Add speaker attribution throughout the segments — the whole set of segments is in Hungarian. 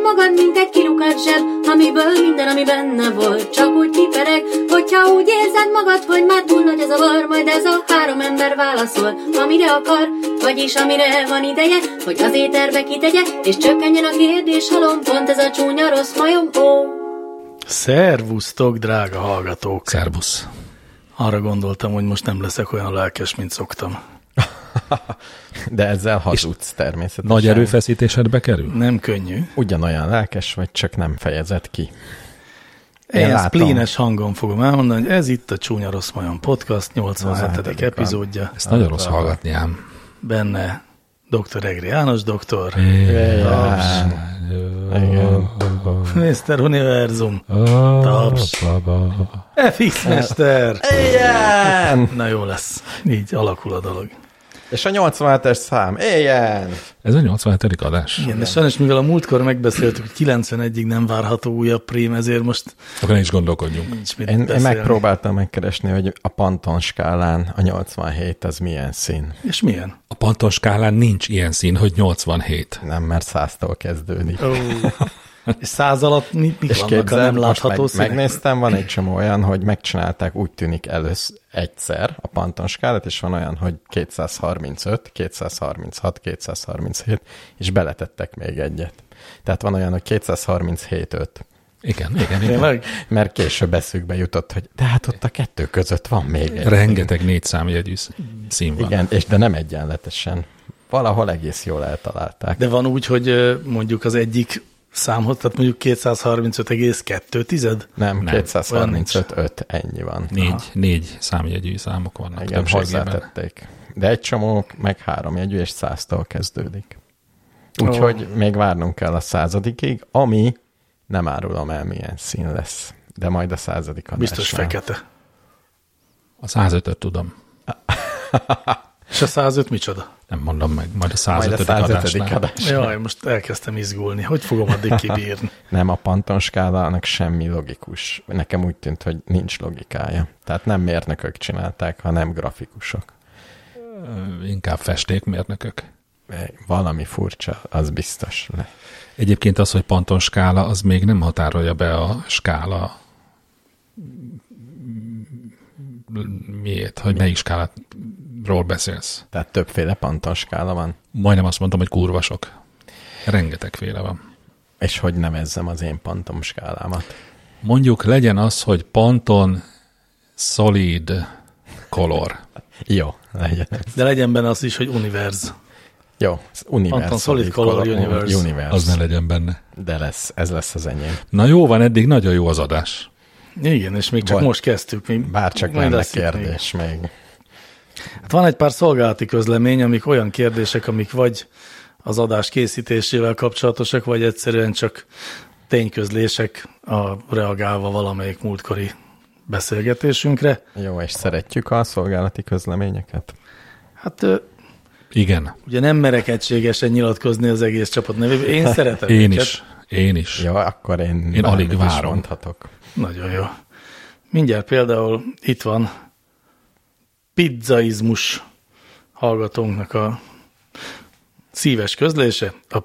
Speaker 1: magad, mint egy kilukat zseb, amiből minden, ami benne volt, csak úgy kipereg. Hogyha úgy érzed magad, hogy már túl nagy a zavar, majd ez a 3 ember válaszol, amire akar, vagyis amire van ideje, hogy az éterbe kitegye, és csökkenjen a kérdéshalom, pont ez a csúnya rossz majom, ó.
Speaker 2: Szervusztok, drága hallgatók!
Speaker 3: Szervusz!
Speaker 2: Arra gondoltam, hogy most nem leszek olyan lelkes, mint szoktam.
Speaker 4: De ezzel hazudsz természetesen.
Speaker 3: Nagy erőfeszítésedbe kerül?
Speaker 2: Nem könnyű.
Speaker 4: Ugyanolyan lelkes vagy, csak nem fejezed ki.
Speaker 2: Én splínes hangon fogom elmondani, hogy ez itt a Csúnya Rossz Majom Podcast 87. epizódja.
Speaker 3: Ezt nagyon rossz hallgatni ám.
Speaker 2: Benne Dr. Egri János doktor. Mr. Univerzum. Taps. FX Mester.
Speaker 4: Éljen!
Speaker 2: Na jó lesz. Így alakul a dolog.
Speaker 4: És a 87-es szám. Éljen!
Speaker 3: Ez a 87. adás.
Speaker 2: Igen, de sajnos mivel a múltkor megbeszéltük, hogy 91-ig nem várható újabb prém, ezért most
Speaker 3: Akkor ne is gondolkodjunk.
Speaker 2: nincs mit
Speaker 4: Én
Speaker 2: beszélni.
Speaker 4: megpróbáltam megkeresni, hogy a Panton skálán a 87 az milyen szín.
Speaker 2: És milyen?
Speaker 3: A Panton skálán nincs ilyen szín, hogy 87.
Speaker 4: Nem, mert 100-tól kezdődik.
Speaker 2: És 100 alatt mit
Speaker 4: És
Speaker 2: vannak a
Speaker 4: képzeld,
Speaker 2: nem
Speaker 4: most
Speaker 2: látható színek?
Speaker 4: megnéztem, van egy csomó olyan, hogy megcsinálták, úgy tűnik először egyszer a Panton skálát, és van olyan, hogy 235, 236, 237, és beletettek még egyet. Tehát van olyan, hogy 237,5.
Speaker 3: Igen.
Speaker 2: Tényleg?
Speaker 4: Mert később eszükbe jutott, hogy de hát ott a kettő között van még egy.
Speaker 3: Rengeteg 4 számjegyű szín van.
Speaker 4: Igen, de nem egyenletesen. Valahol egész jól eltalálták.
Speaker 2: De van úgy, hogy mondjuk az egyik számhoz, tehát mondjuk 235,2?
Speaker 4: Nem,
Speaker 3: Nem,
Speaker 4: 235,5, ennyi van.
Speaker 3: 4 számjegyű számok vannak.
Speaker 4: Igen,
Speaker 3: többségében.
Speaker 4: hozzátették. De egy csomó meg 3 jegyű, és 100-tól kezdődik. Úgyhogy még várnunk kell a 100-ig, ami nem árulom el, milyen szín lesz. De majd a 100. adásnál.
Speaker 2: Biztos fekete.
Speaker 3: A 105-öt tudom.
Speaker 2: És a 105 micsoda?
Speaker 3: Nem mondom meg, majd a
Speaker 4: Majd a
Speaker 3: 105.
Speaker 4: 105.
Speaker 3: adásnál.
Speaker 4: adásnál.
Speaker 2: Jaj, most elkezdtem izgulni. Hogy fogom addig kibírni?
Speaker 4: Nem, a Panton skálának semmi logikus. Nekem úgy tűnt, hogy nincs logikája. Tehát nem mérnökök csinálták, hanem grafikusok.
Speaker 3: Inkább festékmérnökök.
Speaker 4: Valami furcsa, az biztos.
Speaker 3: Egyébként az, hogy Panton skála, az még nem határolja be a skála miért, hogy melyik skáláról beszélsz.
Speaker 4: Tehát többféle Panton skála van.
Speaker 3: Majdnem azt mondtam, hogy kurva sok. Rengetegféle van.
Speaker 4: És hogy nevezzem az én Panton skálámat?
Speaker 3: Mondjuk legyen az, hogy Panton Solid Color.
Speaker 4: Jó, legyen.
Speaker 2: De legyen benne az is, hogy Universe.
Speaker 4: Jó, Universe.
Speaker 2: Panton Solid Color Universe.
Speaker 3: Az ne legyen benne.
Speaker 4: De ez lesz az enyém.
Speaker 3: Na jó van, eddig nagyon jó az adás.
Speaker 2: Igen, és még csak most kezdtük. Még
Speaker 4: Bár csak
Speaker 2: majd
Speaker 4: lenne
Speaker 2: lesz itt
Speaker 4: kérdés még.
Speaker 2: Hát van egy pár szolgálati közlemény, amik olyan kérdések, amik vagy az adás készítésével kapcsolatosak, vagy egyszerűen csak tényközlések reagálva valamelyik múltkori beszélgetésünkre.
Speaker 4: Jó, és szeretjük a szolgálati közleményeket?
Speaker 2: Hát
Speaker 3: Igen.
Speaker 2: ugye nem merek egységesen nyilatkozni az egész csapat nevében. Én szeretem
Speaker 3: Én
Speaker 2: őket.
Speaker 3: is.
Speaker 4: Jó, akkor én
Speaker 3: Én alig
Speaker 4: bármit is
Speaker 3: várom.
Speaker 4: mondhatok.
Speaker 2: Nagyon jó. Mindjárt például itt van pizzaizmus hallgatónknak a szíves közlése. A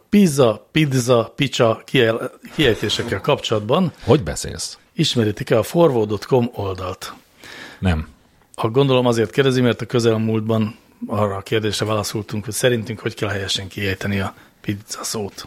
Speaker 2: pizza, kiejtésekkel kapcsolatban
Speaker 3: Hogy beszélsz?
Speaker 2: ismeritek-e a forvo.com oldalt?
Speaker 3: Nem.
Speaker 2: Gondolom azért kérdezi, mert a közelmúltban arra a kérdésre válaszoltunk, hogy szerintünk hogy kell helyesen kiejteni a pizza szót.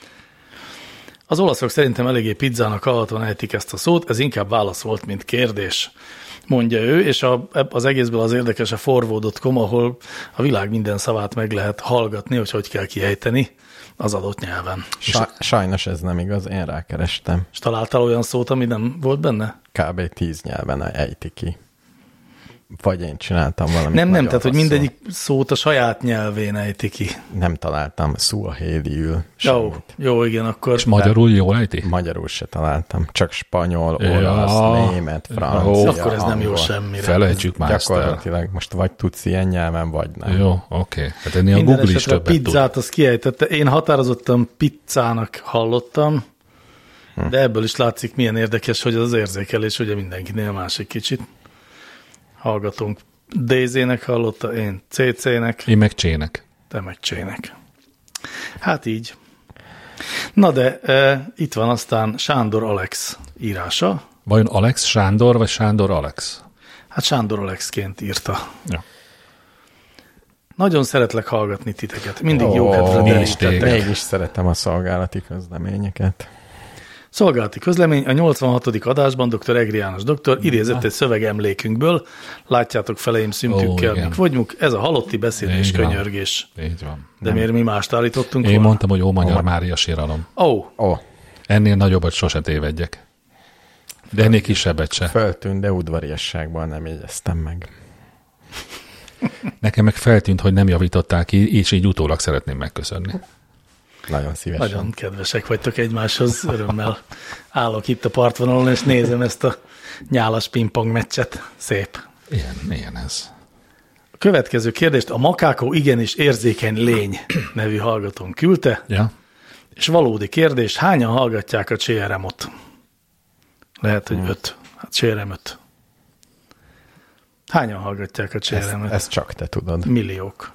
Speaker 2: Az olaszok szerintem eléggé pizzának hallhatóan ejtik ezt a szót, ez inkább válasz volt, mint kérdés, mondja ő, és az egészből az érdekes a forvo.com, ahol a világ minden szavát meg lehet hallgatni, hogy kell kiejteni az adott nyelven.
Speaker 4: Sajnos ez nem igaz, én rákerestem.
Speaker 2: És találtál olyan szót, ami nem volt benne?
Speaker 4: Kb. 10 nyelven ejti ki. Vagy én csináltam valamit.
Speaker 2: Nem,
Speaker 4: nagyon
Speaker 2: tehát hogy
Speaker 4: rosszul.
Speaker 2: mindegyik szót a saját nyelvén ejti ki.
Speaker 4: Nem találtam suahéliül
Speaker 2: Jó,
Speaker 4: semmit.
Speaker 2: jó, igen, akkor...
Speaker 3: És magyarul jól ejti?
Speaker 4: Magyarul se találtam. Csak spanyol, olasz, német, francia,
Speaker 2: Akkor ez nem jó
Speaker 4: angol.
Speaker 2: semmire.
Speaker 3: Felejtsük már ezt el.
Speaker 4: Gyakorlatilag most vagy tudsz ilyen nyelven, vagy nem.
Speaker 3: Jó, oké. Hát ennél a
Speaker 2: Minden
Speaker 3: Google is
Speaker 2: esetre a
Speaker 3: többet tud.
Speaker 2: pizzát azt kiejtette. Én határozottan pizzának hallottam, de ebből is látszik, milyen érdekes, hogy az érzékelés ugye mindenkinél más egy kicsit. Hallgatunk DZ-nek hallotta, én CC-nek,
Speaker 3: Én meg csének.
Speaker 2: te meg Csének. Hát így. Na de itt van aztán Sándor Alex írása.
Speaker 3: Vajon Alex Sándor, vagy Sándor Alex?
Speaker 2: Hát Sándor Alexként írta.
Speaker 3: Ja.
Speaker 2: Nagyon szeretlek hallgatni titeket. Mindig jó kedvre derítettek.
Speaker 4: Mégis szeretem a szolgálati közleményeket.
Speaker 2: Szolgálati közlemény, a 86. adásban dr. Egri János doktor idézett egy szövegemlékünkből. Látjátok feleim szümkükkel, mik vagyunk. Ez a halotti beszéd és könyörgés.
Speaker 3: Így van.
Speaker 2: De miért mi mást állítottunk?
Speaker 3: Én mondtam, hogy Ómanyar Mária síralom. Ennél nagyobbat sose tévedjek. De ennél kisebbet se.
Speaker 4: Föltűnt, de udvariasságban nem jegyeztem meg.
Speaker 3: Nekem meg feltűnt, hogy nem javították ki, és így utólag szeretném megköszönni.
Speaker 4: Nagyon szívesen.
Speaker 2: Nagyon kedvesek vagytok egymáshoz, örömmel állok itt a partvonalon, és nézem ezt a nyálas pingpong meccset. Szép.
Speaker 3: Ilyen ez.
Speaker 2: A következő kérdést a Makákó igenis érzékeny lény nevű hallgatón küldte,
Speaker 3: ja.
Speaker 2: És valódi kérdés, hányan hallgatják a CRM-ot? Lehet, hogy 5. Hát CRM 5. Hányan hallgatják a CRM-et?
Speaker 4: Ezt csak te tudod.
Speaker 2: Milliók.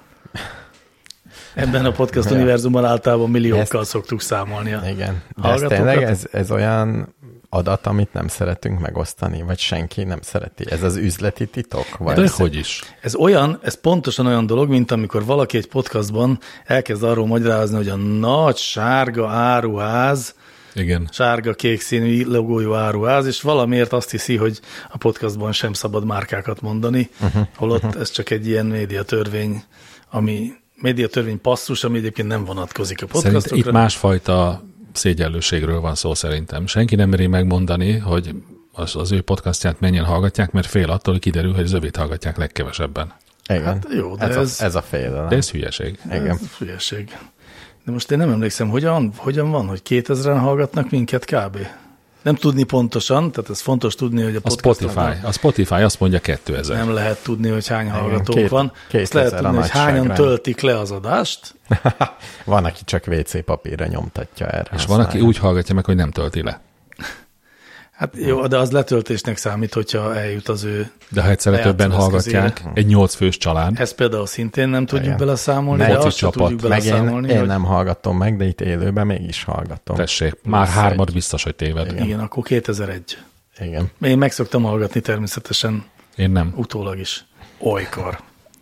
Speaker 2: Ebben a podcast univerzumban általában milliókkal szoktuk számolni.
Speaker 4: Igen. De ez tényleg ez olyan adat, amit nem szeretünk megosztani, vagy senki nem szereti. Ez az üzleti titok? Vagy
Speaker 3: de hogy is?
Speaker 2: Ez pontosan olyan dolog, mint amikor valaki egy podcastban elkezd arról magyarázni, hogy a nagy sárga áruház,
Speaker 3: igen.
Speaker 2: Sárga-kék színű logójú áruház, és valamiért azt hiszi, hogy a podcastban sem szabad márkákat mondani, holott ez csak egy ilyen médiatörvény, médiatörvény passzus, ami egyébként nem vonatkozik a podcastokra.
Speaker 3: Szerintem itt másfajta szégyenlőségről van szó szerintem. Senki nem meri megmondani, hogy az ő podcastját mennyien hallgatják, mert fél attól, hogy kiderül, hogy az övét hallgatják legkevesebben.
Speaker 4: Igen.
Speaker 2: Hát jó, de
Speaker 4: ez a félelem.
Speaker 3: De ez hülyeség.
Speaker 2: Igen. Ez hülyeség. De most én nem emlékszem, hogyan van, hogy 2000-en hallgatnak minket kb. Nem tudni pontosan, tehát ez fontos tudni, hogy a
Speaker 3: Spotify azt mondja 2000.
Speaker 2: Nem lehet tudni, hogy hány hallgatónk van. Azt lehet tudni, hogy hányan töltik le az adást.
Speaker 4: Van, aki csak WC papírra nyomtatja erre.
Speaker 3: És van, aki úgy hallgatja meg, hogy nem tölti le.
Speaker 2: Hát jó, de az letöltésnek számít, hogyha eljut az ő...
Speaker 3: De ha egyszerre többen hallgatják, egy 8 fős család.
Speaker 2: Ezt például szintén nem tudjuk beleszámolni, de azt sem tudjuk beleszámolni.
Speaker 4: Én nem hallgatom meg, de itt élőben mégis hallgatom.
Speaker 3: Tessék, már 3 biztos, hogy téved.
Speaker 2: Igen, akkor 2001.
Speaker 4: Igen.
Speaker 2: Én meg szoktam hallgatni természetesen.
Speaker 3: Én nem.
Speaker 2: Utólag is. Olykor.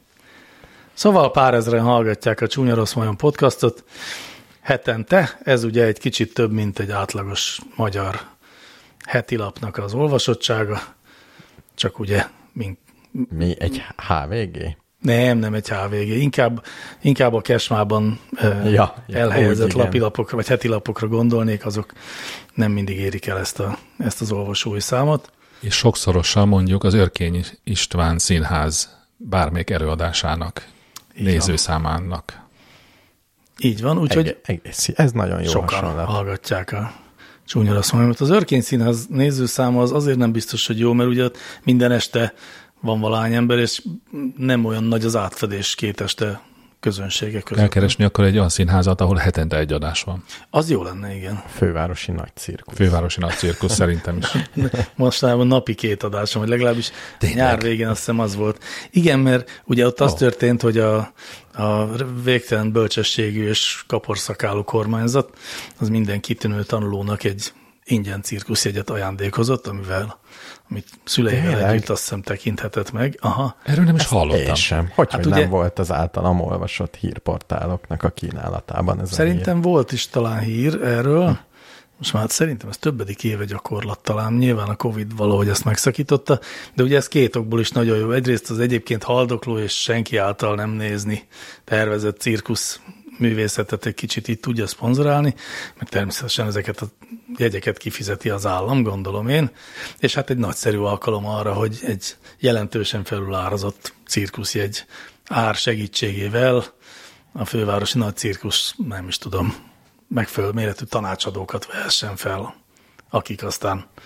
Speaker 2: Szóval pár ezren hallgatják a Csúnya Rossz Majom podcastot hetente. Ez ugye egy kicsit több, mint egy átlagos magyar heti lapnak az olvasottsága, csak ugye...
Speaker 4: Mi egy HVG?
Speaker 2: Nem egy HVG, inkább a Kesmában elhelyezett lapilapokra, vagy heti lapokra gondolnék, azok nem mindig érik el ezt az olvasói számot.
Speaker 3: És sokszorosan mondjuk az Örkény István Színház bármelyik előadásának, nézőszámának.
Speaker 2: Így van, úgyhogy
Speaker 4: ez nagyon jó
Speaker 2: sokan
Speaker 4: hasonlat.
Speaker 2: Hallgatják a Csúnya Rossz Majomot. Az Örkény Színház nézőszáma az azért nem biztos, hogy jó, mert ugye minden este van valahány ember, és nem olyan nagy az átfedés két este közönsége között.
Speaker 3: Elkeresni akkor egy olyan színházat, ahol hetente egy adás van.
Speaker 2: Az jó lenne, igen.
Speaker 4: Fővárosi nagy cirkusz.
Speaker 3: Fővárosi nagy cirkusz szerintem is.
Speaker 2: Mostanában napi 2 adásom, vagy legalábbis nyár végén azt hiszem az volt. Igen, mert ugye ott az történt, hogy a végtelen bölcsességű és kaporszakálú kormányzat az minden kitűnő tanulónak egy ingyen cirkuszjegyet ajándékozott, amit szüleivel együtt azt hiszem tekinthetett meg. Aha.
Speaker 3: Erről nem is hallottam.
Speaker 4: Én sem. Hogy ugye, nem volt az általam olvasott hírportáloknak a kínálatában ez
Speaker 2: szerintem
Speaker 4: a hír.
Speaker 2: Volt is talán hír erről. Most már szerintem ez többedik éve gyakorlat talán. Nyilván a Covid valahogy ezt megszakította, de ugye ez 2 okból is nagyon jó. Egyrészt az egyébként haldokló és senki által nem nézni tervezett cirkusz művészetet egy kicsit itt tudja szponzorálni, meg természetesen ezeket a jegyeket kifizeti az állam, gondolom én, és hát egy nagyszerű alkalom arra, hogy egy jelentősen felülárazott cirkuszjegy ár segítségével a fővárosi nagy cirkusz, nem is tudom, megfelelő méretű tanácsadókat vehessen fel, akik aztán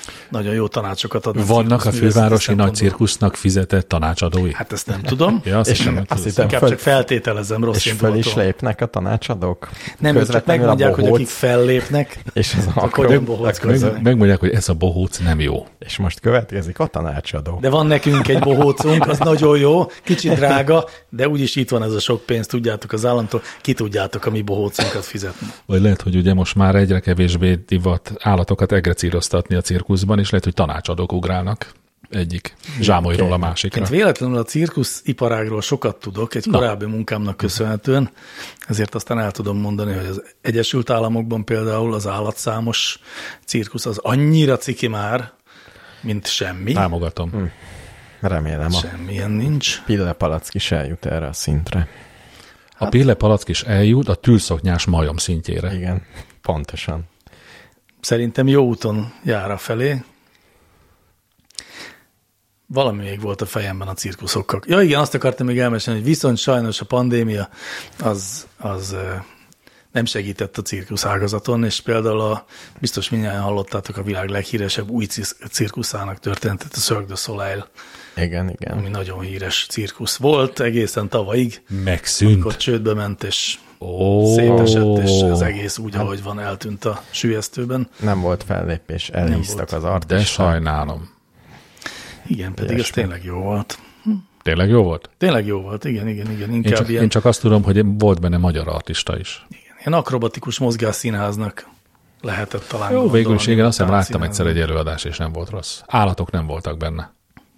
Speaker 2: nagyon jó tanácsokat adnak.
Speaker 3: Vannak a fővárosi nagy cirkusznak fizetett tanácsadói?
Speaker 2: Hát ezt nem tudom.
Speaker 3: Ja, azt hiszem,
Speaker 2: inkább csak feltételezem rossz
Speaker 4: és föl is lépnek a tanácsadók?
Speaker 2: Nem, ők csak megmondják, hogy akik fellépnek,
Speaker 4: és az
Speaker 2: akkor bohóckodnak.
Speaker 3: Megmondják, hogy ez a bohóc nem jó.
Speaker 4: És most következik a tanácsadó.
Speaker 2: De van nekünk egy bohócunk, az nagyon jó, kicsit drága, de úgyis itt van ez a sok pénz, tudjátok az államtól, ki tudjátok a mi bohócunkat fizetni.
Speaker 3: Vagy lehet, hogy ugye most már egyre kevésbé divat állatokat egrecíroztatni a cirkuszban, és lehet, hogy tanácsadók ugrálnak egyik zsámolyról a másikra.
Speaker 2: Én véletlenül a cirkusziparágról sokat tudok, egy korábbi munkámnak köszönhetően, ezért aztán el tudom mondani, hogy az Egyesült Államokban például az állatszámos cirkusz az annyira ciki már, mint semmi.
Speaker 3: Támogatom.
Speaker 4: Remélem
Speaker 2: Semmilyen nincs.
Speaker 4: Pillepalack is eljut erre a szintre.
Speaker 3: A pillepalack is eljut a tűlszoknyás majom szintjére.
Speaker 4: Igen, pontosan.
Speaker 2: Szerintem jó úton jár a felé. Valami még volt a fejemben a cirkuszokkal. Ja igen, azt akartam még elmesélni, hogy viszont sajnos a pandémia az nem segített a cirkuszágazaton, és például biztos mindjárt hallottátok a világ leghíresebb új cirkuszának történetet, a Cirque du Soleil.
Speaker 4: Igen.
Speaker 2: Ami nagyon híres cirkusz volt egészen tavalyig.
Speaker 3: Megszűnt.
Speaker 2: Amikor csődbe ment, és szétesett, és az egész úgy, ahogy van, eltűnt a sülyeztőben.
Speaker 4: Nem volt fellépés, elhíztak az artisták.
Speaker 3: De sajnálom.
Speaker 2: Igen, pedig ez tényleg jó volt.
Speaker 3: Tényleg jó volt?
Speaker 2: Tényleg jó volt, igen. Inkább
Speaker 3: Én csak azt tudom, hogy volt benne magyar artista is.
Speaker 2: Igen, ilyen akrobatikus mozgásszínháznak lehetett talán.
Speaker 3: Jó, végül is igen, azt hiszem láttam egyszer egy előadást, és nem volt rossz. Állatok nem voltak benne.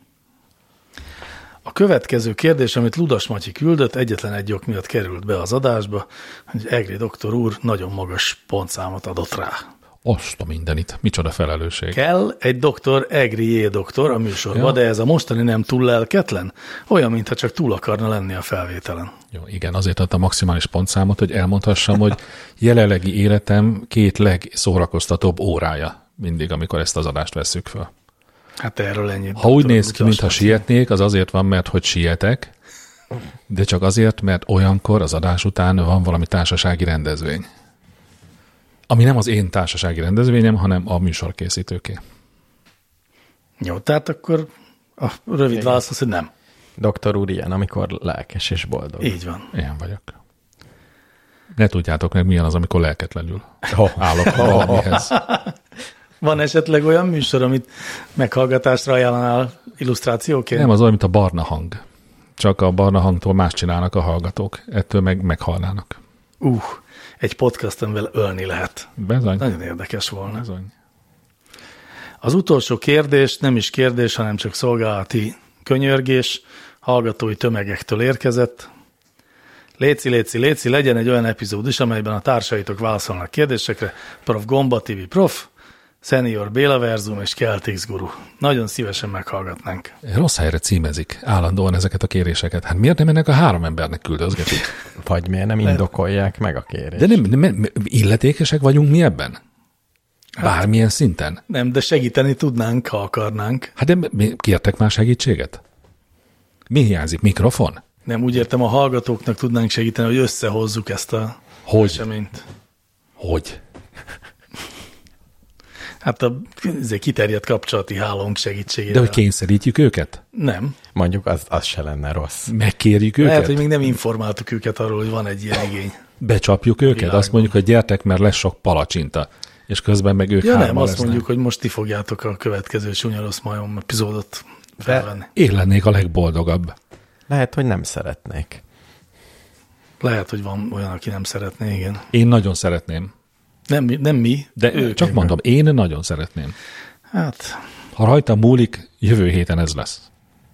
Speaker 2: A következő kérdés, amit Ludas Matyi küldött, egyetlen egy ok miatt került be az adásba, hogy Egri doktor úr nagyon magas pontszámot adott rá.
Speaker 3: Azt a mindenit. Micsoda felelősség.
Speaker 2: Kell egy doktor, Egri J. doktor a műsorba, ja. De ez a mostani nem túl lelketlen? Olyan, mintha csak túl akarna lenni a felvételen.
Speaker 3: Jó, igen, azért adta maximális pontszámot, hogy elmondhassam, hogy jelenlegi életem 2 legszórakoztatóbb órája mindig, amikor ezt az adást vesszük föl.
Speaker 2: Hát erről ennyit.
Speaker 3: Ha úgy néz ki, mintha sietnék, az azért van, mert hogy sietek, de csak azért, mert olyankor az adás után van valami társasági rendezvény. Ami nem az én társasági rendezvényem, hanem a műsorkészítőké.
Speaker 2: Jó, tehát akkor a rövid válasz az, hogy nem.
Speaker 4: Doktor úr ilyen, amikor lelkes és boldog.
Speaker 2: Így van.
Speaker 3: Ilyen vagyok. Ne tudjátok meg, milyen az, amikor lelketlenül állok valamihez.
Speaker 2: Van esetleg olyan műsor, amit meghallgatásra ajánlanál illusztrációként?
Speaker 3: Nem, az olyan, mint a barna hang. Csak a barna hangtól más csinálnak a hallgatók. Ettől meg meghalnának.
Speaker 2: Egy podcastemvel ölni lehet.
Speaker 3: Bezony.
Speaker 2: Nagyon érdekes volna.
Speaker 3: Bezony.
Speaker 2: Az utolsó kérdés nem is kérdés, hanem csak szolgálati könyörgés. Hallgatói tömegektől érkezett. Léci, legyen egy olyan epizód is, amelyben a társaitok válaszolnak kérdésekre. Prof. Gomba TV Prof., Senior Béla Verzum és Keltix Guru. Nagyon szívesen meghallgatnánk.
Speaker 3: Rossz helyre címezik állandóan ezeket a kéréseket. Hát miért nem ennek a 3 embernek küldözgetik?
Speaker 4: Vagy miért nem indokolják meg a kérést?
Speaker 3: De nem illetékesek vagyunk mi ebben? Bármilyen szinten?
Speaker 2: Nem, de segíteni tudnánk, ha akarnánk.
Speaker 3: Hát de kértek már segítséget? Mi hiányzik? Mikrofon?
Speaker 2: Nem, úgy értem, a hallgatóknak tudnánk segíteni, hogy összehozzuk ezt a eseményt.
Speaker 3: Hogy?
Speaker 2: Hát a kiterjedt kapcsolati hálónk segítségével.
Speaker 3: De hogy kényszerítjük őket?
Speaker 2: Nem.
Speaker 4: Mondjuk az se lenne rossz.
Speaker 3: Megkérjük őket?
Speaker 2: Lehet, hogy még nem informáltuk őket arról, hogy van egy ilyen igény.
Speaker 3: Becsapjuk őket?
Speaker 2: Világban.
Speaker 3: Azt mondjuk, hogy gyertek, mert lesz sok palacsinta. És közben meg ők
Speaker 2: nem, azt
Speaker 3: lesznek.
Speaker 2: mondjuk, hogy most ti fogjátok a következő Súnya Rossz Majom epizódot felvenni.
Speaker 3: Én lennék a legboldogabb.
Speaker 4: Lehet, hogy nem szeretnék.
Speaker 2: Lehet, hogy van olyan, aki nem szeretné, igen.
Speaker 3: Én nagyon szeretném.
Speaker 2: Nem mi,
Speaker 3: de ők. Csak mondom, én nagyon szeretném.
Speaker 2: Hát.
Speaker 3: Ha rajta múlik, jövő héten ez lesz.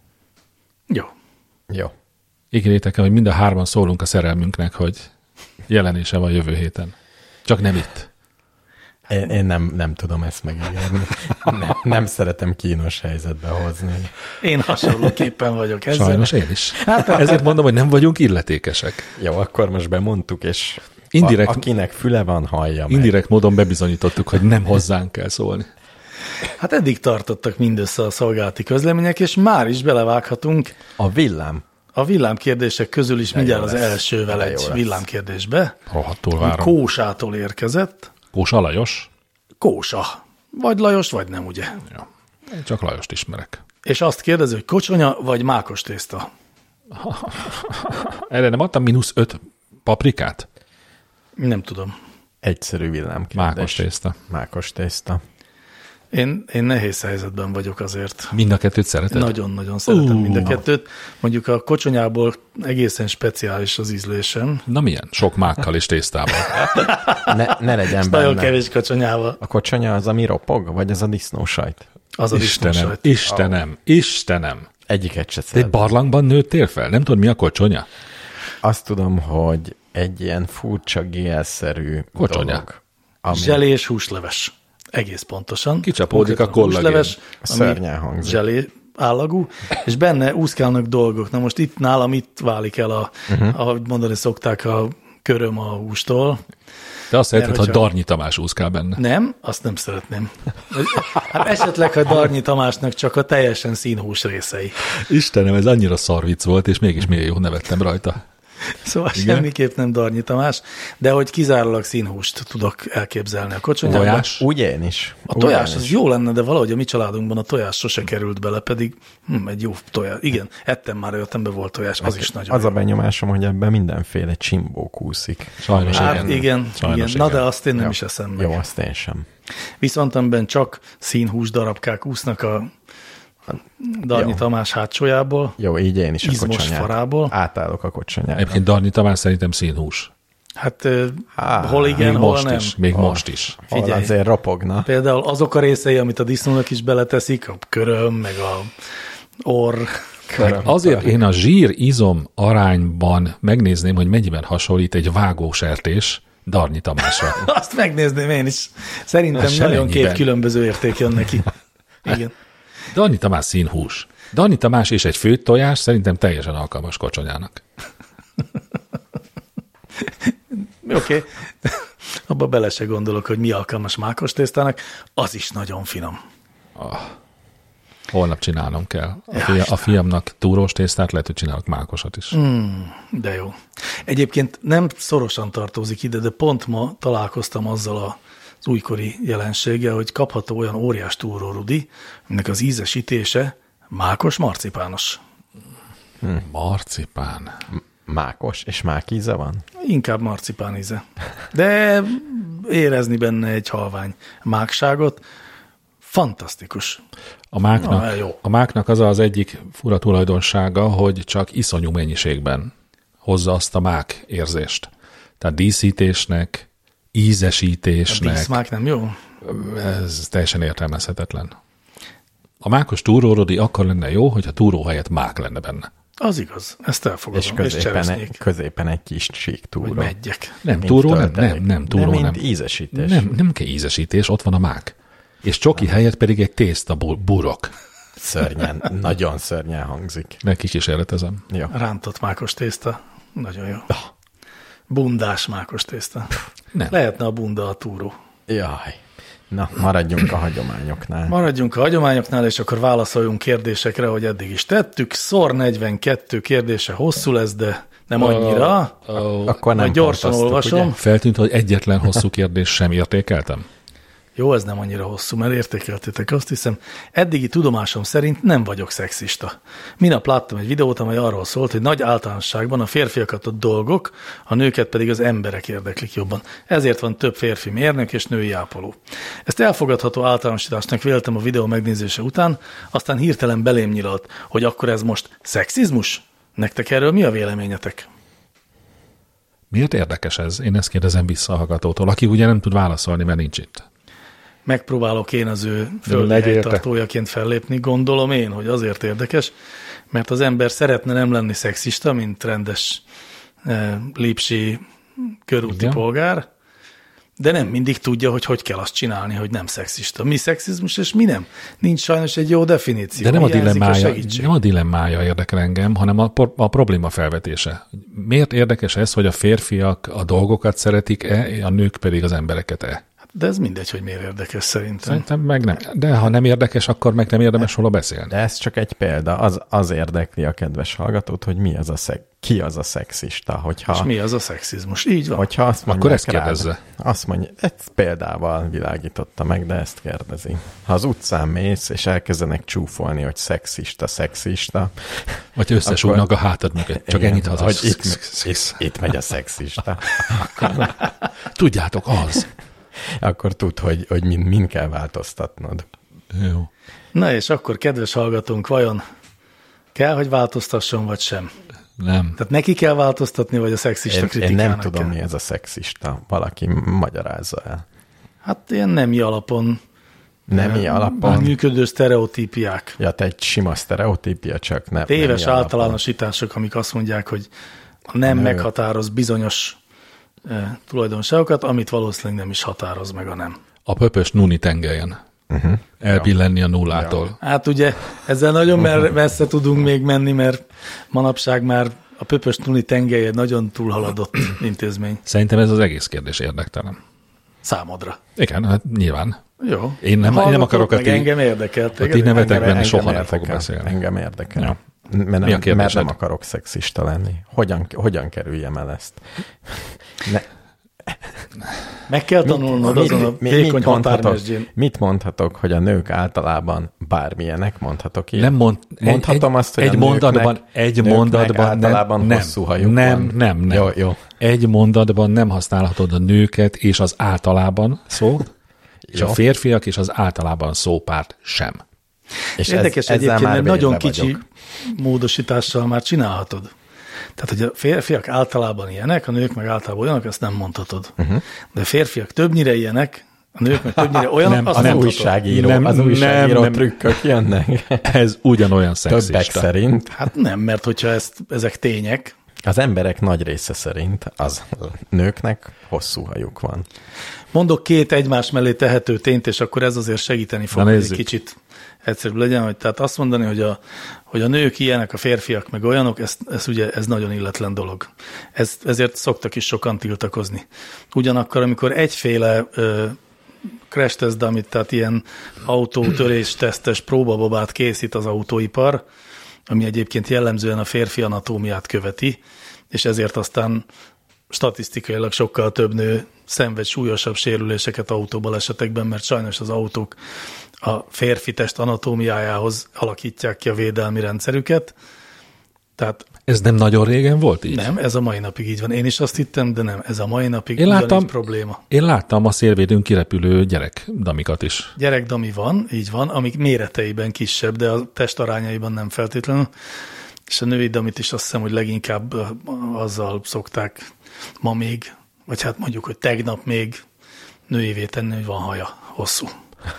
Speaker 4: Jó.
Speaker 3: Ígérjétek el, hogy mind a 3 szólunk a szerelmünknek, hogy jelenése van jövő héten. Csak nem itt.
Speaker 4: Én nem tudom ezt megígérni. Nem szeretem kínos helyzetbe hozni.
Speaker 2: Én hasonlóképpen vagyok ezzel.
Speaker 3: Sajnos én is. Hát, ezért mondom, hogy nem vagyunk illetékesek.
Speaker 4: Jó, akkor most bemondtuk, és akinek füle van, hallja meg.
Speaker 3: Indirekt módon bebizonyítottuk, hogy nem hozzánk kell szólni.
Speaker 2: Hát eddig tartottak mindössze a szolgálati közlemények, és már is belevághatunk. A villámkérdések közül is mindjárt az elsővel egy villámkérdésbe.
Speaker 3: Rohadtul várom.
Speaker 2: Kósától érkezett.
Speaker 3: Kósa Lajos?
Speaker 2: Kósa. Vagy Lajos, vagy nem, ugye?
Speaker 3: Ja. Én csak Lajost ismerek.
Speaker 2: És azt kérdezi, hogy kocsonya vagy mákos tészta?
Speaker 3: Erre nem adtam -5 paprikát?
Speaker 2: Nem tudom.
Speaker 4: Egyszerű villámkérdés.
Speaker 3: Mákos tészta.
Speaker 4: Mákos tészta.
Speaker 2: Én nehéz helyzetben vagyok azért.
Speaker 3: Mind a kettőt szereted?
Speaker 2: Nagyon-nagyon szeretem mind a kettőt. Mondjuk a kocsonyából egészen speciális az ízlésem.
Speaker 3: Na milyen? Sok mákkal és tésztával.
Speaker 4: Ne legyen
Speaker 2: És
Speaker 4: benne.
Speaker 2: nagyon kevés kocsonyával.
Speaker 4: A kocsonya az, ami ropog, vagy ez a disznósajt?
Speaker 2: Az a
Speaker 3: Istenem,
Speaker 2: disznósajt.
Speaker 3: Istenem.
Speaker 4: Egyiket se
Speaker 3: Te egy
Speaker 4: szeretem.
Speaker 3: barlangban nőttél fel? Nem tudod, mi a kocsonya?
Speaker 4: Azt tudom, hogy egy ilyen furcsa gélszerű
Speaker 3: Kocsonya.
Speaker 4: dolog. Ami
Speaker 2: Zselé és húsleves. Egész pontosan.
Speaker 3: Kicsapódik a
Speaker 2: Konkrétan
Speaker 3: kollagén.
Speaker 2: húsleves, ami
Speaker 4: Szörnyen hangzik.
Speaker 2: zselé állagú, és benne úszkálnak dolgok. Na most itt nálam itt válik el ahogy mondani szokták, a köröm a hústól.
Speaker 3: Te azt szereted, ha
Speaker 2: hogyha-
Speaker 3: Darnyi Tamás úszkál benne.
Speaker 2: Nem, azt nem szeretném. Hát esetleg, ha Darnyi Tamásnak csak a teljesen színhús részei.
Speaker 3: Istenem, ez annyira szarvic volt, és mégis milyen jó nevettem rajta.
Speaker 2: Szóval
Speaker 3: Igen?
Speaker 2: semmiképp nem Darnyi Tamás, de hogy kizárólag színhúst tudok elképzelni a kocsonyában.
Speaker 3: Tojás?
Speaker 4: Úgy én is.
Speaker 2: A tojás az jó lenne, de valahogy a mi családunkban a tojás sose került bele, pedig egy jó tojás. Igen, ettem már olyat, amiben volt tojás, az is nagyon
Speaker 4: Az
Speaker 2: jó.
Speaker 4: a benyomásom, hogy ebben mindenféle csimbók úszik.
Speaker 3: Sajnos
Speaker 2: Hát igen,
Speaker 3: Sajnos
Speaker 2: igen. Na
Speaker 3: igen.
Speaker 2: de azt én nem
Speaker 4: Jó.
Speaker 2: is eszem meg.
Speaker 4: Jó, azt én sem.
Speaker 2: Viszont amiben csak színhús darabkák úsznak a Darnyi
Speaker 4: Jó.
Speaker 2: Tamás hátsójából,
Speaker 4: Jó, így én is a
Speaker 2: izmos
Speaker 4: kocsonyát.
Speaker 2: farából.
Speaker 4: Átállok a kocsonyára.
Speaker 3: Egyébként Darnyi Tamás szerintem színhús.
Speaker 2: Hát hol igen,
Speaker 3: Még
Speaker 2: hol
Speaker 3: most
Speaker 2: nem.
Speaker 3: is. Még most is.
Speaker 4: Hol
Speaker 2: figyelj.
Speaker 4: azért ropogna.
Speaker 2: Például azok a részei, amit a disznónak is beleteszik, a köröm, meg a orr.
Speaker 3: Azért én a zsír-izom arányban megnézném, hogy mennyiben hasonlít egy vágósertés Darnyi Tamásra.
Speaker 2: Azt megnézném én is. Szerintem
Speaker 3: Se
Speaker 2: nagyon
Speaker 3: mennyiben.
Speaker 2: két különböző érték jön neki. Igen.
Speaker 3: Darnyi Tamás színhús. Darnyi Tamás és egy főtt tojás szerintem teljesen alkalmas kocsonyának.
Speaker 2: Oké. Abba bele se gondolok, hogy mi alkalmas mákos tésztának. Az is nagyon finom.
Speaker 3: Holnap csinálnom kell.
Speaker 2: Ja,
Speaker 3: A fiamnak túrós tésztát, lehet, hogy csinálok mákosat is.
Speaker 2: De jó. Egyébként nem szorosan tartozik ide, de pont ma találkoztam azzal az újkori jelenséggel, hogy kapható olyan óriás túrórudi, aminek az ízesítése mákos marcipános.
Speaker 3: Marcipán.
Speaker 4: Mákos, és mákíze van?
Speaker 2: Inkább marcipán íze. De érezni benne egy halvány mákságot. Fantasztikus. Jó.
Speaker 3: A máknak az az egyik fura tulajdonsága, hogy csak iszonyú mennyiségben hozza azt a mák érzést. Tehát díszítésnek,
Speaker 2: A
Speaker 3: ízesítésnek,
Speaker 2: díszmák nem jó?
Speaker 3: ez teljesen értelmezhetetlen. A mákos túrórodi akkor lenne jó, hogyha túró helyett mák lenne benne.
Speaker 2: Az igaz. Ezt elfogadom.
Speaker 4: És
Speaker 2: cseresznyék.
Speaker 4: középen egy kis sík
Speaker 2: Vagy
Speaker 4: túra.
Speaker 2: meggyek.
Speaker 3: Nem,
Speaker 4: Mint
Speaker 3: túró nem,
Speaker 4: töltelék.
Speaker 3: nem, túró
Speaker 4: De
Speaker 3: nem.
Speaker 4: mint ízesítés.
Speaker 3: Nem kell ízesítés, ott van a mák. És csoki helyett pedig egy tészta burok.
Speaker 4: Szörnyen, nagyon szörnyen hangzik.
Speaker 3: De kikísérletezem.
Speaker 4: Jó.
Speaker 2: Rántott mákos tészta. Nagyon jó. Bundás mákos tészta.
Speaker 3: Nem.
Speaker 2: Lehetne a bunda a túró.
Speaker 4: Jaj. Na, maradjunk a hagyományoknál.
Speaker 2: Maradjunk a hagyományoknál, és akkor válaszoljunk kérdésekre, hogy eddig is tettük. Szor 42 kérdése hosszú lesz, de nem annyira.
Speaker 4: Akkor nem
Speaker 2: Majd gyorsan
Speaker 4: pontoztuk,
Speaker 2: olvasom.
Speaker 4: ugye?
Speaker 3: Feltűnt, hogy egyetlen hosszú kérdés sem értékeltem.
Speaker 2: Jó, ez nem annyira hosszú, mert értékeltétek, azt hiszem. Eddigi tudomásom szerint nem vagyok szexista. Minap láttam egy videót, amely arról szólt, hogy nagy általánosságban a férfiakat a dolgok, a nőket pedig az emberek érdeklik jobban. Ezért van több férfi mérnök és női ápoló. Ezt elfogadható általánosításnak véltem a videó megnézése után, aztán hirtelen belém nyilalt, hogy akkor ez most szexizmus? Nektek erről mi a véleményetek?
Speaker 3: Miért érdekes ez? Én ezt kérdezem vissza a hallgatótól, aki ugye nem tud válaszolni, mert nincs itt.
Speaker 2: Megpróbálok én az ő földi
Speaker 3: Legyél te.
Speaker 2: helytartójaként fellépni. Gondolom én, hogy azért érdekes, mert az ember szeretne nem lenni szexista, mint rendes lipsi körúti
Speaker 3: Igen.
Speaker 2: polgár, de nem mindig tudja, hogy kell azt csinálni, hogy nem szexista. Mi szexizmus, és mi nem? Nincs sajnos egy jó definíció.
Speaker 3: De nem a,
Speaker 2: Hiányzik
Speaker 3: dilemmája,
Speaker 2: segítség.
Speaker 3: nem a dilemmája érdekel engem, hanem a probléma felvetése. Miért érdekes ez, hogy a férfiak a dolgokat szeretik-e, a nők pedig az embereket-e?
Speaker 2: De ez mindegy, hogy miért érdekes szerintem.
Speaker 3: Szerintem meg nem. De ha nem érdekes, akkor meg nem érdemes róla beszélni.
Speaker 4: De ez csak egy példa. Az érdekli a kedves hallgatót, hogy ki az a szexista. Hogyha,
Speaker 2: és mi az a szexizmus? Így van.
Speaker 4: Hogyha azt
Speaker 3: Akkor ezt
Speaker 4: rád,
Speaker 3: kérdezze.
Speaker 4: Azt mondja, ezt példával világította meg, de ezt kérdezi. Ha az utcán mész, és elkezdenek csúfolni, hogy szexista,
Speaker 3: Vagy összesúgnak a hátad mögött. Csak
Speaker 4: igen,
Speaker 3: ennyit haza.
Speaker 4: hogy itt megy a szexista.
Speaker 3: Tudjátok, az.
Speaker 4: Akkor tudd, hogy mind kell változtatnod.
Speaker 3: Jó.
Speaker 2: Na és akkor, kedves hallgatónk, vajon kell, hogy változtasson, vagy sem?
Speaker 3: Nem.
Speaker 2: Tehát neki kell változtatni, vagy a szexista
Speaker 4: Én
Speaker 2: kritikának
Speaker 4: nem tudom,
Speaker 2: kell?
Speaker 4: mi ez a szexista. Valaki magyarázza el.
Speaker 2: Hát ilyen nemi alapon
Speaker 4: Nemi alapon?
Speaker 2: működő sztereotípiák.
Speaker 4: Ja, te egy sima sztereotípia, csak nem.
Speaker 2: Téves
Speaker 4: nemi
Speaker 2: általánosítások, amik azt mondják, hogy a nem meghatároz bizonyos tulajdonságokat, amit valószínűleg nem is határoz meg a nem.
Speaker 3: A pöpös nuni tengelyen. Elbillenni a nullától.
Speaker 2: Hát ugye ezzel nagyon messze tudunk még menni, mert manapság már a pöpös nuni tengely egy nagyon túlhaladott intézmény.
Speaker 3: Szerintem ez az egész kérdés érdektelen.
Speaker 2: Számodra.
Speaker 3: Igen, hát nyilván.
Speaker 2: Jó.
Speaker 3: Én nem akarok
Speaker 2: meg engem érdekel.
Speaker 3: a ti nevetekben
Speaker 4: Engem
Speaker 3: soha nem fogok
Speaker 4: érdekel.
Speaker 3: beszélni.
Speaker 4: Engem érdekel.
Speaker 3: Ja.
Speaker 4: Mert
Speaker 3: Mi a
Speaker 4: mert nem
Speaker 3: kérdésed?
Speaker 4: akarok szexista lenni. Hogyan kerüljem el ezt?
Speaker 2: Meg kell tanulnod azon a vékony határmesdjén.
Speaker 4: Mit mondhatok, hogy a nők általában bármilyenek, mondhatok ilyet?
Speaker 3: Nem
Speaker 4: Mondhatom azt, hogy
Speaker 3: egy
Speaker 4: a
Speaker 3: mondatban,
Speaker 4: nőknek általában hosszú hajuk van.
Speaker 3: Nem.
Speaker 4: Jó.
Speaker 3: Egy mondatban nem használhatod a nőket és az általában szót, és
Speaker 4: Jó.
Speaker 3: a férfiak és az általában szópárt sem.
Speaker 4: És
Speaker 2: Érdekes
Speaker 4: ezzel
Speaker 2: egyébként,
Speaker 4: már
Speaker 2: mert nagyon
Speaker 4: védve
Speaker 2: kicsi
Speaker 4: vagyok.
Speaker 2: módosítással már csinálhatod. Tehát, hogy a férfiak általában ilyenek, a nők meg általában olyanok, ezt nem mondhatod. De a férfiak többnyire ilyenek, a nők meg többnyire olyanok,
Speaker 3: Nem,
Speaker 2: azt
Speaker 3: az
Speaker 2: mondhatod.
Speaker 4: Az újságíró
Speaker 3: nem.
Speaker 4: trükkök jönnek.
Speaker 3: Ez ugyanolyan
Speaker 4: Többek
Speaker 3: szexista.
Speaker 4: szerint.
Speaker 2: Hát nem, mert hogyha ezek tények,
Speaker 4: Az emberek nagy része szerint az nőknek hosszú hajuk van.
Speaker 2: mondok két egymás mellé tehető tényt, és akkor ez azért segíteni fog,
Speaker 3: Na,
Speaker 2: hogy egy
Speaker 3: nézzük.
Speaker 2: kicsit egyszerűbb legyen, hogy tehát azt mondani, hogy a nők ilyenek, a férfiak meg olyanok, ez nagyon illetlen dolog. Ezért szoktak is sokan tiltakozni. Ugyanakkor, amikor egyféle crash test dummy, tehát ilyen autótörés tesztes próbababát készít az autóipar, ami egyébként jellemzően a férfi anatómiát követi, és ezért aztán statisztikailag sokkal több nő szenved súlyosabb sérüléseket autóbalesetekben, mert sajnos az autók a férfi test anatómiájához alakítják ki a védelmi rendszerüket. Tehát
Speaker 3: Ez nem nagyon régen volt így?
Speaker 2: nem, ez a mai napig így van. Én is azt hittem, de nem, ez a mai napig
Speaker 3: Én láttam,
Speaker 2: probléma.
Speaker 3: Én láttam a szélvédőn kirepülő gyerekdamikat is.
Speaker 2: Gyerekdami van, így van, amik méreteiben kisebb, de a testarányaiban nem feltétlenül. És a női damit is azt hiszem, hogy leginkább azzal szokták ma még, vagy hát mondjuk, hogy tegnap még nőivé tenni, hogy van haja hosszú.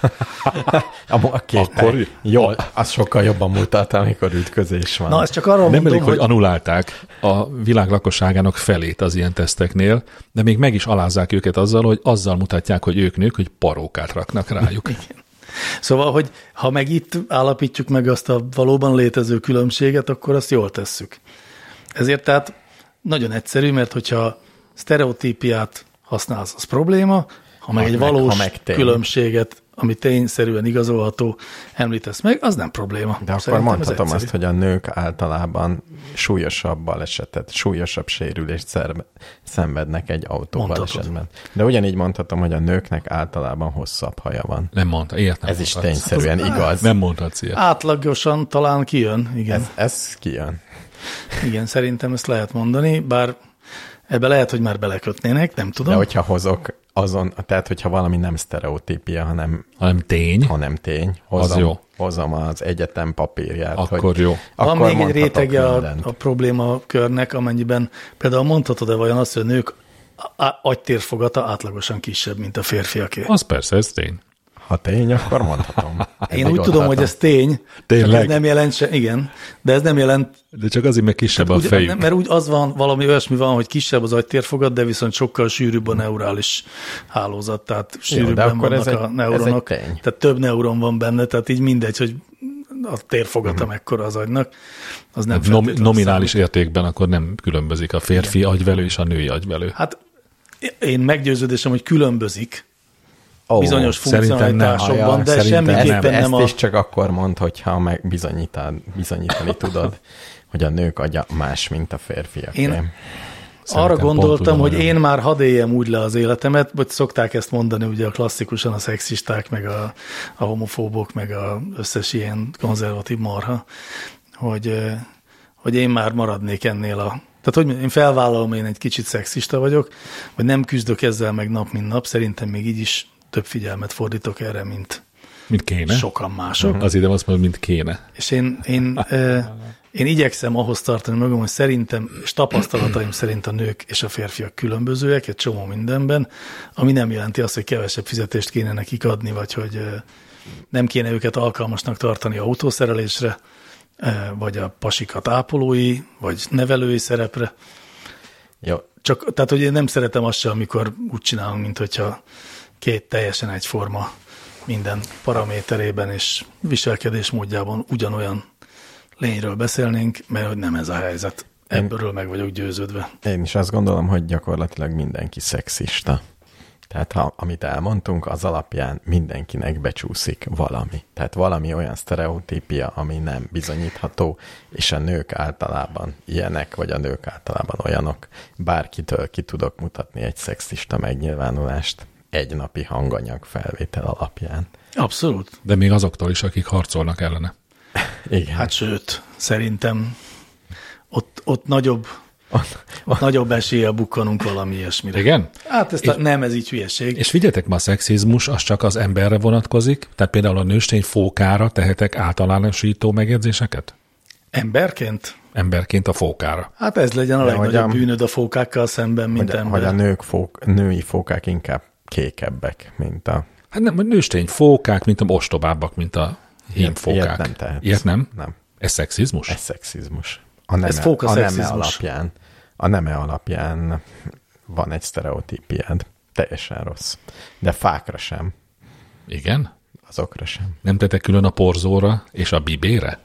Speaker 3: Akkor
Speaker 4: Jó, az sokkal jobban mutat, amikor ütközés van.
Speaker 2: Na, ez csak arra
Speaker 3: nem
Speaker 2: mondom,
Speaker 3: elég, hogy anulálták a világ lakosságának felét az ilyen teszteknél, de még meg is alázzák őket azzal, hogy azzal mutatják, hogy ők nők, hogy parókát raknak rájuk.
Speaker 2: Szóval, hogy ha meg itt állapítjuk meg azt a valóban létező különbséget, akkor azt jól tesszük. Ezért tehát nagyon egyszerű, mert hogyha sztereotípiát használsz, az probléma, ha meg egy valós különbséget, ami tényszerűen igazolható, említesz meg, az nem probléma.
Speaker 4: De akkor
Speaker 2: Szerintem
Speaker 4: mondhatom azt, hogy a nők általában súlyosabb balesetet, súlyosabb sérülést szenvednek egy autóbalesetben. De ugyanígy mondhatom, hogy a nőknek általában hosszabb haja van.
Speaker 3: Nem mondta, ilyet nem
Speaker 4: Ez is
Speaker 3: mondhatsz.
Speaker 4: tényszerűen igaz.
Speaker 3: Nem mondhatsz ilyet.
Speaker 2: Átlagosan talán kijön, igen.
Speaker 4: Ez kijön.
Speaker 2: Igen, szerintem ezt lehet mondani, bár ebbe lehet, hogy már belekötnének, nem tudom.
Speaker 4: De hogyha hozok tehát hogyha valami nem sztereotípia, hanem
Speaker 3: tény,
Speaker 4: tény, hozom az egyetem papírját.
Speaker 3: Akkor
Speaker 4: hogy
Speaker 3: jó.
Speaker 2: Van még egy rétege a problémakörnek, amennyiben például mondhatod-e vajon azt, hogy a nők agytérfogata átlagosan kisebb, mint a férfiaké?
Speaker 3: Az persze, ez tény.
Speaker 4: Ha tény, akkor mondhatom.
Speaker 2: Én úgy tudom, hogy ez tény.
Speaker 3: Tényleg?
Speaker 2: Ez nem jelent igen, de ez nem jelent.
Speaker 3: De csak azért, mert kisebb a fejük.
Speaker 2: Mert úgy az van, valami olyasmi van, hogy kisebb az agytérfogat, de viszont sokkal sűrűbb a neurális hálózat, tehát sűrűbben vannak a neuronok. Tehát több neuron van benne, tehát így mindegy, hogy a térfogata mekkora az agynak. Az nem
Speaker 3: nominális értékben akkor nem különbözik a férfi agyvelő és a női agyvelő.
Speaker 2: Hát én meggyőződésem, hogy különbözik, bizonyos funkcionalitásokban, de
Speaker 3: Szerintem
Speaker 2: semmiképpen
Speaker 4: Ezt
Speaker 2: nem a...
Speaker 4: is csak akkor mondd, hogyha bizonyítani tudod, hogy a nők agya más, mint a férfiaké.
Speaker 2: Én arra gondoltam, hogy én már hadd éljem úgy le az életemet, vagy szokták ezt mondani ugye a klasszikusan a szexisták, meg a homofóbok, meg a összes ilyen konzervatív marha, hogy én már maradnék ennél a... Tehát, hogy én felvállalom, én egy kicsit szexista vagyok, vagy nem küzdök ezzel meg nap, mint nap, szerintem még így is több figyelmet fordítok erre, mint
Speaker 3: kéne.
Speaker 2: sokan mások.
Speaker 3: Az idem azt mondom, mint kéne.
Speaker 2: És én igyekszem ahhoz tartani magam, hogy szerintem, és tapasztalataim szerint a nők és a férfiak különbözőek egy csomó mindenben, ami nem jelenti azt, hogy kevesebb fizetést kéne nekik adni, vagy hogy nem kéne őket alkalmasnak tartani autószerelésre, vagy a pasikat ápolói, vagy nevelői szerepre.
Speaker 4: Jó.
Speaker 2: Csak, tehát, hogy én nem szeretem azt sem, amikor úgy csinálunk, mint hogyha két teljesen egyforma minden paraméterében és viselkedésmódjában ugyanolyan lényről beszélnénk, mert hogy nem ez a helyzet. Ebből meg vagyok győződve.
Speaker 4: Én is azt gondolom, hogy gyakorlatilag mindenki szexista. Tehát amit elmondtunk, az alapján mindenkinek becsúszik valami. Tehát valami olyan sztereotípia, ami nem bizonyítható, és a nők általában ilyenek, vagy a nők általában olyanok. Bárkitől ki tudok mutatni egy szexista megnyilvánulást egy napi hanganyag felvétel alapján.
Speaker 2: Abszolút.
Speaker 3: De még azoktól is, akik harcolnak ellene.
Speaker 4: Igen.
Speaker 2: Hát sőt, szerintem ott nagyobb eséllyel bukkanunk valami ilyesmire.
Speaker 3: Igen?
Speaker 2: Hát nem, ez így hülyeség.
Speaker 3: És figyeljetek, ma a szexizmus az csak az emberre vonatkozik, tehát például a nőstény fókára tehetek általánosító megjegyzéseket? Emberként a fókára.
Speaker 2: Hát ez legyen a legnagyobb bűnöd a fókákkal szemben, mint ember.
Speaker 4: Hogy a női fókák inkább kékebbek, mint a...
Speaker 3: Hát nem, a nőstény fókák, mint a ostobábbak, mint a hímfókák.
Speaker 4: Ilyet nem tehetsz.
Speaker 3: Ilyet nem?
Speaker 4: Nem.
Speaker 3: Ez szexizmus?
Speaker 4: Ez szexizmus.
Speaker 2: Ez fóka szexizmus.
Speaker 4: A neme alapján van egy sztereotípiád. Teljesen rossz. De fákra sem.
Speaker 3: Igen?
Speaker 4: Azokra sem.
Speaker 3: Nem tettek külön a porzóra és a bibére?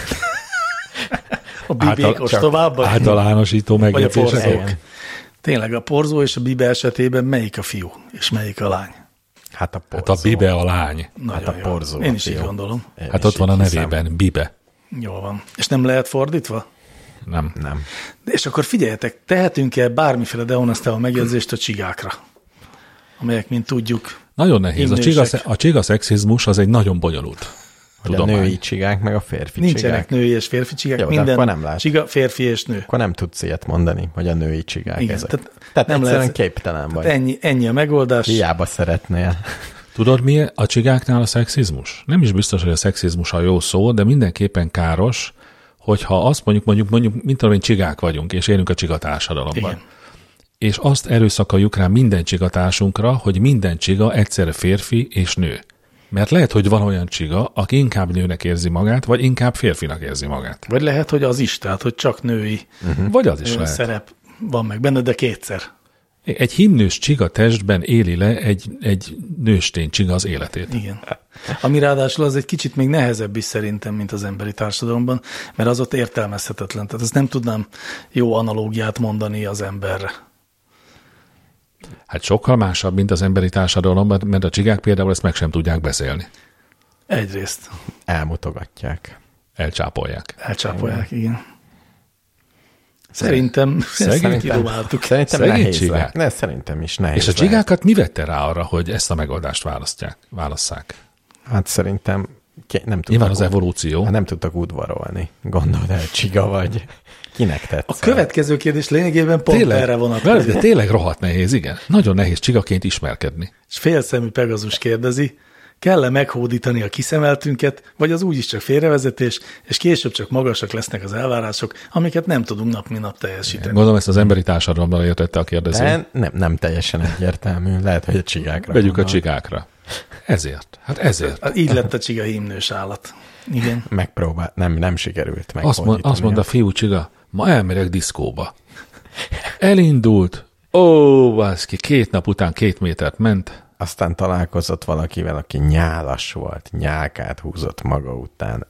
Speaker 2: A bibék ostobábbak?
Speaker 3: Általánosító
Speaker 2: vagy a
Speaker 3: megjegyzések?
Speaker 2: porzók. Tényleg a porzó és a bibe esetében melyik a fiú, és melyik a lány?
Speaker 4: Hát a porzó.
Speaker 3: Hát a bibe a lány.
Speaker 2: Nagyon
Speaker 4: Hát a porzó.
Speaker 2: Én is így gondolom.
Speaker 3: Hát ott van a nevében, bibe.
Speaker 2: Jól van. És nem lehet fordítva?
Speaker 3: Nem.
Speaker 2: De és akkor figyeljetek, tehetünk-e bármiféle dehonestáló megjegyzést a csigákra, amelyek, mint tudjuk,
Speaker 3: Nagyon nehéz. A csiga szexizmus az egy nagyon bonyolult tudomány.
Speaker 4: A női csigák, meg a férfi
Speaker 2: nincsenek
Speaker 4: csigák.
Speaker 2: női és férfi csigák,
Speaker 4: jó,
Speaker 2: minden
Speaker 4: nem lehet.
Speaker 2: csiga, férfi és nő.
Speaker 4: Akkor nem tudsz ilyet mondani, hogy a női csigák
Speaker 2: Igen,
Speaker 4: ezek.
Speaker 2: nem
Speaker 4: Tehát egyszerűen
Speaker 2: lehet,
Speaker 4: képtelen vagy.
Speaker 2: Ennyi a megoldás.
Speaker 4: Hiába szeretnél.
Speaker 3: Tudod, mi a csigáknál a szexizmus? Nem is biztos, hogy a szexizmus a jó szó, de mindenképpen káros, hogyha azt mondjuk, mint tudom én, csigák vagyunk, és élünk a csiga társadalomban.
Speaker 2: Igen.
Speaker 3: És azt erőszakoljuk rá minden csigatársunkra, hogy minden csiga egyszerre férfi és nő. Mert lehet, hogy van olyan csiga, aki inkább nőnek érzi magát, vagy inkább férfinak érzi magát.
Speaker 2: Vagy lehet, hogy az is, tehát, hogy csak női
Speaker 3: Vagy az is lehet.
Speaker 2: szerep van meg benne, de kétszer.
Speaker 3: Egy himnős csiga testben éli le egy nőstény csiga az életét.
Speaker 2: Igen. Ami ráadásul az egy kicsit még nehezebb is szerintem, mint az emberi társadalomban, mert az ott értelmezhetetlen. Tehát ezt nem tudnám jó analógiát mondani az emberre.
Speaker 3: Hát sokkal másabb, mint az emberi társadalomban, mert a csigák például ezt meg sem tudják beszélni.
Speaker 2: Egyrészt.
Speaker 4: Elmutogatják.
Speaker 3: Elcsápolják.
Speaker 2: Elcsápolják, igen. Szerintem ezt kidobáltuk.
Speaker 4: Szerintem
Speaker 3: Szegény
Speaker 4: nehéz
Speaker 3: csigák.
Speaker 4: lehet. Ne, szerintem is nehéz
Speaker 3: És a csigákat mi vette rá arra, hogy ezt a megoldást válasszák?
Speaker 4: Hát szerintem nem tudtak.
Speaker 3: Nyilván az evolúció.
Speaker 4: Hát nem tudtak udvarolni. Gondold el, csiga vagy. Kinek tetsz?
Speaker 2: A következő kérdés lényegében pont erre vonatkozik.
Speaker 3: De tényleg rohadt nehéz, igen. Nagyon nehéz csigaként ismerkedni.
Speaker 2: És félszemű Pegazus kérdezi, kell-e meghódítani a kiszemeltünket, vagy az úgyis csak félrevezetés, és később csak magasak lesznek az elvárások, amiket nem tudunk nap mint nap teljesíteni.
Speaker 3: Gondolom ezt az emberi társadalomban értette a kérdező.
Speaker 4: De nem teljesen egyértelmű. Lehet, hogy a csigákra.
Speaker 3: Vegyük a csigákra. Ezért. Hát ezért.
Speaker 2: Így lett a csiga hímnős állat. Igen.
Speaker 4: Megpróbált, nem sikerült
Speaker 3: Azt mondta a fiú csiga, ma elmegyek diszkóba. Elindult. Baszki, 2 nap után 2 métert ment.
Speaker 4: Aztán találkozott valakivel, aki nyálas volt, nyálkát húzott maga után,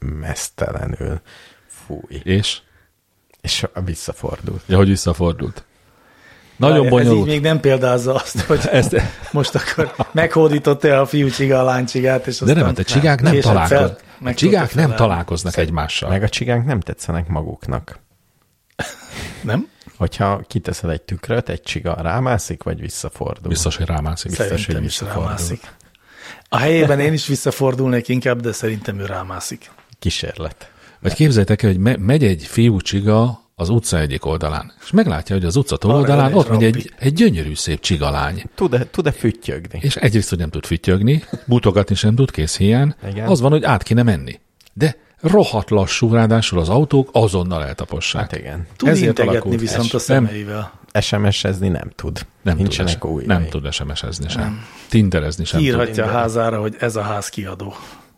Speaker 3: Nagyon
Speaker 2: Ez
Speaker 3: bonyolult.
Speaker 2: így még nem példázza azt, hogy most akkor meghódította a fiú csiga a lány csigát, és aztán...
Speaker 3: De nem, a csigák nem
Speaker 2: később
Speaker 3: találkoznak.
Speaker 2: meg
Speaker 3: A csigák
Speaker 2: tudta
Speaker 3: nem
Speaker 2: felelni.
Speaker 3: találkoznak egymással.
Speaker 4: Meg a csigák nem tetszenek maguknak.
Speaker 2: Nem?
Speaker 4: Hogyha kiteszel egy tükröt, egy csiga rámászik, vagy visszafordul?
Speaker 3: Biztos, hogy rámászik.
Speaker 2: Szerintem
Speaker 4: hogy
Speaker 2: is
Speaker 4: visszafordul.
Speaker 2: rámászik. A helyében én is visszafordulnék inkább, de szerintem ő rámászik.
Speaker 4: Kísérlet.
Speaker 3: Vagy képzeljétek el, hogy megy egy fiú csiga az utca egyik oldalán, és meglátja, hogy az utca túloldalán
Speaker 2: Arra
Speaker 3: ott megy
Speaker 2: rabbi.
Speaker 3: egy gyönyörű szép csigalány.
Speaker 4: Tud-e füttyögni?
Speaker 3: És egyrészt, hogy nem tud füttyögni, mutogatni sem tud, kész hiány.
Speaker 4: Igen.
Speaker 3: Az van, hogy át kéne menni. De rohadt lassú, ráadásul az autók azonnal eltapossák.
Speaker 4: Hát igen.
Speaker 2: Tud
Speaker 3: Ezért
Speaker 2: integetni
Speaker 3: alakult.
Speaker 2: viszont a
Speaker 3: Nem.
Speaker 2: szemeivel.
Speaker 4: SMS-ezni nem tud.
Speaker 3: Nem
Speaker 4: Nincsenek
Speaker 3: tud,
Speaker 4: újjai.
Speaker 3: nem tud SMS-ezni sem. Tinderezni sem tud.
Speaker 2: Írhatja a házára, hogy ez a ház kiadó.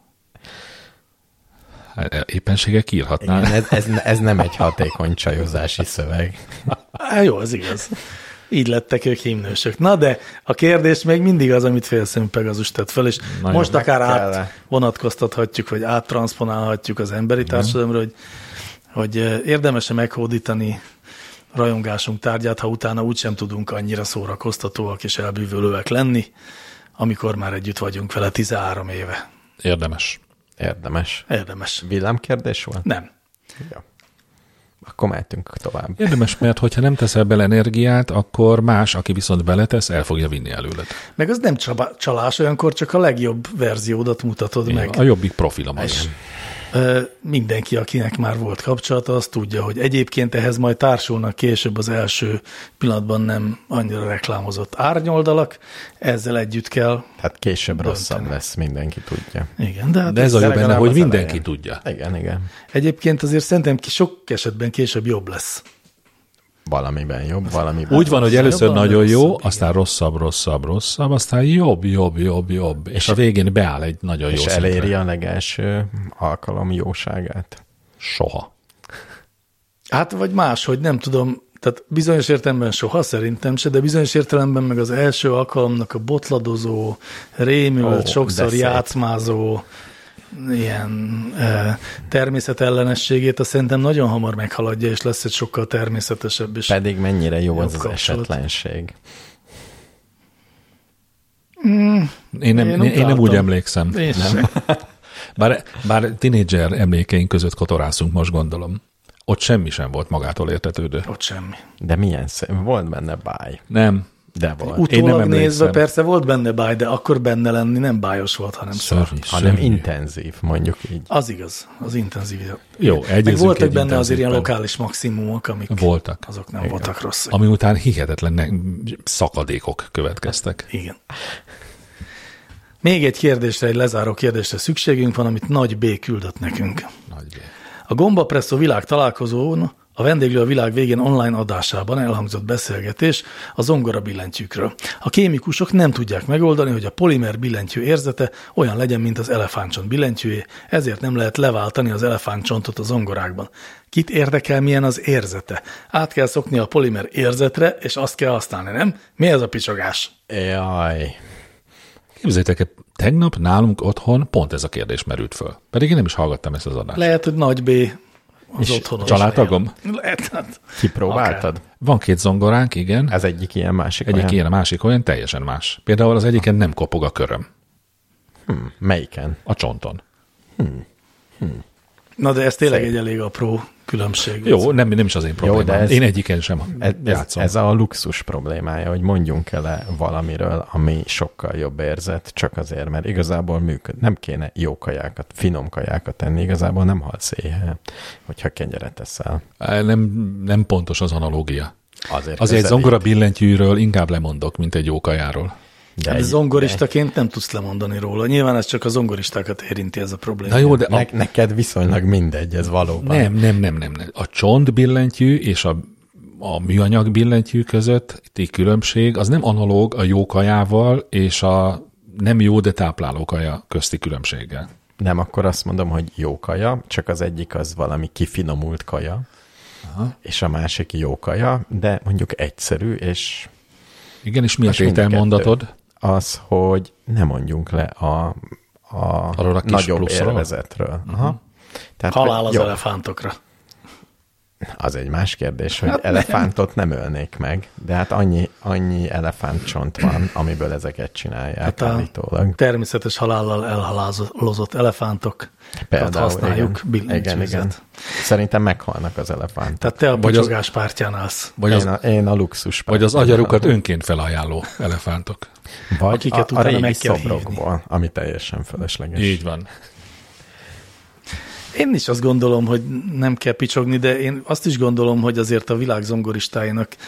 Speaker 3: Éppenségek írhatná.
Speaker 4: Igen, ez nem egy hatékony csajozási szöveg.
Speaker 2: Jó, az igaz. Így lettek ők himnősök. Na de a kérdés még mindig az, amit Félszemű Pegazus tett fel, és
Speaker 3: Nagyon
Speaker 2: most akár
Speaker 4: kell.
Speaker 2: átvonatkoztathatjuk, vagy áttranszponálhatjuk az emberi társadalomra, hogy érdemes-e meghódítani rajongásunk tárgyát, ha utána úgysem tudunk annyira szórakoztatóak és elbűvölőek lenni, amikor már együtt vagyunk vele 13 éve.
Speaker 3: Érdemes.
Speaker 4: Érdemes.
Speaker 2: Érdemes.
Speaker 4: Villámkérdés volt?
Speaker 2: Nem.
Speaker 4: Ja. Akkor mehetünk tovább.
Speaker 3: Érdemes, mert hogyha nem teszel bele energiát, akkor más, aki viszont beletesz, el fogja vinni előled.
Speaker 2: Meg az nem csalás, olyankor csak a legjobb verziódat mutatod meg.
Speaker 3: A jobbik profilom
Speaker 2: És
Speaker 3: az.
Speaker 2: mindenki, akinek már volt kapcsolata, az tudja, hogy egyébként ehhez majd társulnak később az első pillanatban nem annyira reklámozott árnyoldalak, ezzel együtt kell.
Speaker 4: Hát később
Speaker 2: Dönteni.
Speaker 4: rosszabb lesz, mindenki tudja.
Speaker 2: Igen, de, hát
Speaker 3: De ez a jó benne,
Speaker 4: legalább
Speaker 3: hogy
Speaker 4: az
Speaker 3: mindenki
Speaker 4: elején.
Speaker 3: tudja.
Speaker 4: Igen.
Speaker 2: egyébként azért szerintem sok esetben később jobb lesz.
Speaker 4: Valamiben jobb, valamiben.
Speaker 3: Úgy van, hogy először
Speaker 2: jobban,
Speaker 3: nagyon
Speaker 2: de
Speaker 3: jó,
Speaker 2: rosszabb,
Speaker 3: aztán rosszabb, aztán jobb, és a végén beáll egy nagyon jó
Speaker 4: És
Speaker 3: szintre.
Speaker 4: eléri a legelső alkalom jóságát.
Speaker 3: Soha.
Speaker 2: Hát vagy máshogy, nem tudom, tehát bizonyos értelemben soha szerintem se, de bizonyos értelemben meg az első alkalomnak a botladozó, rémült, sokszor
Speaker 4: de szép.
Speaker 2: játszmázó, ilyen természetellenességét, azt szerintem nagyon hamar meghaladja, és lesz egy sokkal természetesebb is.
Speaker 4: Pedig mennyire jó
Speaker 2: Jobb
Speaker 4: az
Speaker 2: kapcsolat.
Speaker 4: esetlenség.
Speaker 3: Én nem
Speaker 2: utáltam.
Speaker 3: úgy emlékszem.
Speaker 2: Én sem.
Speaker 3: Bár tinédzser emlékeink között kotorászunk, most gondolom. Ott semmi sem volt magától értetődő.
Speaker 2: Ott semmi.
Speaker 4: De milyen szép. Volt benne báj.
Speaker 3: Nem.
Speaker 4: De volt.
Speaker 3: Én nem
Speaker 2: Utólag nézve
Speaker 3: emlékszem.
Speaker 2: persze volt benne báj, de akkor benne lenni nem bájos volt, hanem szar.
Speaker 3: Szörnyű,
Speaker 4: Hanem
Speaker 3: szörnyű.
Speaker 4: intenzív, mondjuk így.
Speaker 2: Az igaz, az intenzív.
Speaker 3: Jó,
Speaker 2: Meg
Speaker 3: egyezünk
Speaker 2: voltak
Speaker 3: egy
Speaker 2: benne azért ilyen
Speaker 3: intenzívben.
Speaker 2: lokális maximumok, amik
Speaker 3: Voltak.
Speaker 2: azok nem voltak rosszak.
Speaker 3: Ami után hihetetlen szakadékok következtek.
Speaker 2: Igen. Még egy kérdésre, egy lezáró kérdésre szükségünk van, amit Nagy B küldött nekünk.
Speaker 3: Nagy B.
Speaker 2: A Gombapresszó világ találkozón a vendéglő a világ végén online adásában elhangzott beszélgetés a zongora billentyűkről. A kémikusok nem tudják megoldani, hogy a polimer billentyű érzete olyan legyen, mint az elefántcsont billentyűjé, ezért nem lehet leváltani az elefántcsontot a zongorákban. Kit érdekel, milyen az érzete? Át kell szokni a polimer érzetre, és azt kell használni, nem? Mi ez a picsogás?
Speaker 4: Jaj.
Speaker 3: Képzeljétek el, tegnap nálunk otthon pont ez a kérdés merült föl. Pedig én nem is hallgattam ezt az adást.
Speaker 2: Lehet, hogy Nagy B az otthonos.
Speaker 3: családtagom?
Speaker 2: helyen. Lehet, hát.
Speaker 4: Kipróbáltad?
Speaker 3: Van 2 zongoránk, igen.
Speaker 4: Ez egyik ilyen, másik
Speaker 3: Egyik
Speaker 4: olyan?
Speaker 3: ilyen, a másik olyan, teljesen más. Például az egyiken nem kopog a köröm.
Speaker 4: Melyiken?
Speaker 3: A csonton.
Speaker 2: Na de ez tényleg
Speaker 4: Szép.
Speaker 2: egy elég apró különbség.
Speaker 3: Jó, nem is az én problémám.
Speaker 4: de ez-
Speaker 3: Én egyiken sem játszom.
Speaker 4: Ez a luxus problémája, hogy mondjunk el valamiről, ami sokkal jobb érzet, csak azért, mert igazából működ. Nem kéne jó kajákat, finom kajákat tenni, igazából nem halsz éhe, hogyha kenyeret teszel.
Speaker 3: Nem pontos az analógia.
Speaker 4: Azért
Speaker 3: Azért egy
Speaker 4: közelít.
Speaker 3: zongora billentyűről inkább lemondok, mint egy jó kajáról.
Speaker 4: De
Speaker 2: Hát zongoristaként nem tudsz lemondani róla. Nyilván ez csak a zongoristákat érinti ez a probléma.
Speaker 3: Na jó, de
Speaker 4: neked viszonylag mindegy, ez valóban.
Speaker 3: nem. A csont billentyű és a műanyag billentyű közötti különbség az nem analóg a jó kajával és a nem jó, de tápláló kaja közti különbséggel.
Speaker 4: Nem, akkor azt mondom, hogy jó kaja, csak az egyik az valami kifinomult kaja, és a másik jó kaja, de mondjuk egyszerű, és
Speaker 3: Igen, és mi a
Speaker 4: és mindkettő.
Speaker 3: tételmondatod?
Speaker 4: Az, hogy ne mondjunk le
Speaker 3: Arról a kis
Speaker 4: nagyobb
Speaker 3: pluszról?
Speaker 4: élvezetről. Aha. Tehát,
Speaker 2: Halál
Speaker 4: hogy
Speaker 2: az
Speaker 4: jó.
Speaker 2: elefántokra.
Speaker 4: Az egy más kérdés, hogy elefántot nem ölnék meg, de hát annyi elefántcsont van, amiből ezeket csinálják állítólag.
Speaker 2: Természetes halállal elhalálozott elefántok. Például használjuk billentyűzet. Igen.
Speaker 4: Szerintem meghalnak az elefántok.
Speaker 2: Tehát te a picsogás pártján állsz.
Speaker 4: Én a luxus
Speaker 3: pártján. Vagy az agyarukat önként felajánló elefántok.
Speaker 4: Vagy akiket a régi szobrokból, ami teljesen fölösleges.
Speaker 3: Így van.
Speaker 2: Én is azt gondolom, hogy nem kell picsogni, de én azt is gondolom, hogy azért a világ zongoristáinak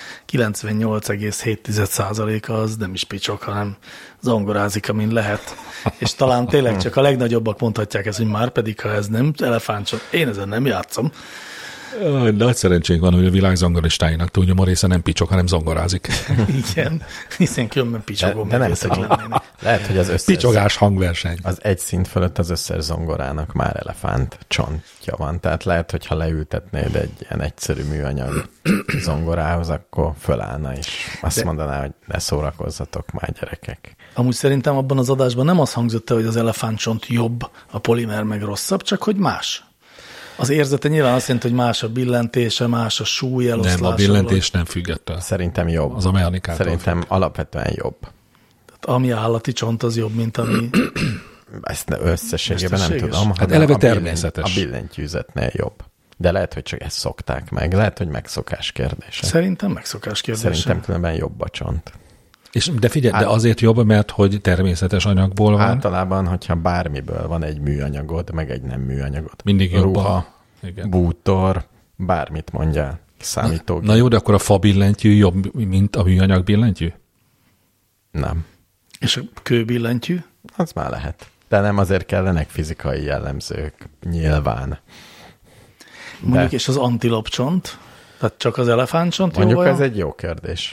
Speaker 2: 98,7%-a az nem is picsog, hanem zongorázik, amin lehet. És talán tényleg csak a legnagyobbak mondhatják ezt, hogy már pedig, ha ez nem elefántcsont, én ezen nem játszom.
Speaker 3: Nagy szerencsénk van, hogy a világ zongoristáinak túlnyomó része nem picsog, hanem zongorázik.
Speaker 2: Igen, hiszen különben picsogom.
Speaker 4: De nem lehet, hogy az összes...
Speaker 3: Picsogás hangverseny.
Speaker 4: Az egy szint fölött az összes zongorának már elefánt csontja van. Tehát lehet, hogyha leültetnéd egy ilyen egyszerű műanyag zongorához, akkor fölállna és azt mondaná, hogy ne szórakozzatok már, gyerekek.
Speaker 2: Amúgy szerintem abban az adásban nem az hangzott el, hogy az elefántcsont jobb, a polimer meg rosszabb, csak hogy más. Az érzete nyilván azt jelenti, hogy más a billentése, más a súly eloszlása.
Speaker 3: Nem, a billentés nem független.
Speaker 4: Szerintem jobb.
Speaker 3: Az a mechanikától.
Speaker 4: Szerintem alapvetően jobb.
Speaker 2: Tehát ami állati csont, az jobb, mint ami...
Speaker 4: Ezt összességében nem tudom.
Speaker 3: Hát eleve természetes.
Speaker 4: A billentyűzetnél jobb. De lehet, hogy csak ezt szokták meg. Lehet, hogy megszokás kérdése.
Speaker 2: Szerintem megszokás kérdése.
Speaker 4: Szerintem különben jobb a csont.
Speaker 3: De figyelj, de azért jobb, mert hogy természetes anyagból van.
Speaker 4: Általában, hogyha bármiből van egy műanyagod, meg egy nem műanyagod.
Speaker 3: Mindig jobb.
Speaker 4: Ruha, bútor, bármit mondjál, számítógép.
Speaker 3: Na jó, de akkor a fa billentyű jobb, mint a műanyag billentyű?
Speaker 4: Nem.
Speaker 2: És a kőbillentyű?
Speaker 4: Az már lehet. De nem, azért kellenek fizikai jellemzők, nyilván.
Speaker 2: Mondjuk, és az antilopcsont? Tehát csak az elefántcsont?
Speaker 4: Mondjuk ez egy jó kérdés.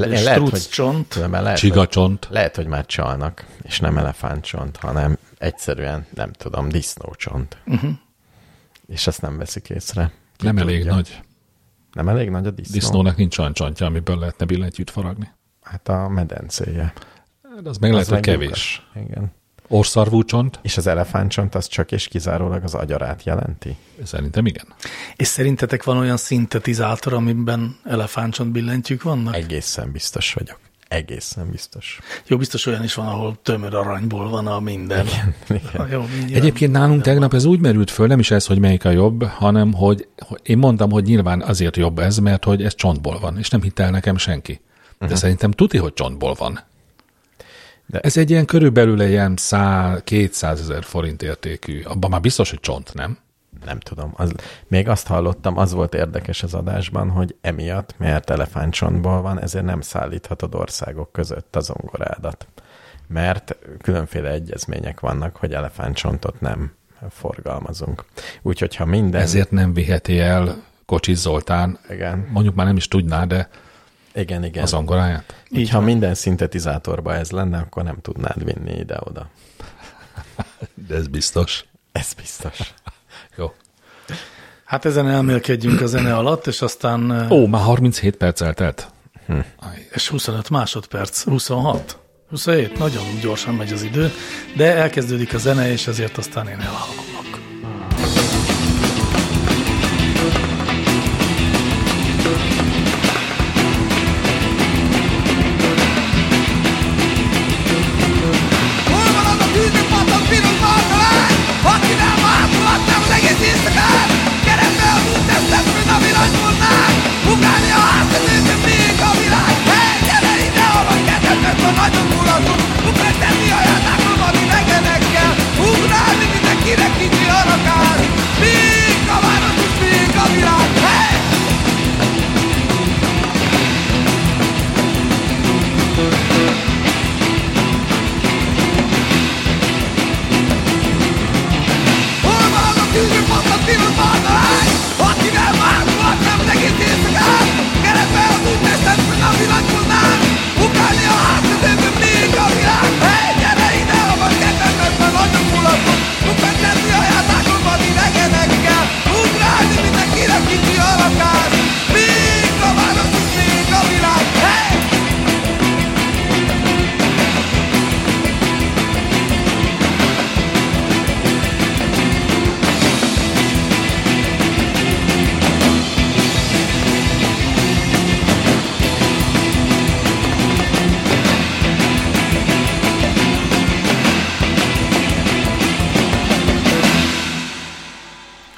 Speaker 2: Csigacsont.
Speaker 4: Lehet, hogy már csalnak, és nem elefántcsont, hanem egyszerűen, nem tudom, disznócsont. És ezt nem veszik észre.
Speaker 3: Nem elég nagy.
Speaker 4: Nem elég nagy a disznó?
Speaker 3: Disznónak nincs olyan csontja, amiből lehetne billentyűt faragni.
Speaker 4: Hát a medencéje.
Speaker 3: De az meg lehet, hogy kevés.
Speaker 4: Igen.
Speaker 3: Orszarvú csont.
Speaker 4: És az elefántcsont az csak és kizárólag az agyarát jelenti?
Speaker 3: Szerintem igen.
Speaker 2: És szerintetek van olyan szintetizátor, amiben elefántcsont billentyűk vannak?
Speaker 4: Egészen biztos vagyok. Egészen biztos.
Speaker 2: Jó, biztos olyan is van, ahol tömör aranyból van a minden.
Speaker 4: Igen.
Speaker 2: Jó,
Speaker 3: egyébként nálunk tegnap ez úgy merült föl, nem is ez, hogy melyik a jobb, hanem hogy én mondtam, hogy nyilván azért jobb ez, mert hogy ez csontból van, és nem hitt el nekem senki. De szerintem tuti, hogy csontból van. De ez egy ilyen körülbelül egy ilyen 200 000 forint értékű. Abban már biztos, hogy csont, nem?
Speaker 4: Nem tudom. Még azt hallottam, az volt érdekes az adásban, hogy emiatt, mert elefántcsontból van, ezért nem szállíthatod országok között a zongorádat. Mert különféle egyezmények vannak, hogy elefántcsontot nem forgalmazunk. Úgyhogy ha minden...
Speaker 3: Ezért nem viheti el Kocsis Zoltán.
Speaker 4: Igen.
Speaker 3: Mondjuk már nem is tudná, de
Speaker 4: igen.
Speaker 3: a zongoráját.
Speaker 4: Így ha minden szintetizátorban ez lenne, akkor nem tudnád vinni ide-oda.
Speaker 3: De ez biztos.
Speaker 4: Ez biztos.
Speaker 3: Jó.
Speaker 2: Hát ezen elmélkedjünk a zene alatt, és aztán...
Speaker 3: Már 37 perc eltelt.
Speaker 2: És 25 másodperc, 26, 27, nagyon gyorsan megy az idő, de elkezdődik a zene, és ezért aztán én elhalok.
Speaker 5: Nagyon mulatunk, ugrálni a játákon, ami megenekkel, ugrálni mindenkinek így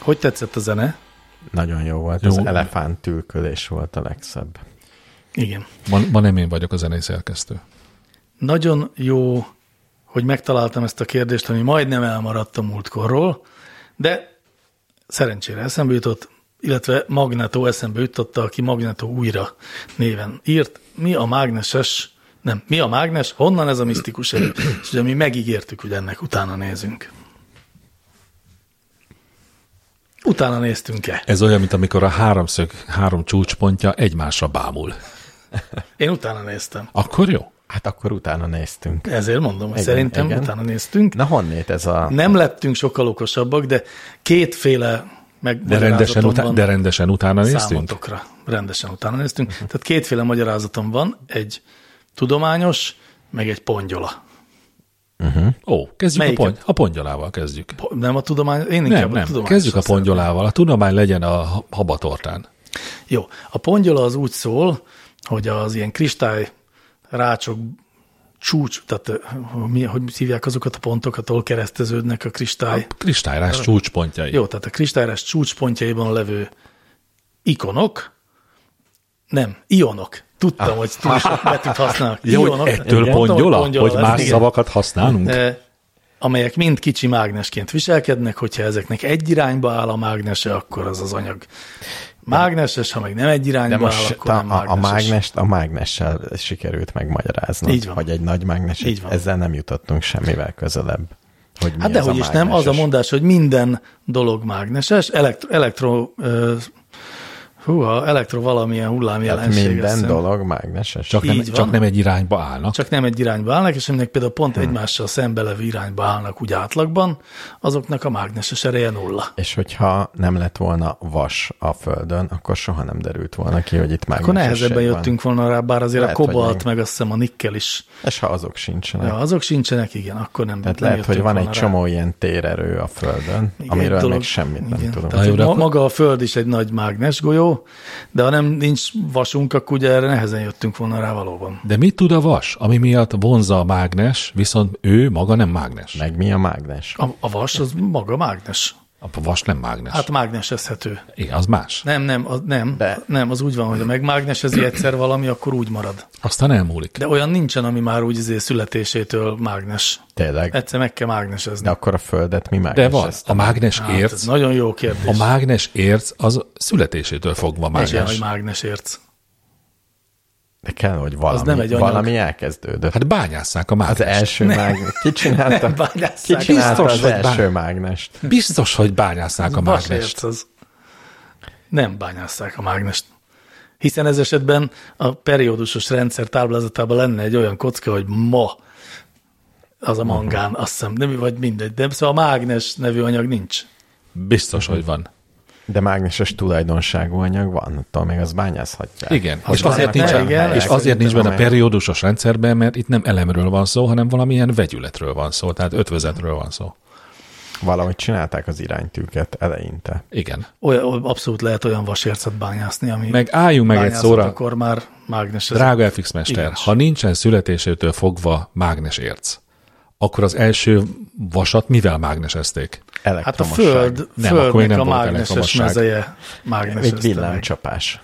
Speaker 2: Hogy tetszett a zene?
Speaker 4: Nagyon jó volt.
Speaker 3: Jó.
Speaker 4: Az elefántülkölés volt a legszebb.
Speaker 2: Igen.
Speaker 3: Ma nem én vagyok a zenei szerkesztő.
Speaker 2: Nagyon jó, hogy megtaláltam ezt a kérdést, ami majdnem elmaradt a múltkorról, de szerencsére eszembe jutott, illetve Magneto eszembe jutotta, aki Magneto újra néven írt. Mi a mágnes? Honnan ez a misztikus erő? És ugye mi megígértük, hogy ennek utána nézünk. Utána néztünk-e?
Speaker 3: Ez olyan, mint amikor a háromszög három csúcspontja egymásra bámul.
Speaker 2: Én utána néztem.
Speaker 3: Akkor jó?
Speaker 4: Hát akkor utána néztünk.
Speaker 2: Ezért mondom, hogy
Speaker 4: Igen,
Speaker 2: szerintem
Speaker 4: igen.
Speaker 2: utána néztünk.
Speaker 4: Na honnét ez a...
Speaker 2: Nem lettünk sokkal okosabbak, de kétféle
Speaker 3: De rendesen utána néztünk?
Speaker 2: Számotokra. Rendesen utána néztünk. Tehát kétféle magyarázatom van, egy tudományos, meg egy pongyola.
Speaker 3: Ó, kezdjük
Speaker 2: Melyiket?
Speaker 3: a pongyolával kezdjük.
Speaker 2: Nem a tudomány, én inkább a
Speaker 3: Nem,
Speaker 2: tudományos.
Speaker 3: kezdjük a pongyolával. A tudomány legyen a habatortán.
Speaker 2: Jó, a pongyola az úgy szól, hogy az ilyen kristály rácsok csúcs, tehát hogy hívják azokat a pontokat, ahol kereszteződnek a kristály.
Speaker 3: A kristályrás csúcspontjai.
Speaker 2: Jó, tehát a kristályrás csúcspontjaiban levő ionok. Tudtam, hogy túl sok betűt használnak.
Speaker 3: Jó, hogy
Speaker 2: Ionok.
Speaker 3: ettől
Speaker 2: Igen, mondtam,
Speaker 3: pongyola? Hogy
Speaker 2: lesz,
Speaker 3: más
Speaker 2: igen.
Speaker 3: szavakat használunk?
Speaker 2: Amelyek mind kicsi mágnesként viselkednek, hogyha ezeknek egy irányba áll a mágnese, akkor az az anyag mágneses, ha meg nem egy
Speaker 4: De
Speaker 2: irányba áll,
Speaker 4: most
Speaker 2: akkor nem mágneses.
Speaker 4: a mágnessel sikerült megmagyarázni.
Speaker 2: Így van.
Speaker 4: Hogy egy nagy mágnes,
Speaker 2: Így van.
Speaker 4: ezzel nem jutottunk semmivel közelebb. Hogy mi
Speaker 2: Hát
Speaker 4: ez
Speaker 2: dehogy is nem, az a
Speaker 4: mágneses.
Speaker 2: mondás, hogy minden dolog mágneses, elektro valamilyen hullámjelenség.
Speaker 4: Tehát minden
Speaker 2: azt hiszem.
Speaker 4: dolog mágneses.
Speaker 3: Csak nem egy irányba állnak.
Speaker 2: Csak nem egy irányba állnak, és aminek például pont egymással szembelevő irányba állnak úgy átlagban, azoknak a mágneses ereje nulla.
Speaker 4: És hogyha nem lett volna vas a Földön, akkor soha nem derült volna ki, hogy itt
Speaker 2: Akkor
Speaker 4: mágnesesség
Speaker 2: nehezebben
Speaker 4: van.
Speaker 2: jöttünk volna rá, bár azért
Speaker 4: Lehet,
Speaker 2: a kobalt,
Speaker 4: hogy
Speaker 2: meg azt hiszem a nikkel is.
Speaker 4: És ha azok sincsenek.
Speaker 2: Ja, azok sincsenek, igen, akkor nem.
Speaker 4: Tehát
Speaker 2: nem
Speaker 4: lehet, hogy
Speaker 2: jöttünk
Speaker 4: van egy
Speaker 2: volna rá.
Speaker 4: csomó ilyen térerő a Földön,
Speaker 2: Igen,
Speaker 4: amiről
Speaker 2: dolog-
Speaker 4: még semmit nem
Speaker 2: igen.
Speaker 4: tudunk.
Speaker 2: Tehát, hogy
Speaker 3: Na jó, de
Speaker 2: maga a Föld is egy nagy mágnesgolyó, de ha nincs vasunk, akkor ugye erre nehezen jöttünk volna rá valóban.
Speaker 3: De mit tud a vas, ami miatt vonzza a mágnes, viszont ő maga nem mágnes?
Speaker 4: Meg mi a mágnes?
Speaker 2: A vas az maga mágnes.
Speaker 3: A vas nem mágnes.
Speaker 2: Hát mágnesezhető.
Speaker 3: Igen, az más.
Speaker 2: Nem, az úgy van, hogy ha megmágnesezi egyszer valami, akkor úgy marad.
Speaker 3: Aztán elmúlik.
Speaker 2: De olyan nincsen, ami már úgy születésétől mágnes.
Speaker 4: Tényleg?
Speaker 2: Egyszer meg kell mágnesezni.
Speaker 4: De akkor a Földet mi
Speaker 3: De van.
Speaker 4: mágnesezte?
Speaker 3: A mágnes
Speaker 2: Hát, ez
Speaker 3: érc,
Speaker 2: nagyon jó kérdés.
Speaker 3: a mágnes érc az születésétől fogva
Speaker 2: És ilyen,
Speaker 3: mágnes.
Speaker 2: hogy mágnesérc.
Speaker 4: De kell, hogy
Speaker 2: nem egy anyag.
Speaker 4: valami elkezdődött.
Speaker 3: Hát bányásszák a
Speaker 4: Az
Speaker 3: mágnest.
Speaker 4: első mágnes. Ki csinálta,
Speaker 2: Nem bányásszák.
Speaker 4: ki csinálta
Speaker 3: Biztos,
Speaker 4: az
Speaker 3: hogy
Speaker 4: első mágnest?
Speaker 3: Biztos, hogy bányásszák a mágnest.
Speaker 2: Vasérc az. Nem bányásszák a mágnest. Hiszen ez esetben a periódusos rendszer táblázatában lenne egy olyan kocka, hogy ma az a mangán, azt hiszem, nem, vagy mindegy, de szóval a mágnes nevű anyag nincs.
Speaker 3: Biztos, hogy van.
Speaker 4: De mágneses tulajdonságú anyag van, attól még az bányázhatják.
Speaker 3: Igen,
Speaker 4: Az
Speaker 3: és azért
Speaker 4: vannak
Speaker 3: nincs,
Speaker 4: olyan
Speaker 2: igen,
Speaker 4: helyek,
Speaker 3: és azért nincs benne a
Speaker 4: amelyek-
Speaker 3: periódusos rendszerben, mert itt nem elemről van szó, hanem valamilyen vegyületről van szó, tehát ötvözetről van szó.
Speaker 4: Valahogy csinálták az iránytűket eleinte.
Speaker 3: Igen.
Speaker 2: Olyan, abszolút lehet olyan vasércet bányászni, ami
Speaker 3: Meg álljunk meg egy
Speaker 2: bányászott,
Speaker 3: szóra,
Speaker 2: akkor már mágnes.
Speaker 3: drága FX mester,
Speaker 2: Igen.
Speaker 3: ha nincsen születésétől fogva mágnesérc, akkor az első vasat mivel mágnesezték?
Speaker 2: Hát a
Speaker 4: Elektromosság.
Speaker 2: Föld,
Speaker 3: Nem, akkor még
Speaker 2: Földnek
Speaker 3: nem
Speaker 2: a
Speaker 3: volt
Speaker 2: mágneses
Speaker 3: elektromosság.
Speaker 2: mezeje
Speaker 4: Egy
Speaker 2: mágnesezte meg.
Speaker 4: villámcsapás.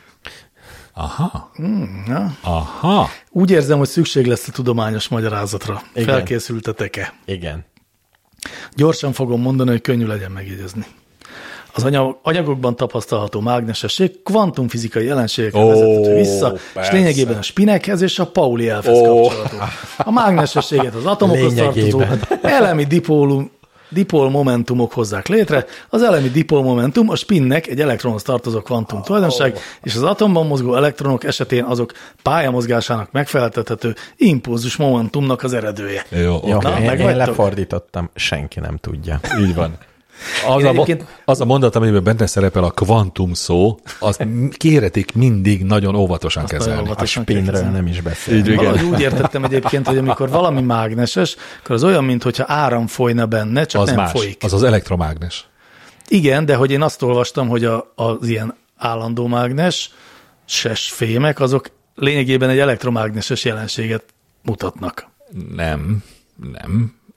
Speaker 3: Aha.
Speaker 2: Ja.
Speaker 3: Aha.
Speaker 2: Úgy érzem, hogy szükség lesz a tudományos magyarázatra.
Speaker 4: Igen.
Speaker 2: Felkészültetek-e?
Speaker 4: Igen.
Speaker 2: Gyorsan fogom mondani, hogy könnyű legyen megjegyezni. Az anyagokban tapasztalható mágnesesség kvantumfizikai jelenségekre vezethető vissza, és
Speaker 3: persze.
Speaker 2: lényegében a spinekhez és a Pauli elvhez kapcsolatú. A mágnesességet az atomokhoz tartozó
Speaker 4: Lényegében.
Speaker 2: elemi dipolmomentumok hozzák létre. Az elemi dipolmomentum a spinnek egy elektronhoz tartozó kvantum tulajdonság, és az atomban mozgó elektronok esetén azok pályamozgásának megfeleltethető impulzus momentumnak az eredője.
Speaker 3: Jó,
Speaker 4: Jó,
Speaker 2: Na,
Speaker 4: én
Speaker 2: megvagytok?
Speaker 4: lefordítottam, senki nem tudja.
Speaker 3: így van.
Speaker 2: egyébként-
Speaker 3: Az a mondat, amiben benne szerepel a kvantum szó, az kéretik mindig nagyon óvatosan
Speaker 2: nagyon
Speaker 3: kezelni.
Speaker 4: A
Speaker 2: óvatosan kell
Speaker 4: spinről
Speaker 2: kezelni.
Speaker 4: nem is beszélünk.
Speaker 3: Így, igen.
Speaker 2: Valahogy úgy értettem egyébként, hogy amikor valami mágneses, akkor az olyan, mintha áram folyna benne, csak
Speaker 3: Az
Speaker 2: nem
Speaker 3: más,
Speaker 2: folyik.
Speaker 3: az az elektromágnes.
Speaker 2: Igen, de hogy én azt olvastam, hogy az ilyen állandó mágnes, fémek, azok lényegében egy elektromágneses jelenséget mutatnak.
Speaker 3: Nem.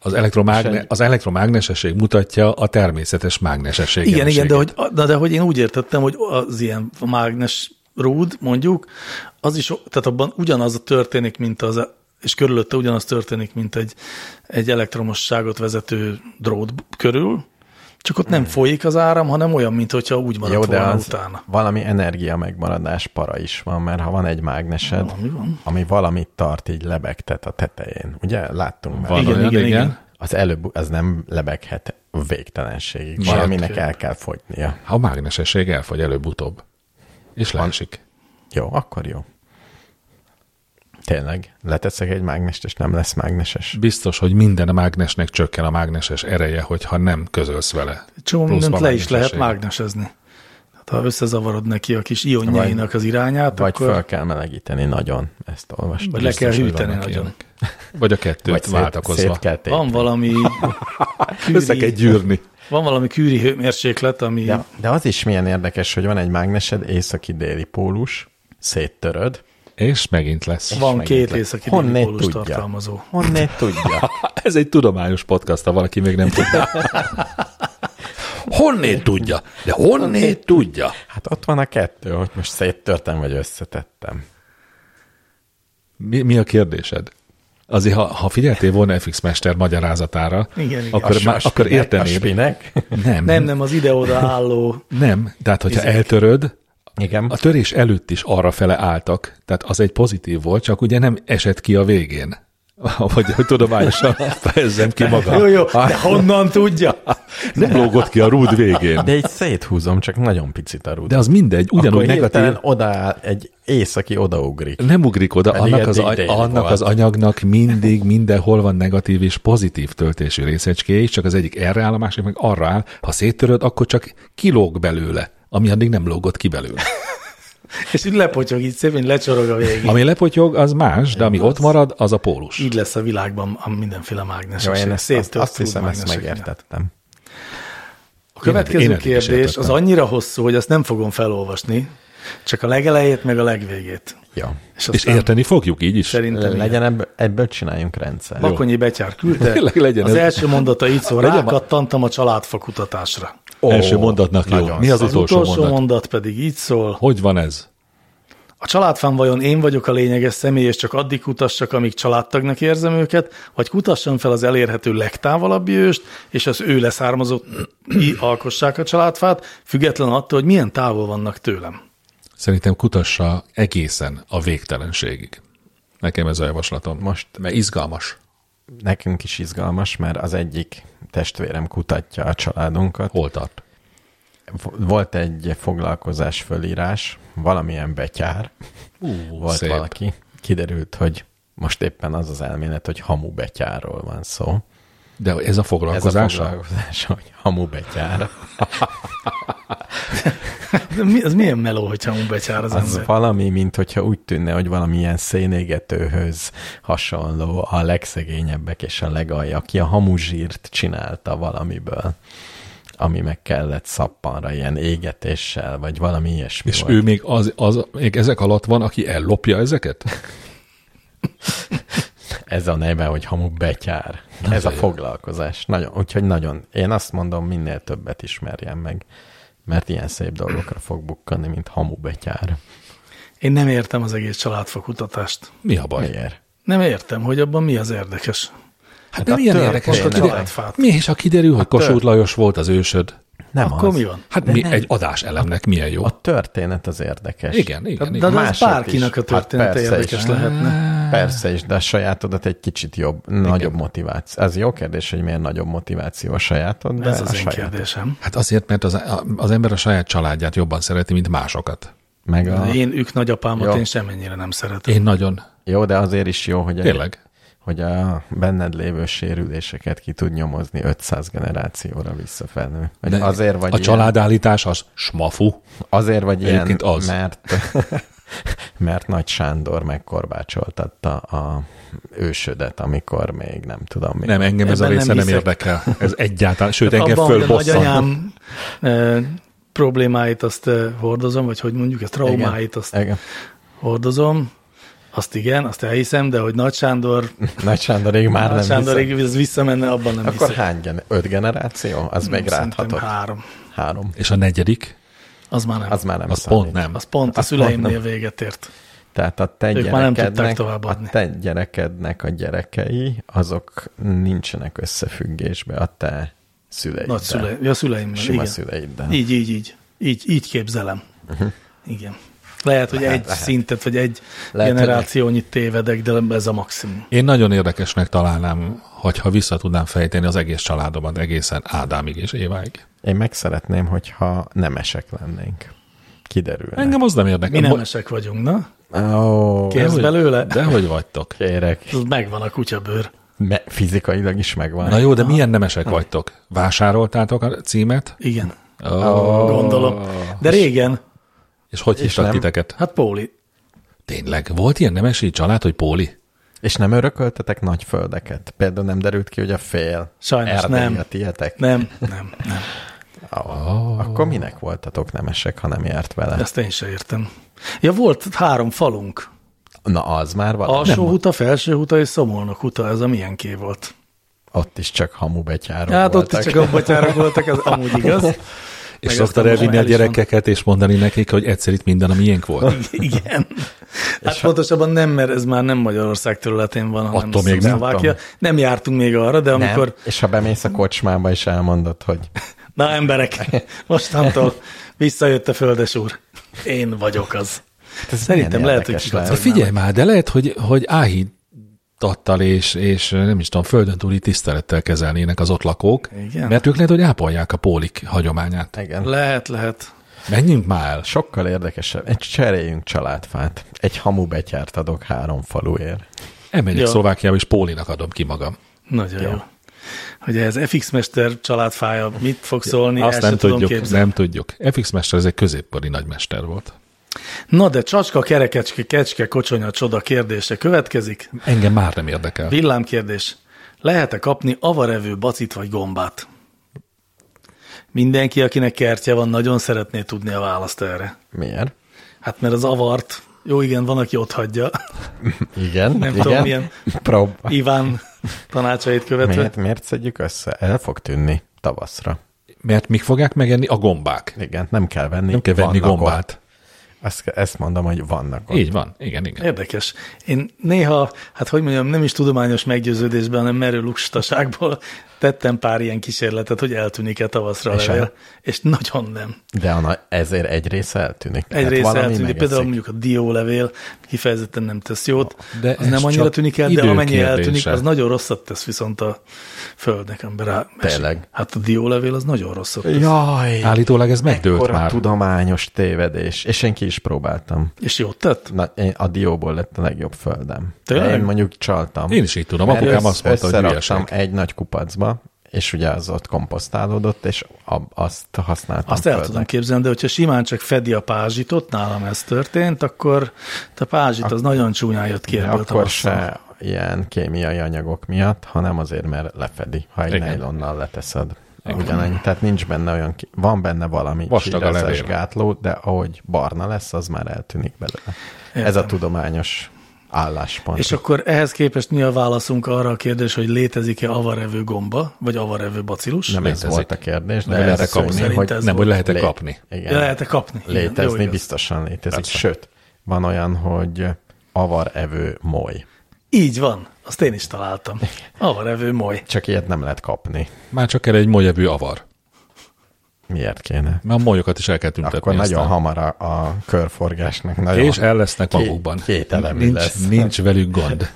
Speaker 3: Az elektromágnesesség mutatja a természetes mágnesesség.
Speaker 2: Igen, de hogy én úgy értettem, hogy az ilyen mágnes rúd, mondjuk, az is, tehát abban ugyanaz történik, mint az, és körülötte ugyanaz történik, mint egy elektromosságot vezető drót körül, csak ott nem folyik az áram, hanem olyan, mintha úgy maradt volna utána.
Speaker 4: Valami energia megmaradás para is van, mert ha van egy mágnesed, ami valamit tart, így lebegtet a tetején. Ugye? Láttunk már.
Speaker 2: Igen.
Speaker 4: Az előbb, az nem lebeghet végtelenségig. Valaminek el kell fogynia.
Speaker 3: A mágnesesség elfogy előbb-utóbb. És leesik.
Speaker 4: Jó, akkor jó. Tényleg, leteszek egy mágnest, és nem lesz mágneses.
Speaker 3: Biztos, hogy minden mágnesnek csökken a mágneses ereje, hogyha nem közölsz vele.
Speaker 2: Csomó mindent le is lehet mágnesezni. Hát, ha összezavarod neki a kis ionjainak az irányát,
Speaker 4: vagy
Speaker 2: akkor...
Speaker 4: fel kell melegíteni nagyon, ezt olvastam.
Speaker 2: Vagy le kell hűteni nagyon.
Speaker 3: Ilyenek. Vagy a kettőt váltakozva.
Speaker 2: Van valami...
Speaker 3: Össze kell gyűrni.
Speaker 2: Van valami Curie hőmérséklet, ami...
Speaker 4: De az is milyen érdekes, hogy van egy mágnesed, északi-déli pólus, széttöröd,
Speaker 3: és megint lesz.
Speaker 2: Van két északi-déli pólus tartalmazó.
Speaker 4: Honnét tudja?
Speaker 3: Ez egy tudományos podcast, ha valaki még nem tudja. Honnét tudja? De honnét tudja?
Speaker 4: Hát ott van a kettő, hogy most széttörtem, vagy összetettem.
Speaker 3: Mi a kérdésed? Azért, ha figyeltél volna FX Mester magyarázatára,
Speaker 2: igen.
Speaker 3: Akkor értenéd.
Speaker 2: Nem, az ide-oda álló...
Speaker 3: Nem, tehát hogyha eltöröd,
Speaker 4: igen.
Speaker 3: A törés előtt is arra fele álltak, tehát az egy pozitív volt, csak ugye nem esett ki a végén. Hogy tudományosan fejezzem ki magam.
Speaker 2: Jó, de honnan tudja?
Speaker 3: Nem lógott ki a rúd végén.
Speaker 4: De így széthúzom, csak nagyon picit a rúd.
Speaker 3: De az mindegy, ugyanúgy negatív.
Speaker 4: Oda egy északi odaugrik.
Speaker 3: Nem ugrik oda, annak az anyagnak mindig mindenhol van negatív és pozitív töltésű részecskéi, csak az egyik erre áll, a másik meg arra áll. Ha széttöröd, akkor csak kilóg belőle, ami addig nem lógott ki belőle.
Speaker 2: És így lepotyog, így szépen lecsorog a végén.
Speaker 3: Ami lepotyog, az más, de ami ott marad, az a pólus.
Speaker 2: Így lesz a világban a mindenféle mágnesesség.
Speaker 4: Jó, én azt hiszem, ezt megértettem.
Speaker 2: A következő kérdés az annyira hosszú, hogy azt nem fogom felolvasni, csak a legelejét, meg a legvégét.
Speaker 4: Ja.
Speaker 3: És érteni fogjuk így is?
Speaker 4: Szerintem legyen ebből csináljunk rendszer.
Speaker 2: Bakonyi Betyár küldte. Az első mondata így szól, rákattantam a családfa kutatásra.
Speaker 3: Első mondatnak jó. Mi az utolsó mondat?
Speaker 2: Az utolsó mondat pedig így szól.
Speaker 3: Hogy van ez?
Speaker 2: A családfán vajon én vagyok a lényeges személy, és csak addig kutassak, amíg családtagnak érzem őket, vagy kutassam fel az elérhető legtávolabbi őst, és az ő leszármazottai alkossák a családfát, független attól, hogy milyen távol vannak tőlem.
Speaker 3: Szerintem kutassa egészen a végtelenségig. Nekem ez a javaslatom.
Speaker 4: Most,
Speaker 3: mert izgalmas.
Speaker 4: Nekünk is izgalmas, mert az egyik testvérem kutatja a családunkat.
Speaker 3: Hol tart?
Speaker 4: Volt egy foglalkozás fölírás, valamilyen betyár. Volt szép. Valaki. Kiderült, hogy most éppen az elmélet, hogy hamu betyárról van szó.
Speaker 3: De ez a foglalkozás?
Speaker 4: Ez a foglalkozás, hogy hamu betyár.
Speaker 2: Az milyen meló, hogy hamu betyár az ember?
Speaker 4: Valami, mint hogyha úgy tűnne, hogy valamilyen szénégetőhöz hasonló a legszegényebbek és a legalja, aki a hamuzsírt csinálta valamiből, ami meg kellett szappanra, ilyen égetéssel, vagy valami ilyesmi
Speaker 3: és
Speaker 4: volt.
Speaker 3: Ő még ezek alatt van, aki ellopja ezeket?
Speaker 4: Ez a neve, hogy hamu betyár. Ez a foglalkozás. Úgyhogy nagyon. Én azt mondom, minél többet ismerjem meg, mert ilyen szép dolgokra fog bukkanni, mint hamu betyár.
Speaker 2: Én nem értem az egész családfa kutatást.
Speaker 3: Mi a baj?
Speaker 4: Miért?
Speaker 2: Nem értem, hogy abban mi az érdekes.
Speaker 3: Hát de milyen érdekes, mi is, ha kiderül, hogy Kossuth Lajos volt az ősöd?
Speaker 2: Nem akkor az. Mi van?
Speaker 3: Hát egy adáselemnek milyen jó.
Speaker 4: A történet az érdekes.
Speaker 3: Igen.
Speaker 2: De az bárkinek a története érdekes lehetne.
Speaker 4: Persze is, de a sajátodat egy kicsit jobb, nagyobb motiváció. Ez jó kérdés, hogy miért nagyobb motiváció a sajátod, de
Speaker 2: ez az én
Speaker 3: kérdésem. Hát azért, mert az ember a saját családját jobban szereti, mint másokat.
Speaker 2: Ők nagyapámat én semmennyire nem szeretem.
Speaker 3: Én nagyon.
Speaker 4: Jó, de azért is jó, hogy
Speaker 3: tényleg.
Speaker 4: Hogy a benned lévő sérüléseket ki tud nyomozni 500 generációra visszafelnő. Azért vagy
Speaker 3: a családállítás az smafu.
Speaker 4: Azért vagy ilyen, az. Mert Nagy Sándor megkorbácsoltatta a ősödet, amikor még nem tudom.
Speaker 3: Nem, engem ez a része nem érdekel. Ez egyáltalán, sőt, engem fölbosszant.
Speaker 2: Nagyanyám problémáit azt hordozom, vagy hogy mondjuk, ezt traumáit azt hordozom. Azt igen, azt elhiszem, de hogy Nagy Sándor...
Speaker 4: Nagy Sándorig már
Speaker 2: Nagy
Speaker 4: nem
Speaker 2: Sándorig
Speaker 4: hiszem.
Speaker 2: ez visszamenne, abban nem
Speaker 4: Akkor
Speaker 2: hiszem.
Speaker 4: hány? 5 generáció? Az még
Speaker 2: Szerintem
Speaker 4: ráthatott? 3.
Speaker 3: És a negyedik?
Speaker 2: Az már nem.
Speaker 4: Az már nem
Speaker 3: Az
Speaker 4: számít.
Speaker 3: pont nem.
Speaker 2: Az pont a
Speaker 4: Az
Speaker 2: szüleimnél
Speaker 4: pont
Speaker 2: véget ért.
Speaker 4: Tehát a te
Speaker 2: Ők már nem tudták
Speaker 4: gyerekednek,
Speaker 2: továbbadni.
Speaker 4: a te gyerekednek a gyerekei, azok nincsenek összefüggésbe a te szüleiddel.
Speaker 2: A szüleimmel,
Speaker 4: Sima
Speaker 2: igen.
Speaker 4: szüleiddel.
Speaker 2: Így képzelem. Igen. Lehet, hogy egy szintet, vagy egy
Speaker 4: Lehet, hogy
Speaker 2: generációnyit tévedek, de ez a maximum.
Speaker 3: Én nagyon érdekesnek találnám, hogyha vissza tudnám fejteni az egész családomat egészen Ádámig és Éváig.
Speaker 4: Én meg szeretném, hogyha nemesek lennénk. Kiderülne.
Speaker 3: Engem az nem érdekel.
Speaker 2: Mi nemesek vagyunk, na?
Speaker 4: Ó,
Speaker 2: Kérsz belőle?
Speaker 3: Dehogy vagytok.
Speaker 4: kérek.
Speaker 2: Megvan a kutyabőr.
Speaker 4: Fizikailag is megvan.
Speaker 3: Na jó, de milyen nemesek vagytok? Vásároltátok a címet?
Speaker 2: Igen,
Speaker 3: Oh.
Speaker 2: gondolom. De régen,
Speaker 3: És hogy hívtak
Speaker 4: nem?
Speaker 3: titeket?
Speaker 2: hát Póli.
Speaker 3: Tényleg? Volt ilyen nemesi család, hogy Póli?
Speaker 4: És nem örököltetek nagy földeket? Például nem derült ki, hogy a fél
Speaker 2: Sajnos nem.
Speaker 4: a tietek?
Speaker 2: Nem.
Speaker 4: Akkor minek voltatok nemesek, ha nem járt vele?
Speaker 2: Ezt én se értem. Ja, volt 3 falunk.
Speaker 4: Na, az már valami.
Speaker 2: Alsó huta, felső huta és Szomolnok huta. Ez a milyenké volt?
Speaker 4: Ott is csak hamubetyárok
Speaker 2: Hát
Speaker 4: voltak.
Speaker 2: ott is csak abbatyárok voltak, az amúgy igaz.
Speaker 3: És
Speaker 2: Meg
Speaker 3: szoktad
Speaker 2: aztán
Speaker 3: elvinni a
Speaker 2: el is van.
Speaker 3: gyerekeket, és mondani nekik, hogy egyszer itt minden a miénk volt?
Speaker 2: Igen. Hát pontosabban nem, mert ez már nem Magyarország területén van, hanem
Speaker 3: Attól még nem
Speaker 2: Szlovákia. Nem jártunk még arra, de amikor...
Speaker 4: Nem. És ha bemész a kocsmába, és elmondod, hogy
Speaker 2: Na emberek, mostantól visszajött a földesúr. Én vagyok az.
Speaker 4: ez
Speaker 2: Szerintem
Speaker 4: milyen
Speaker 2: lehet, hogy
Speaker 4: érdekes
Speaker 2: kikacag.
Speaker 3: De figyelj már, de lehet, hogy áhítattal és nem is tudom, földön túli tisztelettel kezelnének az ott lakók,
Speaker 2: Igen.
Speaker 3: mert ők lehet, hogy ápolják a pólik hagyományát.
Speaker 4: Igen.
Speaker 2: Lehet.
Speaker 3: Menjünk már el.
Speaker 4: Sokkal érdekesebb. Egy cseréljünk családfát. Egy hamubetyárt adok 3 faluért.
Speaker 3: Elmegyek
Speaker 2: Ja.
Speaker 3: Szlovákiába, és Pólinak adom ki magam.
Speaker 2: Nagyon jó. Hogy ez FX Mester családfája mit fog szólni,
Speaker 3: Azt
Speaker 2: el
Speaker 3: nem
Speaker 2: sem tudom
Speaker 3: tudjuk,
Speaker 2: képzelni.
Speaker 3: nem tudjuk. FX Mester ez egy középkori nagymester volt.
Speaker 2: Na de csacska, kerekecske, kecske, kocsonya, csoda kérdése következik.
Speaker 3: Engem már nem érdekel.
Speaker 2: Villámkérdés. Lehet-e kapni avarevő bacit vagy gombát? Mindenki, akinek kertje van, nagyon szeretné tudni a választ erre.
Speaker 4: Miért?
Speaker 2: Hát mert az avart, jó igen, van, aki ott hagyja.
Speaker 4: Igen.
Speaker 2: Nem
Speaker 4: igen.
Speaker 2: tudom, milyen
Speaker 4: Próba.
Speaker 2: Iván tanácsait követve.
Speaker 4: Miért szedjük össze? El fog tűnni tavaszra.
Speaker 3: Mert mik fogják megenni? A gombák.
Speaker 4: Igen, nem kell venni.
Speaker 3: Nem kell venni
Speaker 4: vannak
Speaker 3: gombát.
Speaker 4: ott. Ezt mondom, hogy vannak ott.
Speaker 3: Így van, igen.
Speaker 2: Érdekes. Én néha, hát hogy mondjam, nem is tudományos meggyőződésben, hanem merő lustaságból tettem pár ilyen kísérletet, hogy eltűnik-e tavaszra a
Speaker 4: És
Speaker 2: levél. És nagyon nem.
Speaker 4: De ezért egy része eltűnik.
Speaker 2: Egy része
Speaker 4: valami
Speaker 2: eltűnik,
Speaker 4: megeszik.
Speaker 2: például mondjuk a diólevél kifejezetten nem tesz jót,
Speaker 3: De
Speaker 2: az
Speaker 3: ez
Speaker 2: nem annyira
Speaker 3: csak
Speaker 2: tűnik el, de
Speaker 3: idő
Speaker 2: amennyi eltűnik,
Speaker 3: kérdése.
Speaker 2: az nagyon rosszat tesz viszont a földnek, amiben rá esik.
Speaker 4: Tényleg?
Speaker 2: Hát a diólevél az nagyon rosszat tesz.
Speaker 4: Jaj!
Speaker 3: Állítólag ez megdőlt
Speaker 4: Mekkora
Speaker 3: már.
Speaker 4: tudományos tévedés. És én ki is próbáltam.
Speaker 2: És jót tett?
Speaker 4: Na, a dióból lett a legjobb földem.
Speaker 2: Tényleg?
Speaker 4: De én mondjuk csaltam.
Speaker 3: Én is így tudom.
Speaker 4: Mert
Speaker 3: Apukám azt mondta, hogy
Speaker 4: összeraktam
Speaker 3: hülyeség.
Speaker 4: egy nagy kupacba, és ugye az ott komposztálódott, és azt használtam
Speaker 2: Azt el
Speaker 4: földnek.
Speaker 2: tudom képzelni, de hogyha simán csak fedi a pázsitot, nálam ez történt, akkor a pázsit az nagyon csúnyán jött ki
Speaker 4: De
Speaker 2: ebből
Speaker 4: akkor
Speaker 2: tavasszal.
Speaker 4: se ilyen kémiai anyagok miatt, hanem azért, mert lefedi, ha egy
Speaker 3: Igen.
Speaker 4: nejlonnal leteszed. Ugyanannyi, tehát nincs benne olyan, van benne valami
Speaker 3: Vastag a
Speaker 4: csírezés
Speaker 3: levél.
Speaker 4: gátló, de ahogy barna lesz, az már eltűnik belőle.
Speaker 2: Értem.
Speaker 4: Ez a tudományos álláspont.
Speaker 2: És akkor ehhez képest mi a válaszunk arra a kérdés, hogy létezik-e avarevő gomba, vagy avarevő bacillus?
Speaker 4: nem ez
Speaker 3: létezik.
Speaker 4: volt a kérdés, de
Speaker 3: Nem,
Speaker 4: ez
Speaker 3: lehet kapni.
Speaker 4: szörnyű,
Speaker 2: Szerint
Speaker 4: hogy
Speaker 2: ez
Speaker 3: Nem, hogy lehet-e
Speaker 4: lé-
Speaker 3: kapni.
Speaker 4: Igen.
Speaker 2: De lehet-e kapni? Igen, jó
Speaker 4: Létezni
Speaker 2: igaz.
Speaker 4: biztosan létezik.
Speaker 3: Persze.
Speaker 4: Sőt, van olyan, hogy avarevő moly.
Speaker 2: Így van, azt én is találtam. Avarevő moly.
Speaker 4: Csak ilyet nem lehet kapni.
Speaker 3: Már csak kell egy molyevű avar.
Speaker 4: Miért kéne?
Speaker 3: Mert a molyokat is el kell tüntetni.
Speaker 4: Akkor nagyon
Speaker 3: aztán.
Speaker 4: hamar a körforgásnak nagyon...
Speaker 3: És el lesznek magukban.
Speaker 4: Két elemű lesz.
Speaker 3: Nincs velük gond.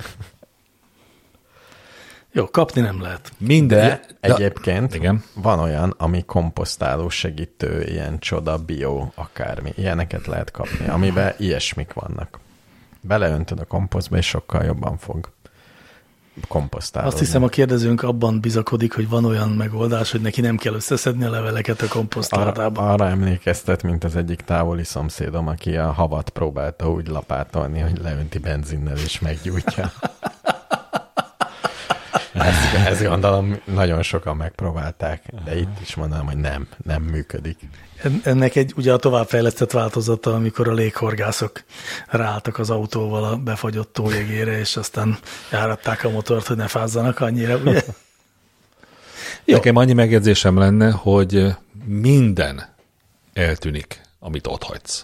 Speaker 2: Jó, kapni nem lehet.
Speaker 3: Minden.
Speaker 4: Egyébként
Speaker 3: Igen.
Speaker 4: van olyan, ami komposztáló segítő, ilyen csoda, bio, akármi. Ilyeneket lehet kapni, amiben ilyesmik vannak. Beleöntöd a komposztba, és sokkal jobban fog komposztálódni.
Speaker 2: Azt hiszem, a kérdezőnk abban bizakodik, hogy van olyan megoldás, hogy neki nem kell összeszedni a leveleket a komposztládába.
Speaker 4: Arra emlékeztet, mint az egyik távoli szomszédom, aki a havat próbálta úgy lapátolni, hogy leönti benzinnel és meggyújtja. Ezt gondolom nagyon sokan megpróbálták, de itt is mondanám, hogy nem működik.
Speaker 2: Ennek egy ugye a továbbfejlesztett változata, amikor a léghorgászok ráálltak az autóval a befagyott tójegére, és aztán járatták a motort, hogy ne fázzanak annyira, ugye?
Speaker 3: Nekem annyi megjegyzésem lenne, hogy minden eltűnik, amit ott hagysz.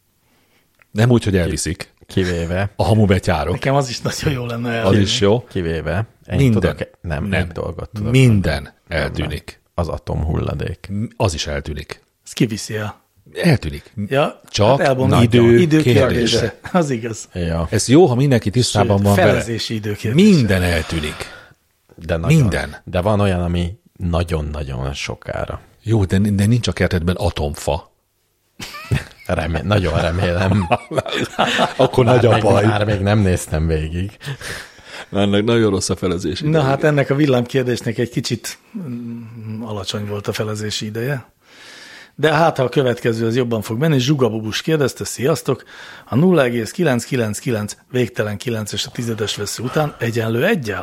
Speaker 3: Nem úgy, hogy elviszik.
Speaker 4: Kivéve.
Speaker 3: A hamubetyárok.
Speaker 2: Nekem az is nagyon jó lenne elvinni.
Speaker 3: Az is jó.
Speaker 4: Kivéve.
Speaker 3: Minden.
Speaker 4: Nem. Egy dolgot tudok.
Speaker 3: Minden eltűnik.
Speaker 4: Az atomhulladék.
Speaker 3: Az is eltűnik.
Speaker 2: Ez kiviszi el.
Speaker 3: Eltűnik.
Speaker 2: Ja,
Speaker 3: Csak
Speaker 2: hát
Speaker 3: idő
Speaker 2: kérdése. Az igaz.
Speaker 4: Ja.
Speaker 3: Ez jó, ha mindenki tisztában van vele.
Speaker 2: Felezési idő kérdése.
Speaker 3: Minden eltűnik.
Speaker 4: De nagyon.
Speaker 3: Minden.
Speaker 4: De van olyan, ami nagyon-nagyon sokára.
Speaker 3: Jó, de nincs a kertedben atomfa.
Speaker 4: Nagyon remélem.
Speaker 3: Akkor nagy a baj.
Speaker 4: Már még nem néztem végig.
Speaker 3: Ennek nagyon rossz a felezés ideje.
Speaker 2: Na hát ennek a villámkérdésnek egy kicsit alacsony volt a felezési ideje. De hát, ha a következő az jobban fog menni, Zsugabubus kérdezte, sziasztok, a 0,999 végtelen 9 és a tizedes vesző után egyenlő 1-jel?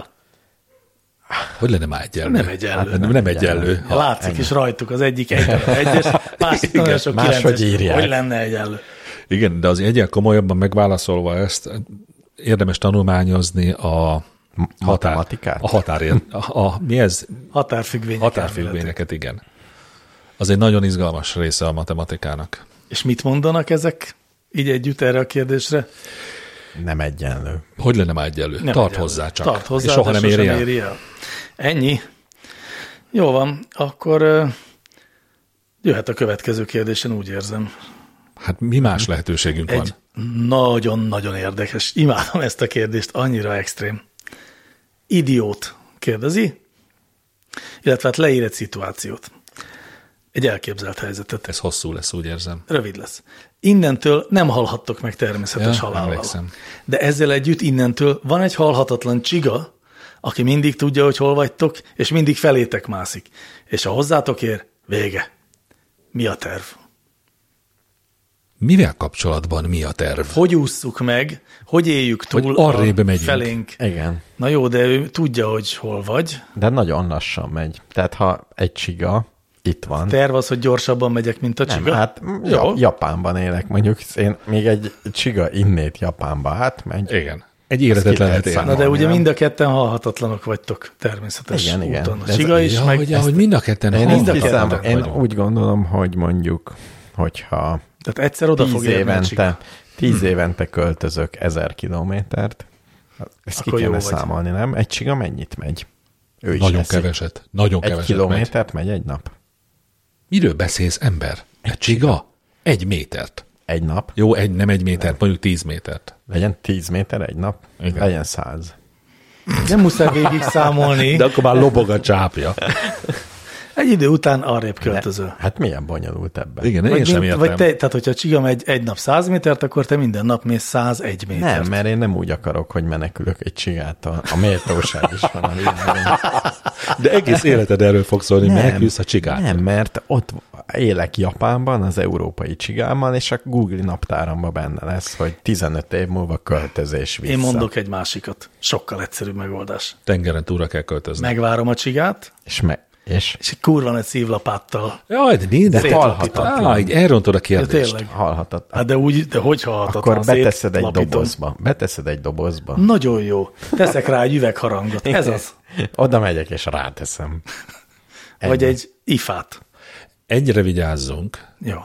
Speaker 3: Hogy lenne már egyenlő?
Speaker 2: Nem egyenlő.
Speaker 3: Hát nem egyenlő.
Speaker 2: Ha látszik is rajtuk az egyik egyes, másik nagyon sok 9-es. Hogy lenne egyenlő?
Speaker 3: Igen, de az egyen komolyabban megválaszolva ezt, érdemes tanulmányozni a
Speaker 4: matematikát.
Speaker 3: A határért. Mi ez?
Speaker 2: Határfüggvényeket,
Speaker 3: igen. Az egy nagyon izgalmas része a matematikának.
Speaker 2: És mit mondanak ezek így együtt erre a kérdésre?
Speaker 4: Nem egyenlő.
Speaker 3: Hogy lenne már egyenlő?
Speaker 2: Nem
Speaker 3: Tart
Speaker 2: egyenlő.
Speaker 3: hozzá csak.
Speaker 2: Tart hozzá,
Speaker 3: és soha nem éri el.
Speaker 2: Ennyi. Jó van, akkor jöhet a következő kérdésen, úgy érzem.
Speaker 3: Hát mi más lehetőségünk van?
Speaker 2: Nagyon-nagyon érdekes. Imádom ezt a kérdést, annyira extrém. Idiót kérdezi, illetve hát leír egy szituációt. Egy elképzelt helyzetet.
Speaker 3: Ez hosszú lesz, úgy érzem.
Speaker 2: Rövid lesz. Innentől nem halhattok meg természetes halállal. De ezzel együtt innentől van egy halhatatlan csiga, aki mindig tudja, hogy hol vagytok, és mindig felétek mászik. És ha hozzátok ér, vége. Mi a terv?
Speaker 3: Mivel kapcsolatban mi a terv?
Speaker 2: Hogy ússzuk meg, hogy éljük túl
Speaker 3: hogy arrébb megyünk.
Speaker 2: Felénk.
Speaker 4: Igen.
Speaker 2: Na jó, de ő tudja, hogy hol vagy.
Speaker 4: De nagyon lassan megy. Tehát ha egy csiga itt van.
Speaker 2: Terv az, hogy gyorsabban megyek, mint a csiga?
Speaker 4: Nem, hát Japánban élek, mondjuk én még egy csiga innét Japánba átmegy.
Speaker 3: Igen. Egy életet lehet élni.
Speaker 2: Na de ugye mind a ketten halhatatlanok vagytok természetes
Speaker 4: igen,
Speaker 2: úton. A csiga is, meg...
Speaker 3: Hogy mind a ketten halhatatlanok
Speaker 4: Én úgy gondolom, hogy mondjuk, hogyha
Speaker 2: tehát egyszer oda fog érni a csiga.
Speaker 4: 10 évente költözök 1000 kilométert, ezt ki kellene számolni, nem? Egy csiga mennyit megy? Ő is
Speaker 3: nagyon keveset. Nagyon keveset
Speaker 4: 1 kilométert megy egy nap?
Speaker 3: Miről beszélsz, ember? Egy csiga? 1 métert.
Speaker 4: Egy nap?
Speaker 3: Jó, nem 1 métert, mondjuk 10 métert.
Speaker 4: Legyen 10 méter egy nap? Igen. Legyen 100.
Speaker 2: Nem muszáj végig számolni.
Speaker 3: De akkor már lobog a csápja.
Speaker 2: Egy idő után arrébb költözöl.
Speaker 4: Hát milyen bonyolult ebben?
Speaker 3: Igen, én sem értem.
Speaker 2: Vagy tehát, hogyha a csiga megy egy nap 100 métert, akkor te minden nap mész 101 métert.
Speaker 4: Nem, mert én nem úgy akarok, hogy menekülök egy csigától. A méltóság is van a világon.
Speaker 3: De egész életed erről fog szólni, menekülsz a csigától.
Speaker 4: Nem, mert ott élek Japánban az európai csigámmal, és a Google naptáramban benne lesz, hogy 15 év múlva költözés vissza.
Speaker 2: Én mondok egy másikat. Sokkal egyszerűbb megoldás.
Speaker 3: Tengeren túlra kell költözni.
Speaker 2: Megvárom a csigát,
Speaker 4: és
Speaker 2: egy kurva nagy szívlapáttal.
Speaker 3: Jaj, de
Speaker 4: halhatatlan.
Speaker 3: Így elrontod a kérdést.
Speaker 2: Tényleg.
Speaker 4: Halhatatlan.
Speaker 2: Hát de hogy halhatatlan?
Speaker 4: Akkor beteszed egy dobozba.
Speaker 2: Nagyon jó. Teszek rá egy üvegharangot. Ez az.
Speaker 4: Oda megyek és ráteszem.
Speaker 2: Vagy egy ifát.
Speaker 3: Egyre vigyázzunk.
Speaker 2: Jó.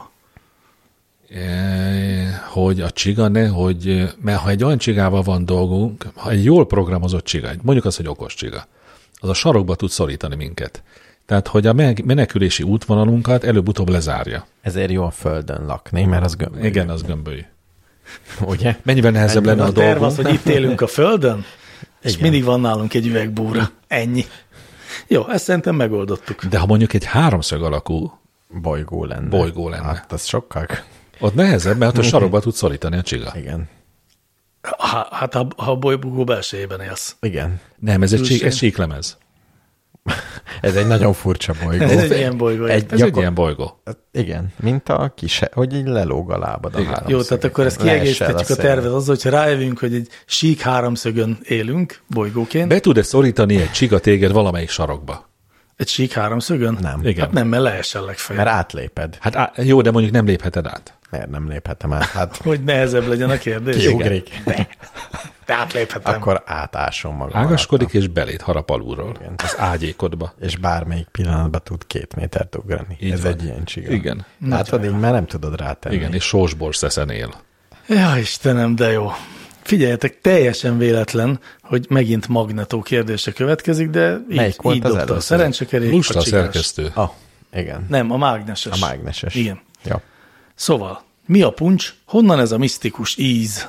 Speaker 3: Hogy a csiga mert ha egy olyan csigával van dolgunk, ha egy jól programozott csiga, mondjuk azt, hogy okos csiga, az a sarokba tud szorítani minket. Tehát, hogy a menekülési útvonalunkat előbb-utóbb lezárja.
Speaker 4: Ezért jó a földön lakni, mert az gömbölyű.
Speaker 3: Igen, az gömbölyű.
Speaker 4: Ugye?
Speaker 3: Mennyivel nehezebb lenne a dolgunk?
Speaker 2: A terv az, hogy itt élünk a földön, és mindig van nálunk egy üveg búra. Ennyi. Jó, ezt szerintem megoldottuk.
Speaker 3: De ha mondjuk egy 3-szög alakú
Speaker 4: bolygó lenne. Hát az sokkal...
Speaker 3: Ott nehezebb, mert a sarokba tud szorítani a csiga.
Speaker 4: Igen.
Speaker 2: Hát ha a bolygó belsejében élsz.
Speaker 4: Igen.
Speaker 3: Nem, ez egy síklemez.
Speaker 4: Ez egy nagyon furcsa bolygó.
Speaker 2: Ez egy ilyen bolygó.
Speaker 3: Ez egy ilyen bolygó.
Speaker 4: Igen, mint a kis, hogy így lelóg a lábad a háromszöget.
Speaker 2: Jó, tehát akkor ezt kiegészítjük a tervet azzal, hogyha rájövünk, hogy egy sík háromszögön élünk bolygóként.
Speaker 3: Be tud-e szorítani egy csiga téged valamelyik sarokba?
Speaker 2: Egy sík háromszögön?
Speaker 4: Nem.
Speaker 3: Igen.
Speaker 2: Hát nem, mert leesel legfeljebb.
Speaker 4: Mert átléped.
Speaker 3: Hát jó, de mondjuk nem lépheted át.
Speaker 4: Miért nem léphetem át? Hát
Speaker 2: Hogy nehezebb legyen a kérdés.
Speaker 4: kiugrik.
Speaker 2: De átléphetem.
Speaker 4: Akkor átásom magam.
Speaker 3: Ágaskodik és belét harap alulról.
Speaker 4: Igen.
Speaker 3: Az ágyékodba.
Speaker 4: És bármelyik pillanatban tud 2 métert ugrani.
Speaker 3: Így
Speaker 4: Ez
Speaker 3: van.
Speaker 4: egy ilyen csiga.
Speaker 3: Igen.
Speaker 4: Látod, így már nem tudod rátenni.
Speaker 3: Igen, és sósbor szeszen él.
Speaker 2: Ja, Istenem, de jó. Figyeljetek, teljesen véletlen, hogy megint magnetó kérdése következik, de
Speaker 4: Melyik volt
Speaker 2: így
Speaker 4: az
Speaker 2: dobta a
Speaker 4: először?
Speaker 2: szerencsekerék,
Speaker 3: Lusta
Speaker 2: a
Speaker 3: a
Speaker 2: csigás.
Speaker 3: szerkesztő.
Speaker 4: Igen.
Speaker 2: Nem, a mágneses.
Speaker 4: A mágneses.
Speaker 2: Igen.
Speaker 4: Jó.
Speaker 2: Szóval, mi a puncs? Honnan ez a misztikus íz?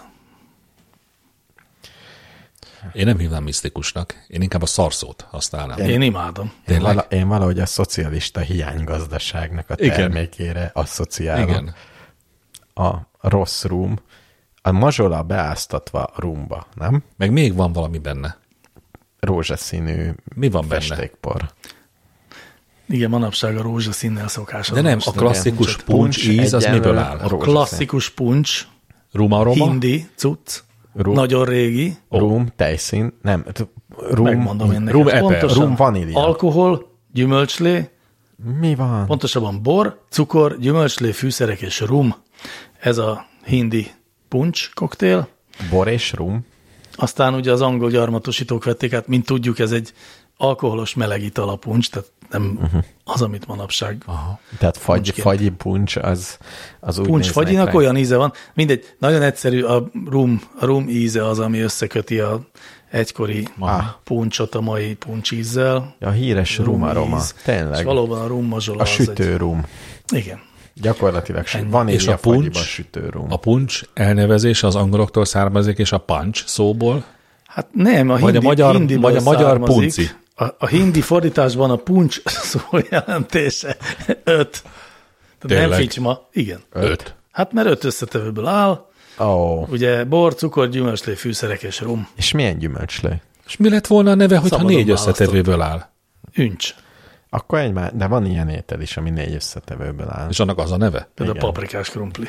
Speaker 3: Én nem hívnám misztikusnak. Én inkább a szarszót használnám.
Speaker 2: Én imádom.
Speaker 3: Tényleg?
Speaker 4: Én valahogy a szocialista hiánygazdaságnak a
Speaker 3: Igen.
Speaker 4: termékére asszociálom.
Speaker 3: Igen.
Speaker 4: A rossz rum, a mazsola beáztatva a rumba, nem?
Speaker 3: Meg még van valami benne.
Speaker 4: Rózsaszínű
Speaker 3: Mi van benne?
Speaker 4: festékpor.
Speaker 2: Igen, manapság a rózsaszínnel szokás.
Speaker 3: De nem, a klasszikus puncs íz az
Speaker 4: egyenlő
Speaker 3: miből áll?
Speaker 4: rózsaszín.
Speaker 2: Klasszikus puncs,
Speaker 3: Ruma aroma?
Speaker 2: hindi cucc, nagyon régi,
Speaker 4: Rum, tejszín, nem, rum,
Speaker 2: megmondom én neked.
Speaker 3: rum eper,
Speaker 2: Pontosan
Speaker 4: rum vanília.
Speaker 2: alkohol, gyümölcslé,
Speaker 4: Mi van?
Speaker 2: pontosabban bor, cukor, gyümölcslé, fűszerek és rum. Ez a hindi puncs koktél.
Speaker 4: Bor és rum.
Speaker 2: Aztán ugye az angol gyarmatosítók vették át, mint tudjuk, ez egy alkoholos meleg ital a puncs, tehát nem az, amit manapság.
Speaker 3: Aha.
Speaker 4: Tehát
Speaker 2: Puncsként.
Speaker 4: fagyi puncs, az úgy
Speaker 2: Puncs
Speaker 4: néznek
Speaker 2: fagyinak
Speaker 4: rá.
Speaker 2: olyan íze van, mindegy, nagyon egyszerű, a rum íze az, ami összeköti a egykori puncsot a mai puncs ízzel.
Speaker 4: A híres rum aroma.
Speaker 2: íz.
Speaker 4: Tényleg.
Speaker 2: És valóban a rum mazsola
Speaker 4: A
Speaker 2: az
Speaker 4: sütő rum.
Speaker 2: Igen.
Speaker 4: Gyakorlatilag
Speaker 2: Ennyi.
Speaker 3: És
Speaker 4: vanília
Speaker 3: a puncs,
Speaker 4: fagyiba sütő rum.
Speaker 3: a puncs elnevezése az angoloktól származik, és a punch szóból.
Speaker 2: Hát nem, a
Speaker 3: Vagy a magyar-
Speaker 2: hindiből
Speaker 3: vagy a magyar
Speaker 2: származik.
Speaker 3: punci.
Speaker 2: A hindi fordításban a puncs szó jelentése 5. Tehát nem
Speaker 3: Tényleg?
Speaker 2: ficsma. Igen.
Speaker 3: 5.
Speaker 2: Hát mert 5 összetevőből áll, ugye bor, cukor, gyümölcslé, fűszerek és rum.
Speaker 4: És milyen gyümölcslé?
Speaker 3: És mi lett volna a neve, hogyha
Speaker 2: Szabadon
Speaker 3: 4 összetevőből áll?
Speaker 2: Üncs.
Speaker 4: Akkor de van ilyen étel is, ami 4 összetevőből áll.
Speaker 3: És annak az a neve?
Speaker 2: Például
Speaker 4: Igen.
Speaker 2: paprikás krumpli.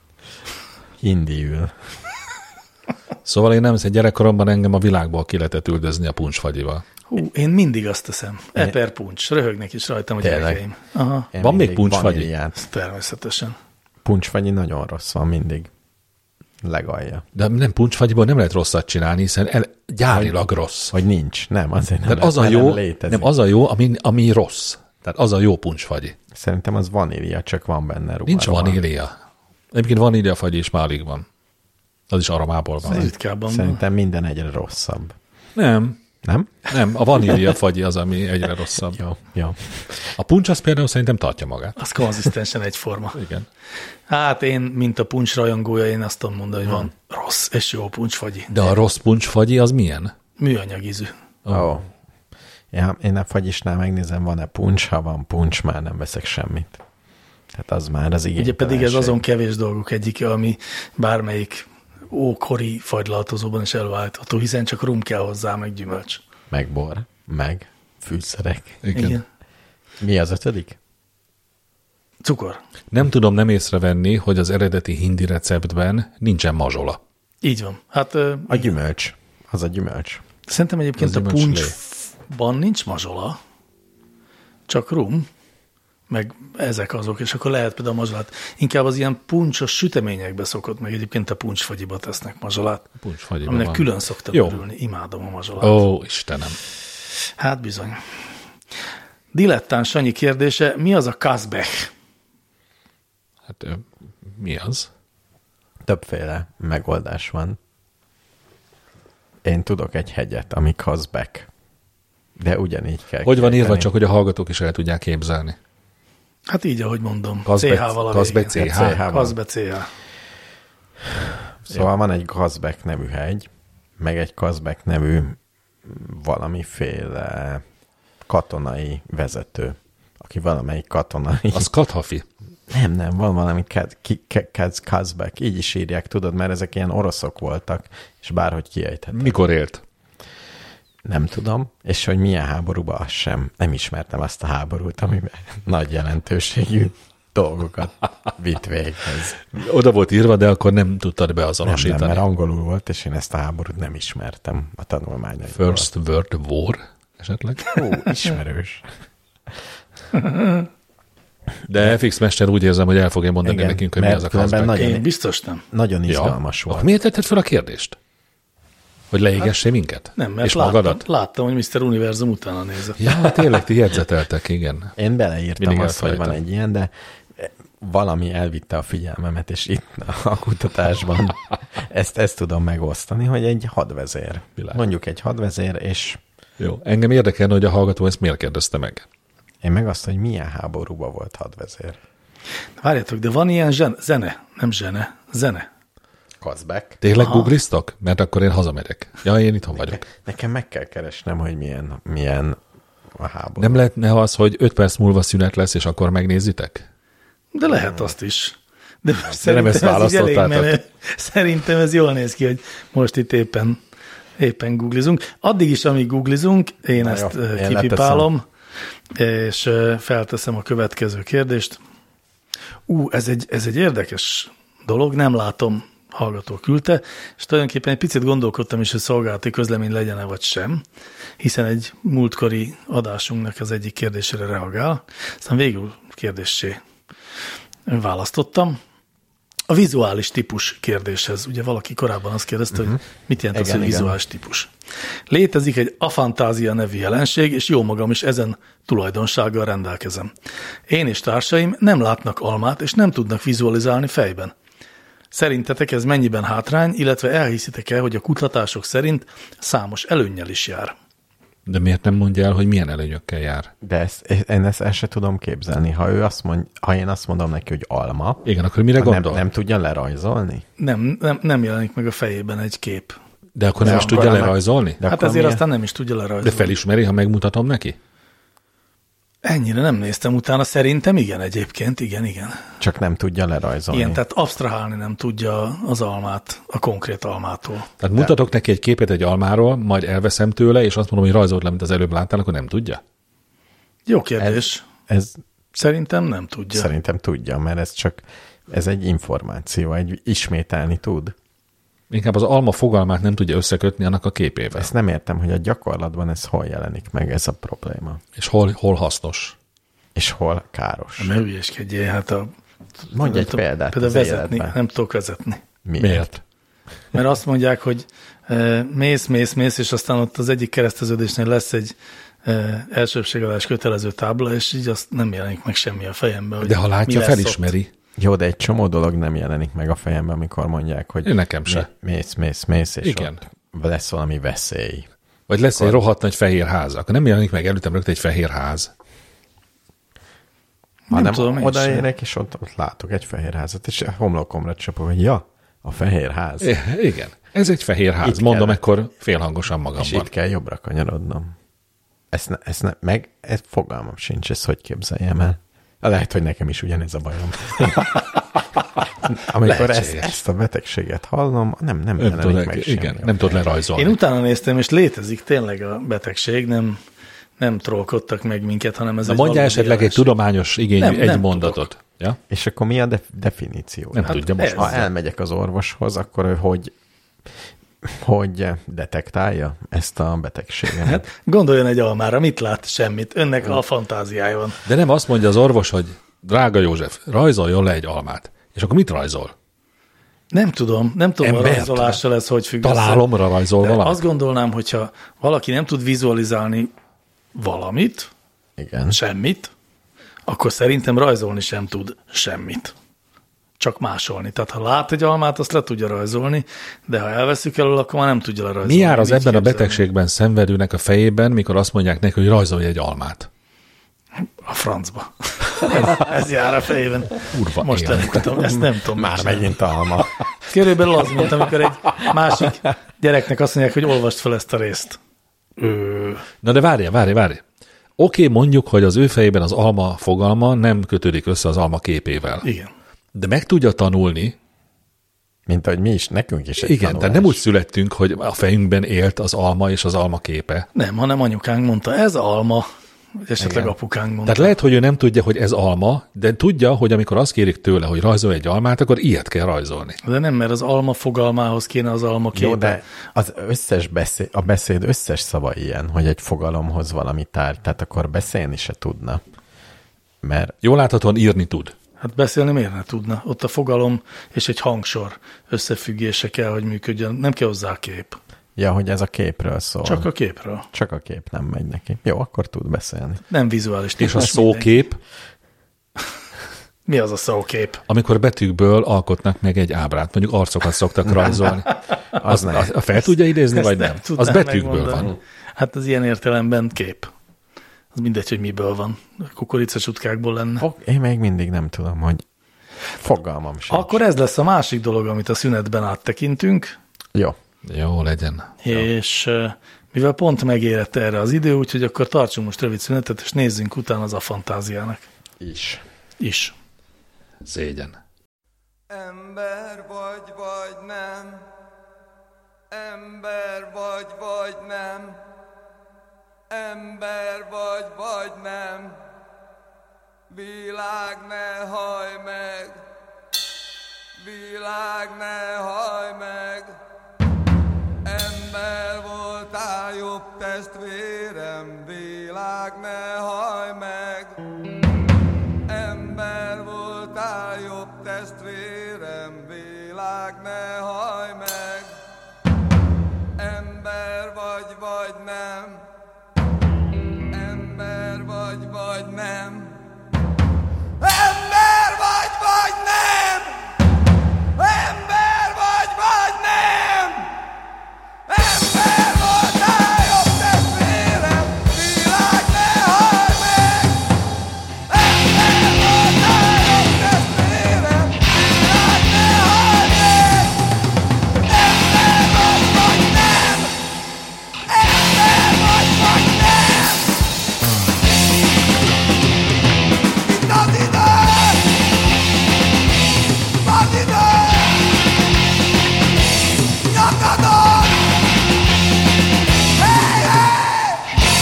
Speaker 4: Hindiül.
Speaker 3: Szóval én nem hiszem, gyerekkoromban engem a világból ki lehetett üldözni a puncsfagyival.
Speaker 2: Hú, én mindig azt teszem. Eper puncs. Röhögnek is rajtam a
Speaker 4: Tényleg?
Speaker 2: gyerekeim. Aha,
Speaker 4: Én
Speaker 3: Van még
Speaker 4: mindig
Speaker 3: puncsfagyi?
Speaker 4: vaníliát.
Speaker 2: természetesen.
Speaker 4: Puncsfagyi nagyon rossz van mindig. Legalja.
Speaker 3: De nem puncsfagyiból nem lehet rosszat csinálni, hiszen gyárilag rossz.
Speaker 4: Hogy nincs. Nem, azért nem.
Speaker 3: Tehát az a
Speaker 4: mert
Speaker 3: jó,
Speaker 4: nem létezik.
Speaker 3: nem az a jó, ami rossz. Tehát az a jó puncsfagyi.
Speaker 4: Szerintem az vanília, csak van benne rum.
Speaker 3: Nincs
Speaker 4: aroma.
Speaker 3: vanília. Egyébként vaníliafagyi is már alig van. Az is aromából van.
Speaker 2: Ritkábban van.
Speaker 4: Szerintem minden egyre rosszabb.
Speaker 3: Nem,
Speaker 4: Nem?
Speaker 3: nem, a vaníliafagyi az, ami egyre rosszabb.
Speaker 4: Jó.
Speaker 3: A puncs az például szerintem tartja magát.
Speaker 2: Az konzisztensen egyforma.
Speaker 3: Igen.
Speaker 2: Hát én, mint a puncs rajongója, én azt tudom mondani, hogy van rossz és jó puncsfagyi.
Speaker 3: De a rossz puncsfagyi az milyen?
Speaker 2: Műanyag ízű.
Speaker 4: Ó. Ja, én a fagyisnál megnézem, van-e puncs, ha van puncs, már nem veszek semmit. Tehát az már az
Speaker 2: Ugye pedig ez
Speaker 4: igénytelenség.
Speaker 2: azon kevés dolgok egyike, ami bármelyik ókori fagylaltozóban is elváltható, hiszen csak rum kell hozzá, meg gyümölcs.
Speaker 4: Meg bor, meg fűszerek.
Speaker 3: Igen.
Speaker 4: Mi az 5?
Speaker 2: Cukor.
Speaker 3: Nem tudom nem észrevenni, hogy az eredeti hindi receptben nincsen mazsola.
Speaker 2: Így van. Hát
Speaker 4: A gyümölcs. Az a gyümölcs.
Speaker 2: szerintem egyébként
Speaker 3: Az
Speaker 2: a
Speaker 3: gyümölcslé.
Speaker 2: puncsban nincs mazsola, csak rum, meg ezek azok, és akkor lehet például mazsolát. Inkább az ilyen puncsos süteményekbe szokott, meg egyébként a puncsfagyiba tesznek mazsolát,
Speaker 3: Puncsfagyiban
Speaker 2: aminek
Speaker 3: van.
Speaker 2: külön szoktam
Speaker 3: Jó.
Speaker 2: örülni. Imádom a mazsolát.
Speaker 3: Ó, Istenem.
Speaker 2: Hát bizony. Dilettán Sanyi kérdése, mi az a Kazbek?
Speaker 3: Hát mi az?
Speaker 4: Többféle megoldás van. Én tudok egy hegyet, ami Kazbek. De ugyanígy kell
Speaker 3: Hogy van írva,
Speaker 4: kiejteni.
Speaker 3: csak hogy a hallgatók is el tudják képzelni.
Speaker 2: Hát így, ahogy mondom.
Speaker 3: Kazbek-
Speaker 2: CH-val a
Speaker 3: Kazbek
Speaker 2: végén.
Speaker 3: CH.
Speaker 4: CH-val.
Speaker 2: Kazbek CH.
Speaker 4: Szóval van egy Kazbek nevű hegy, meg egy Kazbek nevű valamiféle katonai vezető, aki valamelyik katonai.
Speaker 3: Az Kathafi.
Speaker 4: Nem, van valami Kazbek, így is írják, tudod, mert ezek ilyen oroszok voltak, és bárhogy kiejthető.
Speaker 3: Mikor élt?
Speaker 4: Nem tudom, és hogy milyen háborúba, azt sem. Nem ismertem azt a háborút, amiben nagy jelentőségű dolgokat vitt véghez.
Speaker 3: Oda volt írva, de akkor nem tudtad beazonosítani.
Speaker 4: Nem, mert angolul volt, és én ezt a háborút nem ismertem a tanulmányaimból.
Speaker 3: First World War esetleg?
Speaker 4: Ismerős.
Speaker 3: De FX Mester úgy érzem, hogy el fogja mondani
Speaker 4: Igen,
Speaker 3: nekünk, hogy mi az a cashback.
Speaker 2: Én biztos nem.
Speaker 4: Nagyon izgalmas volt.
Speaker 3: Miért tetted fel a kérdést? Hogy leégessél minket?
Speaker 2: Nem, mert
Speaker 3: és magadat?
Speaker 2: láttam, hogy Mr. Univerzum utána nézett.
Speaker 3: Ja, tényleg, ti jegyzeteltek, igen.
Speaker 4: Én beleírtam
Speaker 3: Mindig
Speaker 4: azt, hogy van egy ilyen, de valami elvitte a figyelmemet, és itt a kutatásban ezt tudom megosztani, hogy egy hadvezér.
Speaker 3: Világos.
Speaker 4: Mondjuk egy hadvezér, és
Speaker 3: Jó, engem érdekelne, hogy a hallgató ezt miért kérdezte meg.
Speaker 4: én meg azt, hogy milyen háborúban volt hadvezér.
Speaker 2: Várjátok, de van ilyen zene, nem zene.
Speaker 4: Kazbek.
Speaker 3: Tényleg googliztok? Mert akkor én hazamegyek. Ja, én itthon vagyok.
Speaker 4: Nekem meg kell keresnem, hogy milyen a háború.
Speaker 3: Nem lehetne az, hogy 5 perc múlva szünet lesz, és akkor megnézitek?
Speaker 2: De lehet azt is. De
Speaker 3: nem
Speaker 2: szerintem
Speaker 3: ezt
Speaker 2: ez így elég
Speaker 3: választottátok.
Speaker 2: menő. Szerintem ez jól néz ki, hogy most itt éppen googlizunk. Addig is, amíg googlizunk, én
Speaker 4: Na
Speaker 2: ezt
Speaker 4: jó, én
Speaker 2: kipipálom, és felteszem a következő kérdést. Ez egy érdekes dolog, nem látom, hallgató küldte, és tulajdonképpen egy picit gondolkodtam is, hogy szolgálati közlemény legyen-e vagy sem, hiszen egy múltkori adásunknak az egyik kérdésére reagál, aztán végül kérdéssé választottam. A vizuális típus kérdéshez. Ugye valaki korábban azt kérdezte, hogy mit jelent az, hogy vizuális típus. Létezik egy afantázia nevű jelenség, és jó magam is ezen tulajdonsággal rendelkezem. Én és társaim nem látnak almát, és nem tudnak vizualizálni fejben. Szerintetek ez mennyiben hátrány, illetve elhiszitek-e, hogy a kutatások szerint számos előnnyel is jár?
Speaker 3: De miért nem mondja el, hogy milyen előnyökkel jár?
Speaker 4: De én ezt el sem tudom képzelni. Ha én azt mondom neki, hogy alma,
Speaker 3: Igen, akkor mire gondol?
Speaker 4: nem tudja lerajzolni?
Speaker 2: Nem jelenik meg a fejében egy kép.
Speaker 3: De akkor nem is
Speaker 4: akkor
Speaker 3: tudja
Speaker 4: nem-
Speaker 3: lerajzolni?
Speaker 4: De
Speaker 2: Hát
Speaker 4: akkor
Speaker 2: ezért
Speaker 4: milyen?
Speaker 2: aztán nem is tudja
Speaker 3: De
Speaker 2: lerajzolni.
Speaker 3: felismeri, ha megmutatom neki?
Speaker 2: Ennyire nem néztem utána, szerintem igen egyébként, igen.
Speaker 4: Csak nem tudja lerajzolni.
Speaker 2: Igen, tehát absztrahálni nem tudja az almát, a konkrét almától.
Speaker 3: Tehát mutatok neki egy képet egy almáról, majd elveszem tőle, és azt mondom, hogy rajzolt le, mint az előbb láttál, akkor nem tudja?
Speaker 2: Jó kérdés.
Speaker 4: Ez
Speaker 2: Szerintem nem tudja.
Speaker 4: szerintem tudja, mert ez egy információ, egy ismételni tud.
Speaker 3: Inkább az alma fogalmát nem tudja összekötni annak a képével.
Speaker 4: Ezt nem értem, hogy a gyakorlatban ez hol jelenik meg, ez a probléma.
Speaker 3: És hol hasznos.
Speaker 4: És hol káros.
Speaker 2: Ne hülyéskedjél, hát
Speaker 4: Mondj
Speaker 2: nem
Speaker 4: egy
Speaker 2: tudom,
Speaker 4: példát
Speaker 2: például
Speaker 4: az
Speaker 2: vezetni,
Speaker 4: életben.
Speaker 2: nem tudok vezetni.
Speaker 3: Miért?
Speaker 2: Mert azt mondják, hogy mész, és aztán ott az egyik kereszteződésnél lesz egy elsőbségadás kötelező tábla, és így azt nem jelenik meg semmi a fejembe. Hogy
Speaker 3: De ha
Speaker 2: mi
Speaker 3: látja,
Speaker 2: lesz
Speaker 3: felismeri.
Speaker 4: Jó, de egy csomó dolog nem jelenik meg a fejemben, amikor mondják, hogy
Speaker 3: Nekem se.
Speaker 4: mész, és
Speaker 3: Igen.
Speaker 4: ott lesz valami veszély.
Speaker 3: Vagy lesz egy rohadt nagy fehér ház, akkor nem jelenik meg előttem rögtön egy fehér ház.
Speaker 4: Hanem
Speaker 2: tudom én
Speaker 4: odaérek, és ott látok egy fehér házat, és a homlokomra csapok, hogy ja, a fehér ház.
Speaker 3: Igen, ez egy fehér ház.
Speaker 4: Itt
Speaker 3: Mondom
Speaker 4: kell.
Speaker 3: ekkor félhangosan
Speaker 4: És
Speaker 3: magamban.
Speaker 4: itt kell jobbra kanyarodnom. Ez fogalmam sincs, ezt hogy képzeljem el. Lehet, hogy nekem is ugyanez a bajom. Amikor
Speaker 3: Lehetséges.
Speaker 4: ezt a betegséget hallom, nem
Speaker 3: Nem
Speaker 4: jelenik
Speaker 3: tudod,
Speaker 4: meg
Speaker 3: igen,
Speaker 4: semmi.
Speaker 3: nem tudod lerajzolni.
Speaker 2: Én utána néztem, és létezik tényleg a betegség, nem trollkodtak meg minket, hanem ez
Speaker 3: Na
Speaker 2: egy
Speaker 3: mondja
Speaker 2: valódi
Speaker 3: esetleg egy
Speaker 2: jelenség.
Speaker 3: tudományos igényű
Speaker 2: Nem
Speaker 3: egy mondatot. Ja?
Speaker 4: És akkor mi a definíció?
Speaker 3: Nem tudja most.
Speaker 2: ez.
Speaker 4: Ha elmegyek az orvoshoz, akkor ő hogy detektálja ezt a betegséget?
Speaker 2: Hát gondoljon egy almára, mit lát? Semmit. Önnek a fantáziája van.
Speaker 3: De nem azt mondja az orvos, hogy drága József, rajzoljon le egy almát. És akkor mit rajzol?
Speaker 2: Nem tudom a
Speaker 3: Embert.
Speaker 2: rajzolással ez hogy függ össze.
Speaker 3: Találomra rajzol
Speaker 2: De
Speaker 3: valamit?
Speaker 2: azt gondolnám, hogyha valaki nem tud vizualizálni valamit,
Speaker 4: Igen.
Speaker 2: semmit, akkor szerintem rajzolni sem tud semmit. Csak másolni. Tehát ha lát egy almát, azt le tudja rajzolni, de ha elveszük elől, akkor már nem tudja lerajzolni.
Speaker 3: Mi jár az
Speaker 2: Így
Speaker 3: ebben a
Speaker 2: képzelni.
Speaker 3: betegségben szenvedőnek a fejében, mikor azt mondják neki, hogy rajzolj egy almát?
Speaker 2: A francba. Ez jár a fejében.
Speaker 3: Kurva
Speaker 2: Most
Speaker 3: élet.
Speaker 2: nem tudom, ezt nem tudom.
Speaker 4: Már
Speaker 2: megcsinálni.
Speaker 4: megint alma.
Speaker 2: Körülbelül az, mint amikor egy másik gyereknek azt mondják, hogy olvasd fel ezt a részt.
Speaker 3: Na de várj. Oké, mondjuk, hogy az ő fejében az alma fogalma nem kötődik össze az alma képével.
Speaker 2: Igen.
Speaker 3: De meg tudja tanulni,
Speaker 4: Mint ahogy mi is, nekünk is egy
Speaker 3: Igen,
Speaker 4: tanulás.
Speaker 3: tehát nem úgy születtünk, hogy a fejünkben élt az alma és az alma képe.
Speaker 2: Nem, hanem anyukánk mondta, ez alma, vagy esetleg
Speaker 4: Igen.
Speaker 2: apukánk mondta.
Speaker 3: Tehát lehet, hogy ő nem tudja, hogy ez alma, de tudja, hogy amikor azt kérik tőle, hogy rajzolj egy almát, akkor ilyet kell rajzolni.
Speaker 2: De nem, mert az alma fogalmához kéne az alma képe.
Speaker 4: Jó, de az összes a beszéd összes szava ilyen, hogy egy fogalomhoz valami tárgy, tehát akkor beszélni se tudna. Mert
Speaker 3: Jól láthatóan írni tud.
Speaker 2: Hát beszélni miért ne tudna? Ott a fogalom és egy hangsor összefüggése kell, hogy működjön. Nem kell hozzá a kép.
Speaker 4: ja, hogy ez a képről szól.
Speaker 2: Csak a képről.
Speaker 4: Csak a kép nem megy neki. Jó, akkor tud beszélni.
Speaker 2: Nem vizuális.
Speaker 3: És a
Speaker 2: típus mindenki.
Speaker 3: szókép,
Speaker 2: Mi az a szókép?
Speaker 3: amikor betűkből alkotnak meg egy ábrát, mondjuk arcokat szoktak rajzolni.
Speaker 4: Az nem.
Speaker 3: Fel tudja idézni, vagy nem?
Speaker 2: tudnám
Speaker 3: Az betűkből
Speaker 2: megmondani.
Speaker 3: van.
Speaker 2: Hát az ilyen értelemben kép. Az mindegy, hogy miből van. Kukoricasutkákból lenne.
Speaker 4: Én még mindig nem tudom, hogy fogalmam sem.
Speaker 2: Akkor ez lesz a másik dolog, amit a szünetben áttekintünk,
Speaker 4: Jó.
Speaker 3: Jó, legyen.
Speaker 2: és mivel pont megérett erre az idő, úgyhogy akkor tartsunk most rövid szünetet, és nézzünk utána az afantáziának is.
Speaker 3: Szégyen.
Speaker 5: Ember vagy nem, ember vagy nem, ember vagy nem, világ ne hajj meg, világ ne hajj meg, ember voltál jobb testvérem, világ ne hajj meg, ember voltál jobb testvérem, világ ne hajj meg, ember vagy nem, ember vagy nem, ember vagy nem, ember vagy nem, ember voltál jobb testvérem, világ ne hajj meg, ember voltál jobb testvérem, világ ne hajj meg, ember vagy nem, ember vagy nem. Itt az idő! Az idő! Nyakadon! Hey, hey!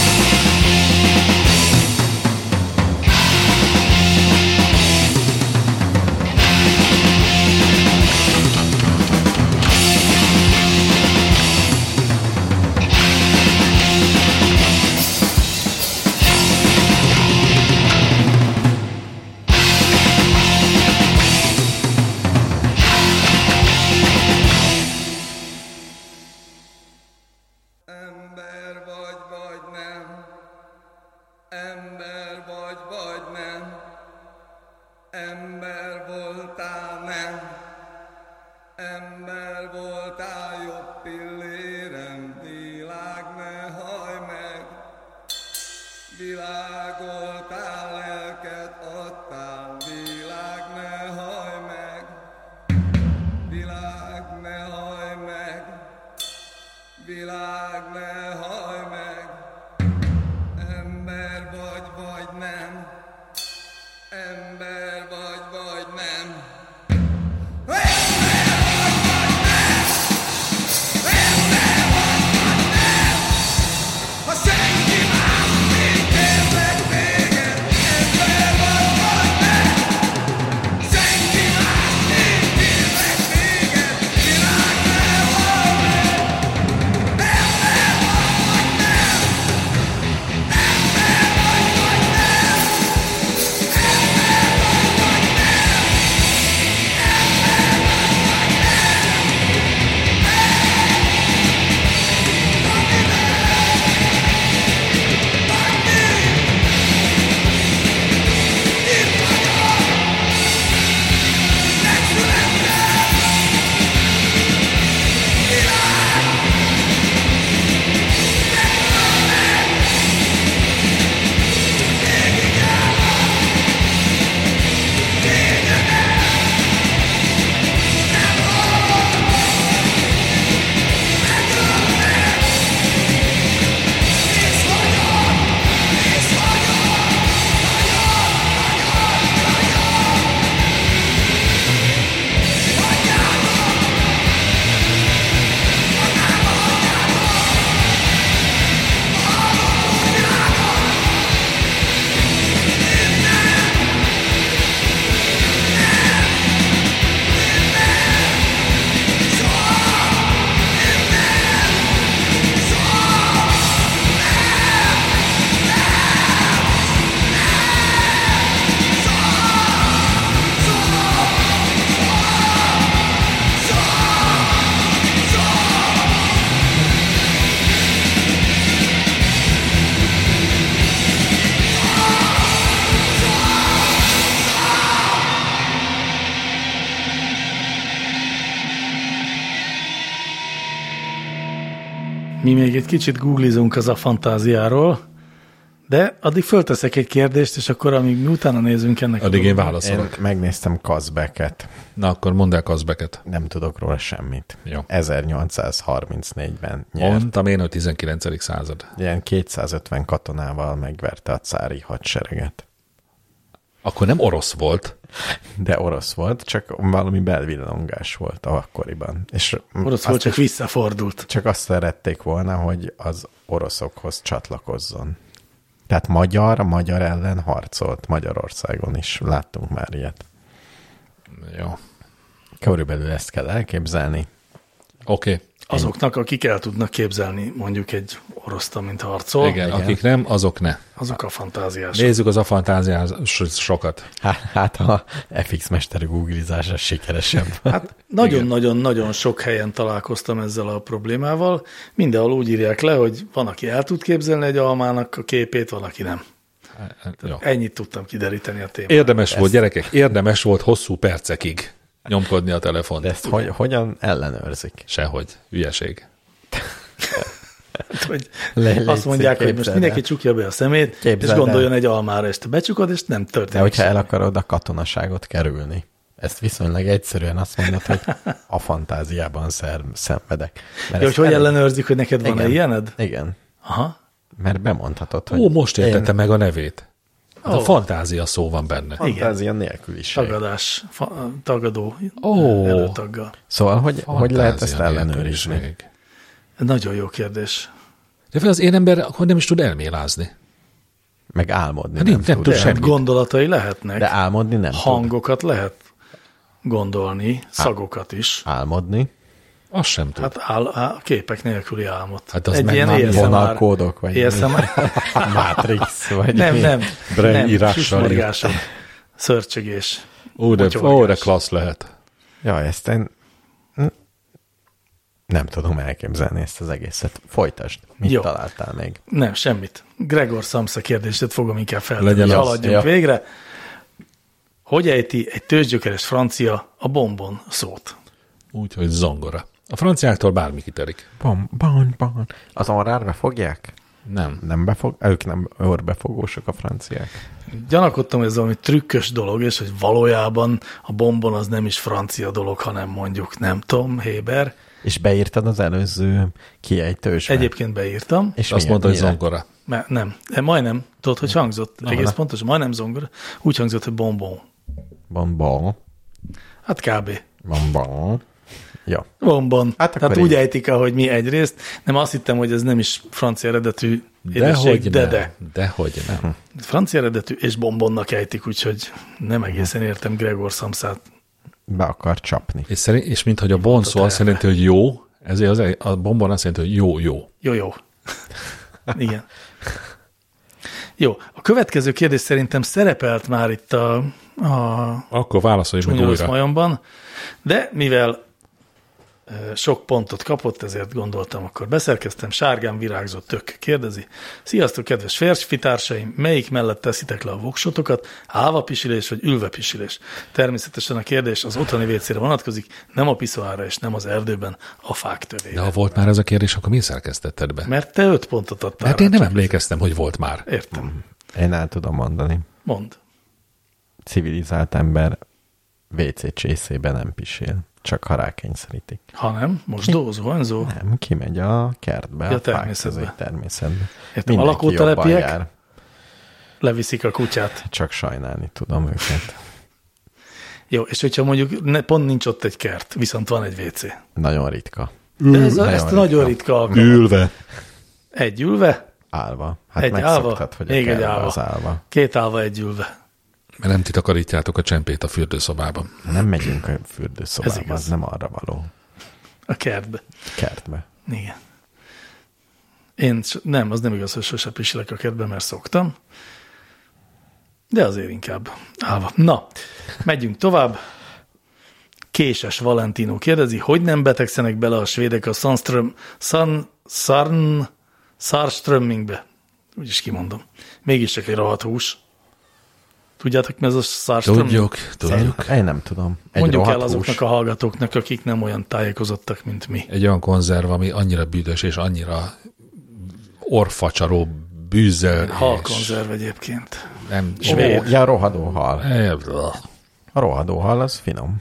Speaker 5: Ember vagy nem, ember vagy nem, ember voltál nem, ember voltál jobb pillérem, világ ne hajj meg, világoltál, lelket adtál, világ ne hajj meg, világ ne hajj meg, világ ne hajj meg, ember vagy nem, ember vagy nem, ember vagy nem, ember vagy nem, ha senki más nincs értek téged, ember vagy nem, senki más nincs értek téged, világ ne hajj meg. Ember vagy nem, ember vagy nem, ember
Speaker 2: Mi még egy kicsit googlizunk az a fantáziáról, de addig fölteszek egy kérdést, és akkor amíg mi utána nézünk ennek.
Speaker 3: Addig én válaszolok.
Speaker 4: Én megnéztem Kazbeket.
Speaker 3: Na, akkor mondd el Kazbeket.
Speaker 4: Nem tudok róla semmit.
Speaker 3: Jó.
Speaker 4: 1834-ben nyert.
Speaker 3: Mondtam én, hogy 19. század.
Speaker 4: Ilyen 250 katonával megverte a cári hadsereget.
Speaker 3: Akkor nem orosz volt.
Speaker 4: De orosz volt, csak valami belvillangás volt akkoriban. És
Speaker 2: Orosz volt, csak visszafordult.
Speaker 4: Csak azt szerették volna, hogy az oroszokhoz csatlakozzon. Tehát magyar ellen harcolt Magyarországon is. Láttunk már ilyet.
Speaker 3: Jó.
Speaker 4: Körülbelül ezt kell elképzelni.
Speaker 3: Oké.
Speaker 2: Azoknak, akik el tudnak képzelni mondjuk egy oroszt, mint harcol,
Speaker 3: Igen, akik nem, azok ne.
Speaker 2: azok a fantáziás.
Speaker 3: Nézzük az a fantáziásokat.
Speaker 4: Hát a FX mester googlizása sikeresebb.
Speaker 2: Hát nagyon-nagyon-nagyon sok helyen találkoztam ezzel a problémával. Mindenhol úgy írják le, hogy van, aki el tud képzelni egy almának a képét, van, aki nem.
Speaker 3: Jó.
Speaker 2: Ennyit tudtam kideríteni a témát.
Speaker 3: Érdemes volt, gyerekek, érdemes volt hosszú percekig nyomkodni a telefont.
Speaker 4: De ezt hogyan ellenőrzik?
Speaker 3: Sehogy. Hülyeség.
Speaker 2: Hogy
Speaker 4: Légy
Speaker 2: azt mondják,
Speaker 4: szíves,
Speaker 2: hogy most mindenki csukja be a szemét,
Speaker 4: Képzeld
Speaker 2: és gondoljon
Speaker 4: el.
Speaker 2: egy almára, és te becsukod, és nem
Speaker 4: De
Speaker 2: történik
Speaker 4: hogyha el
Speaker 2: semmi.
Speaker 4: akarod a katonaságot kerülni, ezt viszonylag egyszerűen azt mondod, hogy a fantáziában szenvedek. Mert
Speaker 2: Ja,
Speaker 4: ezt
Speaker 2: hogy
Speaker 4: elég-
Speaker 2: ellenőrzik, hogy neked van-e
Speaker 4: Igen.
Speaker 2: ilyened?
Speaker 4: Igen,
Speaker 2: Aha.
Speaker 4: mert bemondhatod, hogy
Speaker 3: Ó, most értettem meg a nevét. Hát a
Speaker 2: Ó.
Speaker 3: fantázia szó van benne.
Speaker 4: fantázia nélküliség.
Speaker 2: Tagadás, tagadó
Speaker 3: Ó.
Speaker 2: előtaggal.
Speaker 4: Szóval, hogy lehet ezt
Speaker 3: Fantázia
Speaker 4: ellenőrizni?
Speaker 3: nélküliség.
Speaker 2: Nagyon jó kérdés.
Speaker 3: De fel az én ember akkor nem is tud elmélázni.
Speaker 4: Meg álmodni
Speaker 3: Hát
Speaker 4: nem
Speaker 3: nem
Speaker 4: tud.
Speaker 3: tud
Speaker 2: De
Speaker 3: semmit.
Speaker 2: gondolatai lehetnek.
Speaker 4: De álmodni nem tud.
Speaker 2: Hangokat lehet gondolni, szagokat is.
Speaker 4: Álmodni.
Speaker 3: Azt sem tud.
Speaker 2: Hát képek nélküli álmot.
Speaker 3: Hát az
Speaker 2: egy
Speaker 3: meg
Speaker 2: ilyen
Speaker 3: már
Speaker 4: vonalkódok, vagy
Speaker 2: ASMR.
Speaker 4: Matrix, vagy
Speaker 2: Nem,
Speaker 4: mi?
Speaker 2: nem.
Speaker 3: Brain
Speaker 2: nem.
Speaker 3: írással
Speaker 2: Susmorgások, szörcsögés.
Speaker 3: Ó, de
Speaker 2: motyorgás.
Speaker 3: klassz lehet.
Speaker 4: Ja, ezt én nem tudom elképzelni ezt az egészet. Folytasd. Mit
Speaker 2: Jó.
Speaker 4: találtál még?
Speaker 2: Nem, semmit. Gregor Samsa kérdését fogom inkább feltenni,
Speaker 3: Legyen
Speaker 2: hogy
Speaker 3: az.
Speaker 2: haladjunk
Speaker 4: Ja.
Speaker 2: végre. Hogy ejti egy tőzsgyökeres francia a bombon szót?
Speaker 3: Úgyhogy zongora. A franciáktól bármi kiterik.
Speaker 4: Bon. Az orrárba fogják?
Speaker 3: Nem.
Speaker 4: Ők nem orrbefogósok a franciák.
Speaker 2: Gyanakodtam, hogy ez valami trükkös dolog, és hogy valójában a bombon az nem is francia dolog, hanem mondjuk nem Tom Héber.
Speaker 4: És beírtad az előző kiejtősbe?
Speaker 2: Egyébként beírtam,
Speaker 4: És
Speaker 3: Azt
Speaker 4: milyen-
Speaker 3: mondta, hogy
Speaker 4: mire?
Speaker 3: zongora.
Speaker 2: mert nem, de majdnem, tudod, hogy hangzott?
Speaker 3: Na,
Speaker 2: Egész
Speaker 3: na.
Speaker 2: pontos, majdnem zongora. Úgy hangzott, hogy bonbon.
Speaker 4: Bon.
Speaker 2: Hát kb.
Speaker 4: Bon. Jó.
Speaker 2: Bombon.
Speaker 4: Hát
Speaker 2: Tehát
Speaker 4: akkor
Speaker 2: úgy
Speaker 4: így.
Speaker 2: ejtik, ahogy mi egyrészt. Nem, azt hittem, hogy ez nem is francia eredetű édesség,
Speaker 3: Dehogy nem.
Speaker 2: de.
Speaker 3: Dehogy nem.
Speaker 2: Francia eredetű és bombonnak ejtik, úgyhogy nem egészen értem Gregor Samsát.
Speaker 4: Be akar csapni.
Speaker 3: És minthogy a bon szó azt jelenti, hogy jó, ezért a bombon azt jelenti, hogy jó.
Speaker 2: Jó. Igen. Jó, a következő kérdés szerintem szerepelt már itt a
Speaker 3: Akkor válaszolj meg
Speaker 2: Csúnya rossz
Speaker 3: újra.
Speaker 2: majomban, de mivel sok pontot kapott, ezért gondoltam, akkor beszerkeztem. Sárgán virágzó tök kérdezi. Sziasztok, kedves férfitársaim, melyik mellett teszitek le a voksotokat? Állva pisilés vagy ülve pisilés? Természetesen a kérdés az otthoni vécére vonatkozik, nem a piszoára és nem az erdőben, a fák
Speaker 3: De
Speaker 2: tövében.
Speaker 3: ha volt már ez a kérdés, akkor miért szerkesztetted be?
Speaker 2: Mert te 5 pontot adtál.
Speaker 3: Mert
Speaker 2: rá,
Speaker 3: én nem
Speaker 2: csak-
Speaker 3: emlékeztem, hogy volt már.
Speaker 2: Értem.
Speaker 4: Én el tudom mondani.
Speaker 2: Mondd.
Speaker 4: Civilizált ember WC csészében nem pisil. Csak ha rákényszerítik.
Speaker 2: Ha nem, most zuhanyzó.
Speaker 4: Nem, kimegy a kertbe,
Speaker 2: Ja,
Speaker 4: a fák
Speaker 2: természetbe.
Speaker 4: közé, természetben.
Speaker 2: Értem, a
Speaker 4: Mindenki
Speaker 2: lakótelepiek?
Speaker 4: jobban jár.
Speaker 2: Leviszik a kutyát.
Speaker 4: Csak sajnálni tudom őket.
Speaker 2: Jó, és hogyha mondjuk pont nincs ott egy kert, viszont van egy WC.
Speaker 4: Nagyon ritka.
Speaker 2: De ezt
Speaker 4: ritka.
Speaker 2: nagyon ritka alkalom.
Speaker 3: Ülve.
Speaker 2: Egy ülve,
Speaker 4: Állva. Hát
Speaker 2: egy állva,
Speaker 4: megszoktad, hogy a
Speaker 2: még egy
Speaker 4: kertbe
Speaker 2: állva.
Speaker 4: az állva.
Speaker 2: 2 állva, egy ülve.
Speaker 3: Mert nem ti takarítjátok a csempét a fürdőszobában.
Speaker 4: Nem megyünk a
Speaker 2: Ez
Speaker 4: fürdőszobába,
Speaker 2: igaz.
Speaker 4: az nem arra való.
Speaker 2: A kertbe.
Speaker 4: Kertbe.
Speaker 2: Igen. Nem, az nem igaz, hogy sose pisilek a kertben, mert szoktam. De azért inkább állva. Na, megyünk tovább. Késes Valentino kérdezi, hogy nem betegszenek bele a svédek a Sarströmmingbe. Úgyis kimondom. Mégis csak egy rohadt hús. Tudjátok, mi ez a Sarström?
Speaker 3: Tudjuk.
Speaker 4: Én nem tudom.
Speaker 2: Mondjuk el azoknak a hallgatóknak, akik nem olyan tájékozottak, mint mi.
Speaker 3: Egy olyan konzerv, ami annyira büdös és annyira orfacsaró bűzzel.
Speaker 2: Halkonzerv egyébként.
Speaker 3: Nem,
Speaker 4: Ja, rohadó hal.
Speaker 3: Ja.
Speaker 4: A rohadó hal, az finom.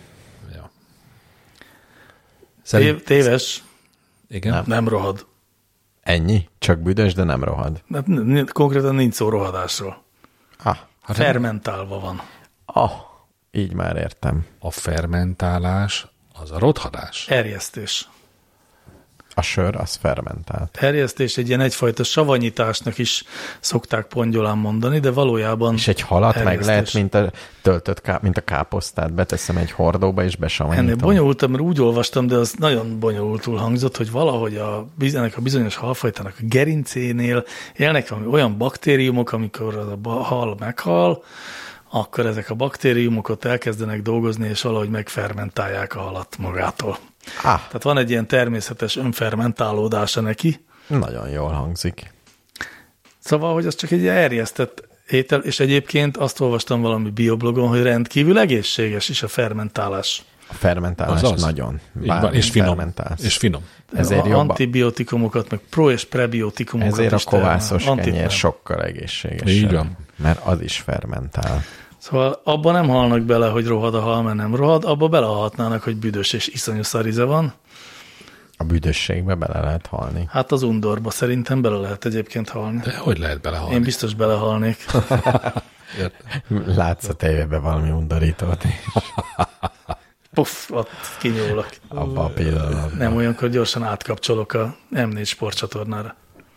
Speaker 2: Téves,
Speaker 3: Igen.
Speaker 2: nem rohad.
Speaker 4: Ennyi? Csak büdös, de nem rohad.
Speaker 2: Konkrétan nincs szó rohadásról.
Speaker 4: Hát
Speaker 2: Fermentálva van.
Speaker 4: így már értem.
Speaker 3: A fermentálás az a rothadás.
Speaker 2: Erjesztés.
Speaker 4: A sör, az fermentált.
Speaker 2: Erjesztés egy ilyen egyfajta savanyításnak is szokták pongyolán mondani, de valójában
Speaker 4: És egy halat meg
Speaker 2: erjesztés.
Speaker 4: lehet, mint a mint a káposztát, beteszem egy hordóba, és besavanyítom.
Speaker 2: Ennél bonyolultam, mert úgy olvastam, de az nagyon bonyolultul hangzott, hogy valahogy ennek a bizonyos halfajtának a gerincénél élnek olyan baktériumok, amikor a hal meghal, akkor ezek a baktériumok ott elkezdenek dolgozni, és valahogy megfermentálják a halat magától. Tehát van egy ilyen természetes önfermentálódása neki.
Speaker 4: Nagyon jól hangzik.
Speaker 2: Szóval, hogy az csak egy erjesztett étel, és egyébként azt olvastam valami bioblogon, hogy rendkívül egészséges is a fermentálás.
Speaker 4: A fermentálás
Speaker 3: az.
Speaker 4: nagyon.
Speaker 3: És finom.
Speaker 4: Fermentálsz.
Speaker 3: És finom.
Speaker 4: Ezért
Speaker 2: a
Speaker 4: jobb.
Speaker 2: Antibiotikumokat, meg pro- és prebiotikumokat
Speaker 4: Ezért a
Speaker 2: is
Speaker 4: kovászos
Speaker 2: termel.
Speaker 4: kenyér sokkal egészségesebb.
Speaker 3: Így van.
Speaker 4: Mert az is fermentál.
Speaker 2: Szóval abban nem halnak bele, hogy rohad a hal, mert nem rohad, abba belehalhatnának, hogy büdös és iszonyú szarize van.
Speaker 4: A büdösségbe bele lehet halni.
Speaker 2: Hát az undorba szerintem bele lehet egyébként halni.
Speaker 3: De hogy lehet belehalni?
Speaker 2: Én biztos belehalnék.
Speaker 4: Látsz a tévében valami undorítót is.
Speaker 2: Puff, ott kinyúlok.
Speaker 4: Abba a pillanatban.
Speaker 2: Nem, olyankor gyorsan átkapcsolok a M4 sportcsatornára.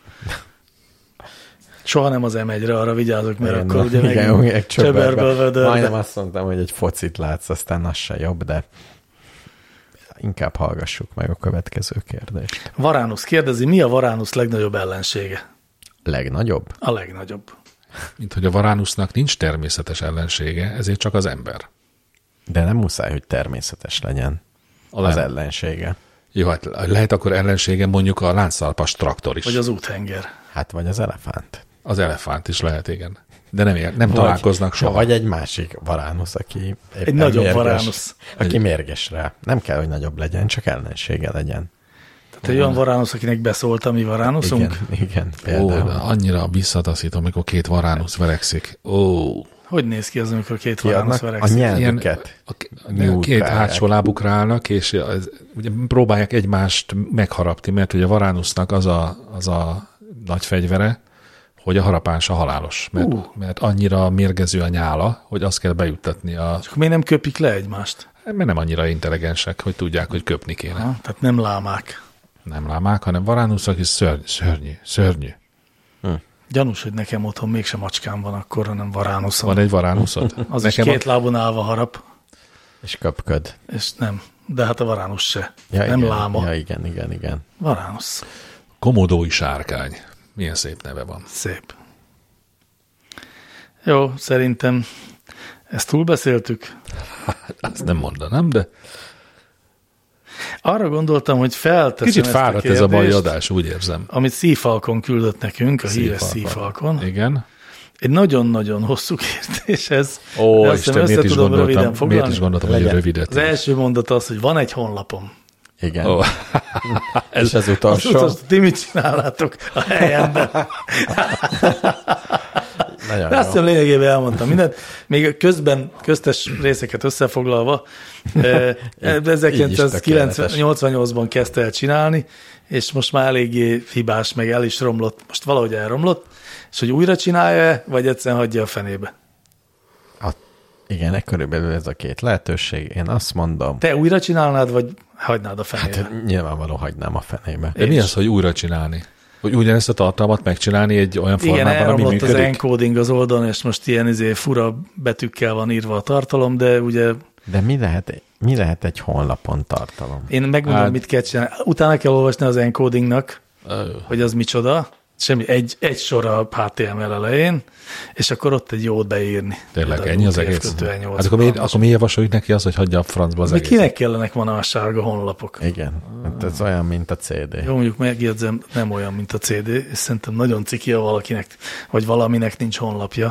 Speaker 2: Soha nem az M1-re, arra vigyázok, mert
Speaker 4: Igen,
Speaker 2: akkor ugye
Speaker 4: igen,
Speaker 2: megint csöberből vödörbe.
Speaker 4: Majdnem azt mondtam, hogy egy focit látsz, aztán az se jobb, de inkább hallgassuk meg a következő kérdést.
Speaker 2: Varánusz kérdezi, mi a Varánusz legnagyobb ellensége?
Speaker 4: Legnagyobb?
Speaker 2: A legnagyobb.
Speaker 3: Mint hogy a Varánusznak nincs természetes ellensége, ezért csak az ember.
Speaker 4: De nem muszáj, hogy természetes legyen az ellensége.
Speaker 3: Jó, hát lehet akkor ellensége mondjuk a láncszalpas traktor is.
Speaker 2: Vagy az úthenger.
Speaker 4: Hát vagy az elefánt.
Speaker 3: Az elefánt is lehet, igen. De nem találkoznak soha.
Speaker 4: Vagy egy másik varánusz, aki
Speaker 2: egy nagyobb varánusz.
Speaker 4: Aki mérges rá. Nem kell, hogy nagyobb legyen, csak ellensége legyen.
Speaker 2: Tehát egy olyan varánusz, akinek beszólt a mi varánuszunk?
Speaker 4: Igen, például.
Speaker 3: Annyira visszataszít, amikor két varánusz verekszik.
Speaker 2: Hogy néz ki az, amikor két varánusz verekszik?
Speaker 4: A nyelvüket.
Speaker 3: Két hátsó lábukra állnak, és ugye próbálják egymást megharapni, mert ugye a varánusznak az a nagy fegyvere, hogy a harapása halálos, mert annyira mérgező a nyála, hogy azt kell bejuttatni a...
Speaker 2: És akkor miért nem köpik le egymást?
Speaker 3: Mert nem annyira intelligensek, hogy tudják, hogy köpni kéne.
Speaker 2: Tehát nem lámák.
Speaker 3: Nem lámák, hanem varánuszok, és szörnyű.
Speaker 2: Gyanús, hogy nekem otthon mégsem macskám van akkor, hanem varánuszom.
Speaker 3: Van egy varánuszod?
Speaker 2: Az nekem is két lábon állva harap.
Speaker 4: És köpköd.
Speaker 2: És nem. De hát a varánusz se.
Speaker 4: Ja,
Speaker 2: nem
Speaker 4: igen,
Speaker 2: láma.
Speaker 4: Ja, igen.
Speaker 2: Varánusz.
Speaker 3: Komodói sárkány. Milyen szép neve van.
Speaker 2: Szép. Jó, szerintem ezt túlbeszéltük.
Speaker 3: Azt nem mondanám, de...
Speaker 2: Arra gondoltam, hogy felteszem
Speaker 3: Kicsit
Speaker 2: ezt
Speaker 3: fáradt ez a mai adás, úgy érzem.
Speaker 2: Amit Szífalkon küldött nekünk, a híres Szífalkon.
Speaker 3: Igen.
Speaker 2: Egy nagyon-nagyon hosszú kérdés ez.
Speaker 3: Ó, Isten, miért is gondoltam, hogy rövidet.
Speaker 2: Az első mondat az, hogy van egy honlapom.
Speaker 4: Igen.
Speaker 3: Oh.
Speaker 4: Ez az utolsó.
Speaker 2: Az utolsó, ti mit csinálnátok a helyemben?
Speaker 4: Nagyon
Speaker 2: azt hiszem lényegében elmondtam mindent. Még köztes részeket összefoglalva, 1988-ban kezdte el csinálni, és most már eléggé hibás, meg el is romlott, most valahogy elromlott, és hogy újra csinálja, vagy egyszerűen hagyja a fenébe?
Speaker 4: Igen, körülbelül ez a két lehetőség. Én azt mondom...
Speaker 2: Te újra csinálnád, vagy hagynád a fenébe?
Speaker 4: Hát nyilvánvaló hagynám a fenébe.
Speaker 3: De mi az, hogy újra csinálni? Hogy ugyanezt a tartalmat megcsinálni egy olyan formában, ami működik?
Speaker 2: Igen, elromlott az encoding az oldalon, és most ilyen fura betűkkel van írva a tartalom, de ugye...
Speaker 4: De mi lehet egy honlapon tartalom?
Speaker 2: Én megmondom, mit kell csinálni. Utána kell olvasni az encodingnak, hogy az micsoda. Semmi, egy sor a HTML elején, és akkor ott egy jót beírni.
Speaker 3: Tényleg, ennyi az egész? Hát akkor mi javasoljuk neki azt, hogy hagyja a francba az egészet?
Speaker 2: Kinek kellenek a sárga honlapok?
Speaker 4: Igen, hát ez olyan, mint a CD.
Speaker 2: Jó, mondjuk megjegyzem, nem olyan, mint a CD, és szerintem nagyon ciki, ha valakinek, vagy valaminek nincs honlapja.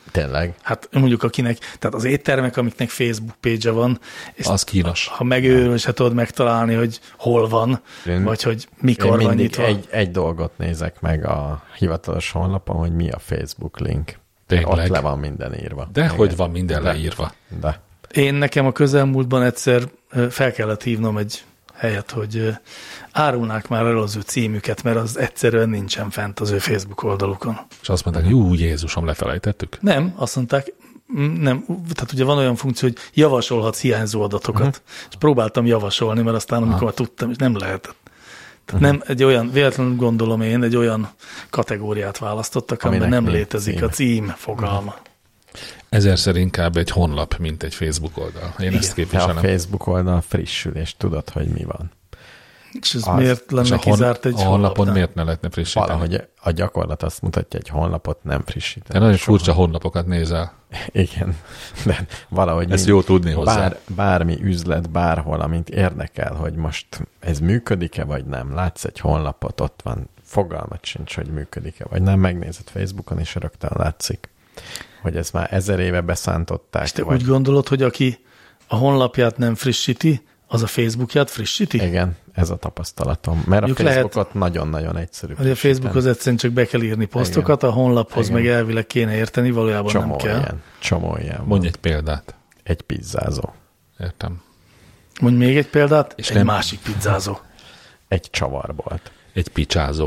Speaker 4: Tényleg.
Speaker 2: Hát mondjuk akinek, tehát az éttermek, amiknek Facebook page van, és
Speaker 3: Az kínos.
Speaker 2: ha megőrül, se tudod megtalálni, hogy hol van, vagy hogy mikor
Speaker 4: Én
Speaker 2: van
Speaker 4: mindig
Speaker 2: nyitva.
Speaker 4: egy dolgot nézek meg a hivatalos honlapon, hogy mi a Facebook link.
Speaker 3: Tényleg?
Speaker 4: Ott le van minden írva.
Speaker 3: De
Speaker 4: Igen.
Speaker 3: hogy van minden leírva.
Speaker 4: De.
Speaker 2: Én nekem a közelmúltban egyszer fel kellett hívnom egy helyet, hogy árulnák már el az ő címüket, mert az egyszerűen nincsen fent az ő Facebook oldalukon.
Speaker 3: És azt mondták, jó Jézusom, lefelejtettük.
Speaker 2: Nem, azt mondták, nem, tehát ugye van olyan funkció, hogy javasolhatsz hiányzó adatokat, és próbáltam javasolni, mert aztán amikor tudtam, és nem lehetett. Tehát nem egy olyan, véletlenül gondolom én, egy olyan kategóriát választottak, amiben
Speaker 4: Aminek
Speaker 2: nem
Speaker 4: nincs
Speaker 2: létezik
Speaker 4: címe.
Speaker 2: a cím fogalma.
Speaker 3: Ezerszer inkább egy honlap, mint egy Facebook oldal. Én ezt
Speaker 4: Te a
Speaker 3: képviselem.
Speaker 4: Facebook oldal frissül, és tudod, hogy mi van.
Speaker 2: És ez
Speaker 4: Az.
Speaker 2: miért
Speaker 3: És
Speaker 2: lenne kizárt egy
Speaker 3: a honlapon
Speaker 2: honlapnál?
Speaker 3: miért ne lehetne frissíteni?
Speaker 4: Valahogy a gyakorlat azt mutatja, hogy honlapot nem frissíteni.
Speaker 3: Te nagyon
Speaker 4: Soha.
Speaker 3: furcsa honlapokat nézel.
Speaker 4: Igen, de valahogy
Speaker 3: Ezt jó tudni hozzá.
Speaker 4: bármi üzlet, bárhol, amint érdekel, hogy most ez működik-e, vagy nem. Látsz egy honlapot, ott van, fogalmat sincs, hogy működik-e, vagy nem. Megnézed Facebookon, és rögtön látszik, hogy ez már 1000 éve beszántották.
Speaker 2: És te
Speaker 4: vagy...
Speaker 2: úgy gondolod, hogy aki a honlapját nem frissíti, az a Facebookját frissíti?
Speaker 4: Igen, ez a tapasztalatom. Mert
Speaker 2: Mondjuk
Speaker 4: a Facebookot nagyon-nagyon egyszerű.
Speaker 2: Hogy a Facebookhoz egyszerűen csak be kell írni posztokat, a honlaphoz
Speaker 4: Igen.
Speaker 2: meg elvileg kéne érteni, valójában nem kell.
Speaker 4: Csomó ilyen.
Speaker 3: Mondj egy példát.
Speaker 4: Egy pizzázó.
Speaker 3: Értem.
Speaker 2: Mondj még egy példát, és egy
Speaker 3: nem-
Speaker 2: másik pizzázó.
Speaker 4: Egy csavarbolt.
Speaker 3: Egy picsázó.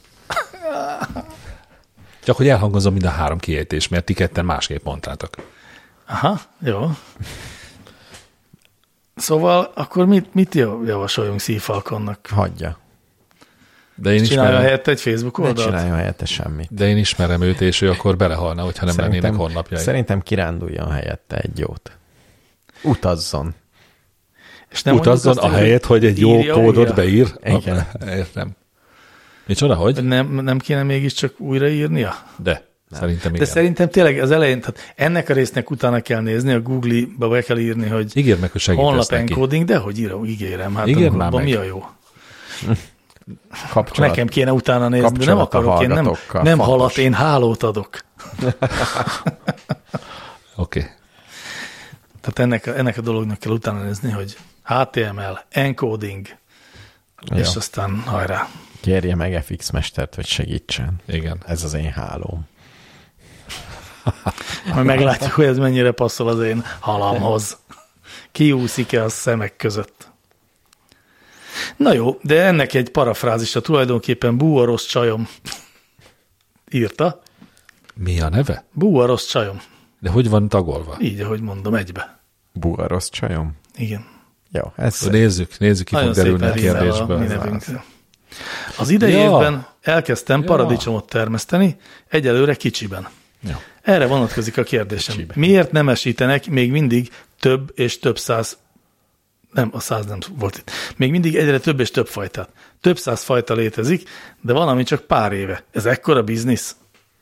Speaker 3: Csak hogy elhangozom mind a 3 kiejtés, mert ti ketten másképp mondtátok.
Speaker 2: Aha, jó. Szóval akkor mit javasoljunk Szívfalkonnak?
Speaker 4: Hagyja.
Speaker 3: De én,
Speaker 2: Csinálja
Speaker 3: ismerem,
Speaker 2: helyette egy Facebook
Speaker 4: Ne
Speaker 2: oldalt?
Speaker 4: csináljon helyette semmit.
Speaker 3: de én ismerem őt, és ő akkor belehalna, hogyha nem lennének honlapjai.
Speaker 4: Szerintem kiránduljon helyette egy jót. Utazzon.
Speaker 2: És nem
Speaker 3: Utazzon
Speaker 2: mondjuk azt,
Speaker 3: a helyet, hogy egy jó
Speaker 2: írja
Speaker 3: kódot
Speaker 2: újra?
Speaker 3: beír.
Speaker 4: Igen.
Speaker 3: Értem. Micsoda, hogy?
Speaker 2: Nem kéne mégiscsak újraírnia?
Speaker 3: De. Szerintem
Speaker 2: De
Speaker 3: igen.
Speaker 2: szerintem tényleg az elején, tehát ennek a résznek utána kell nézni, a Google-ba be kell írni, hogy
Speaker 3: Ígérd meg, hogy segítesz
Speaker 2: honlap
Speaker 3: neki.
Speaker 2: encoding, de hogy ígérem, hát
Speaker 3: Ígérd
Speaker 2: akkor
Speaker 3: már
Speaker 2: abban
Speaker 3: meg.
Speaker 2: mi a jó?
Speaker 4: Kapcsolat.
Speaker 2: Nekem kéne utána nézni, de nem
Speaker 4: kapcsolat a
Speaker 2: akarok, én nem
Speaker 4: hallgatókkal,
Speaker 2: halat,
Speaker 4: fontos.
Speaker 2: én hálót adok.
Speaker 3: Oké.
Speaker 2: Tehát ennek a dolognak kell utána nézni, hogy HTML, encoding, és aztán hajrá.
Speaker 4: Kérje meg FX mestert, hogy segítsen.
Speaker 3: Igen.
Speaker 4: Ez az én hálóm.
Speaker 2: Majd meglátjuk, hogy ez mennyire passzol az én halamhoz. Kiúszik-e a szemek között. Na jó, de ennek egy parafrázisa tulajdonképpen Bú a rossz csajom írta.
Speaker 3: Mi a neve?
Speaker 2: Bú a rossz csajom.
Speaker 3: De hogy van tagolva?
Speaker 2: Így, ahogy mondom, egybe.
Speaker 4: Búga rossz csajom?
Speaker 2: Igen.
Speaker 4: Jó, ez
Speaker 3: Nézzük, ki fog
Speaker 2: Nagyon
Speaker 3: derülni a
Speaker 2: szépen rímel a mi
Speaker 3: kérdésből.
Speaker 2: nevünkre. Az idei
Speaker 3: Ja.
Speaker 2: évben elkezdtem paradicsomot termeszteni, egyelőre kicsiben.
Speaker 3: Ja.
Speaker 2: Erre vonatkozik a kérdésem.
Speaker 4: Kicsiben.
Speaker 2: Miért nemesítenek még mindig több és több száz, nem, a 100 nem volt itt, még mindig egyre több és több fajtát. Több száz fajta létezik, de van, ami csak pár éve. Ez ekkora biznisz?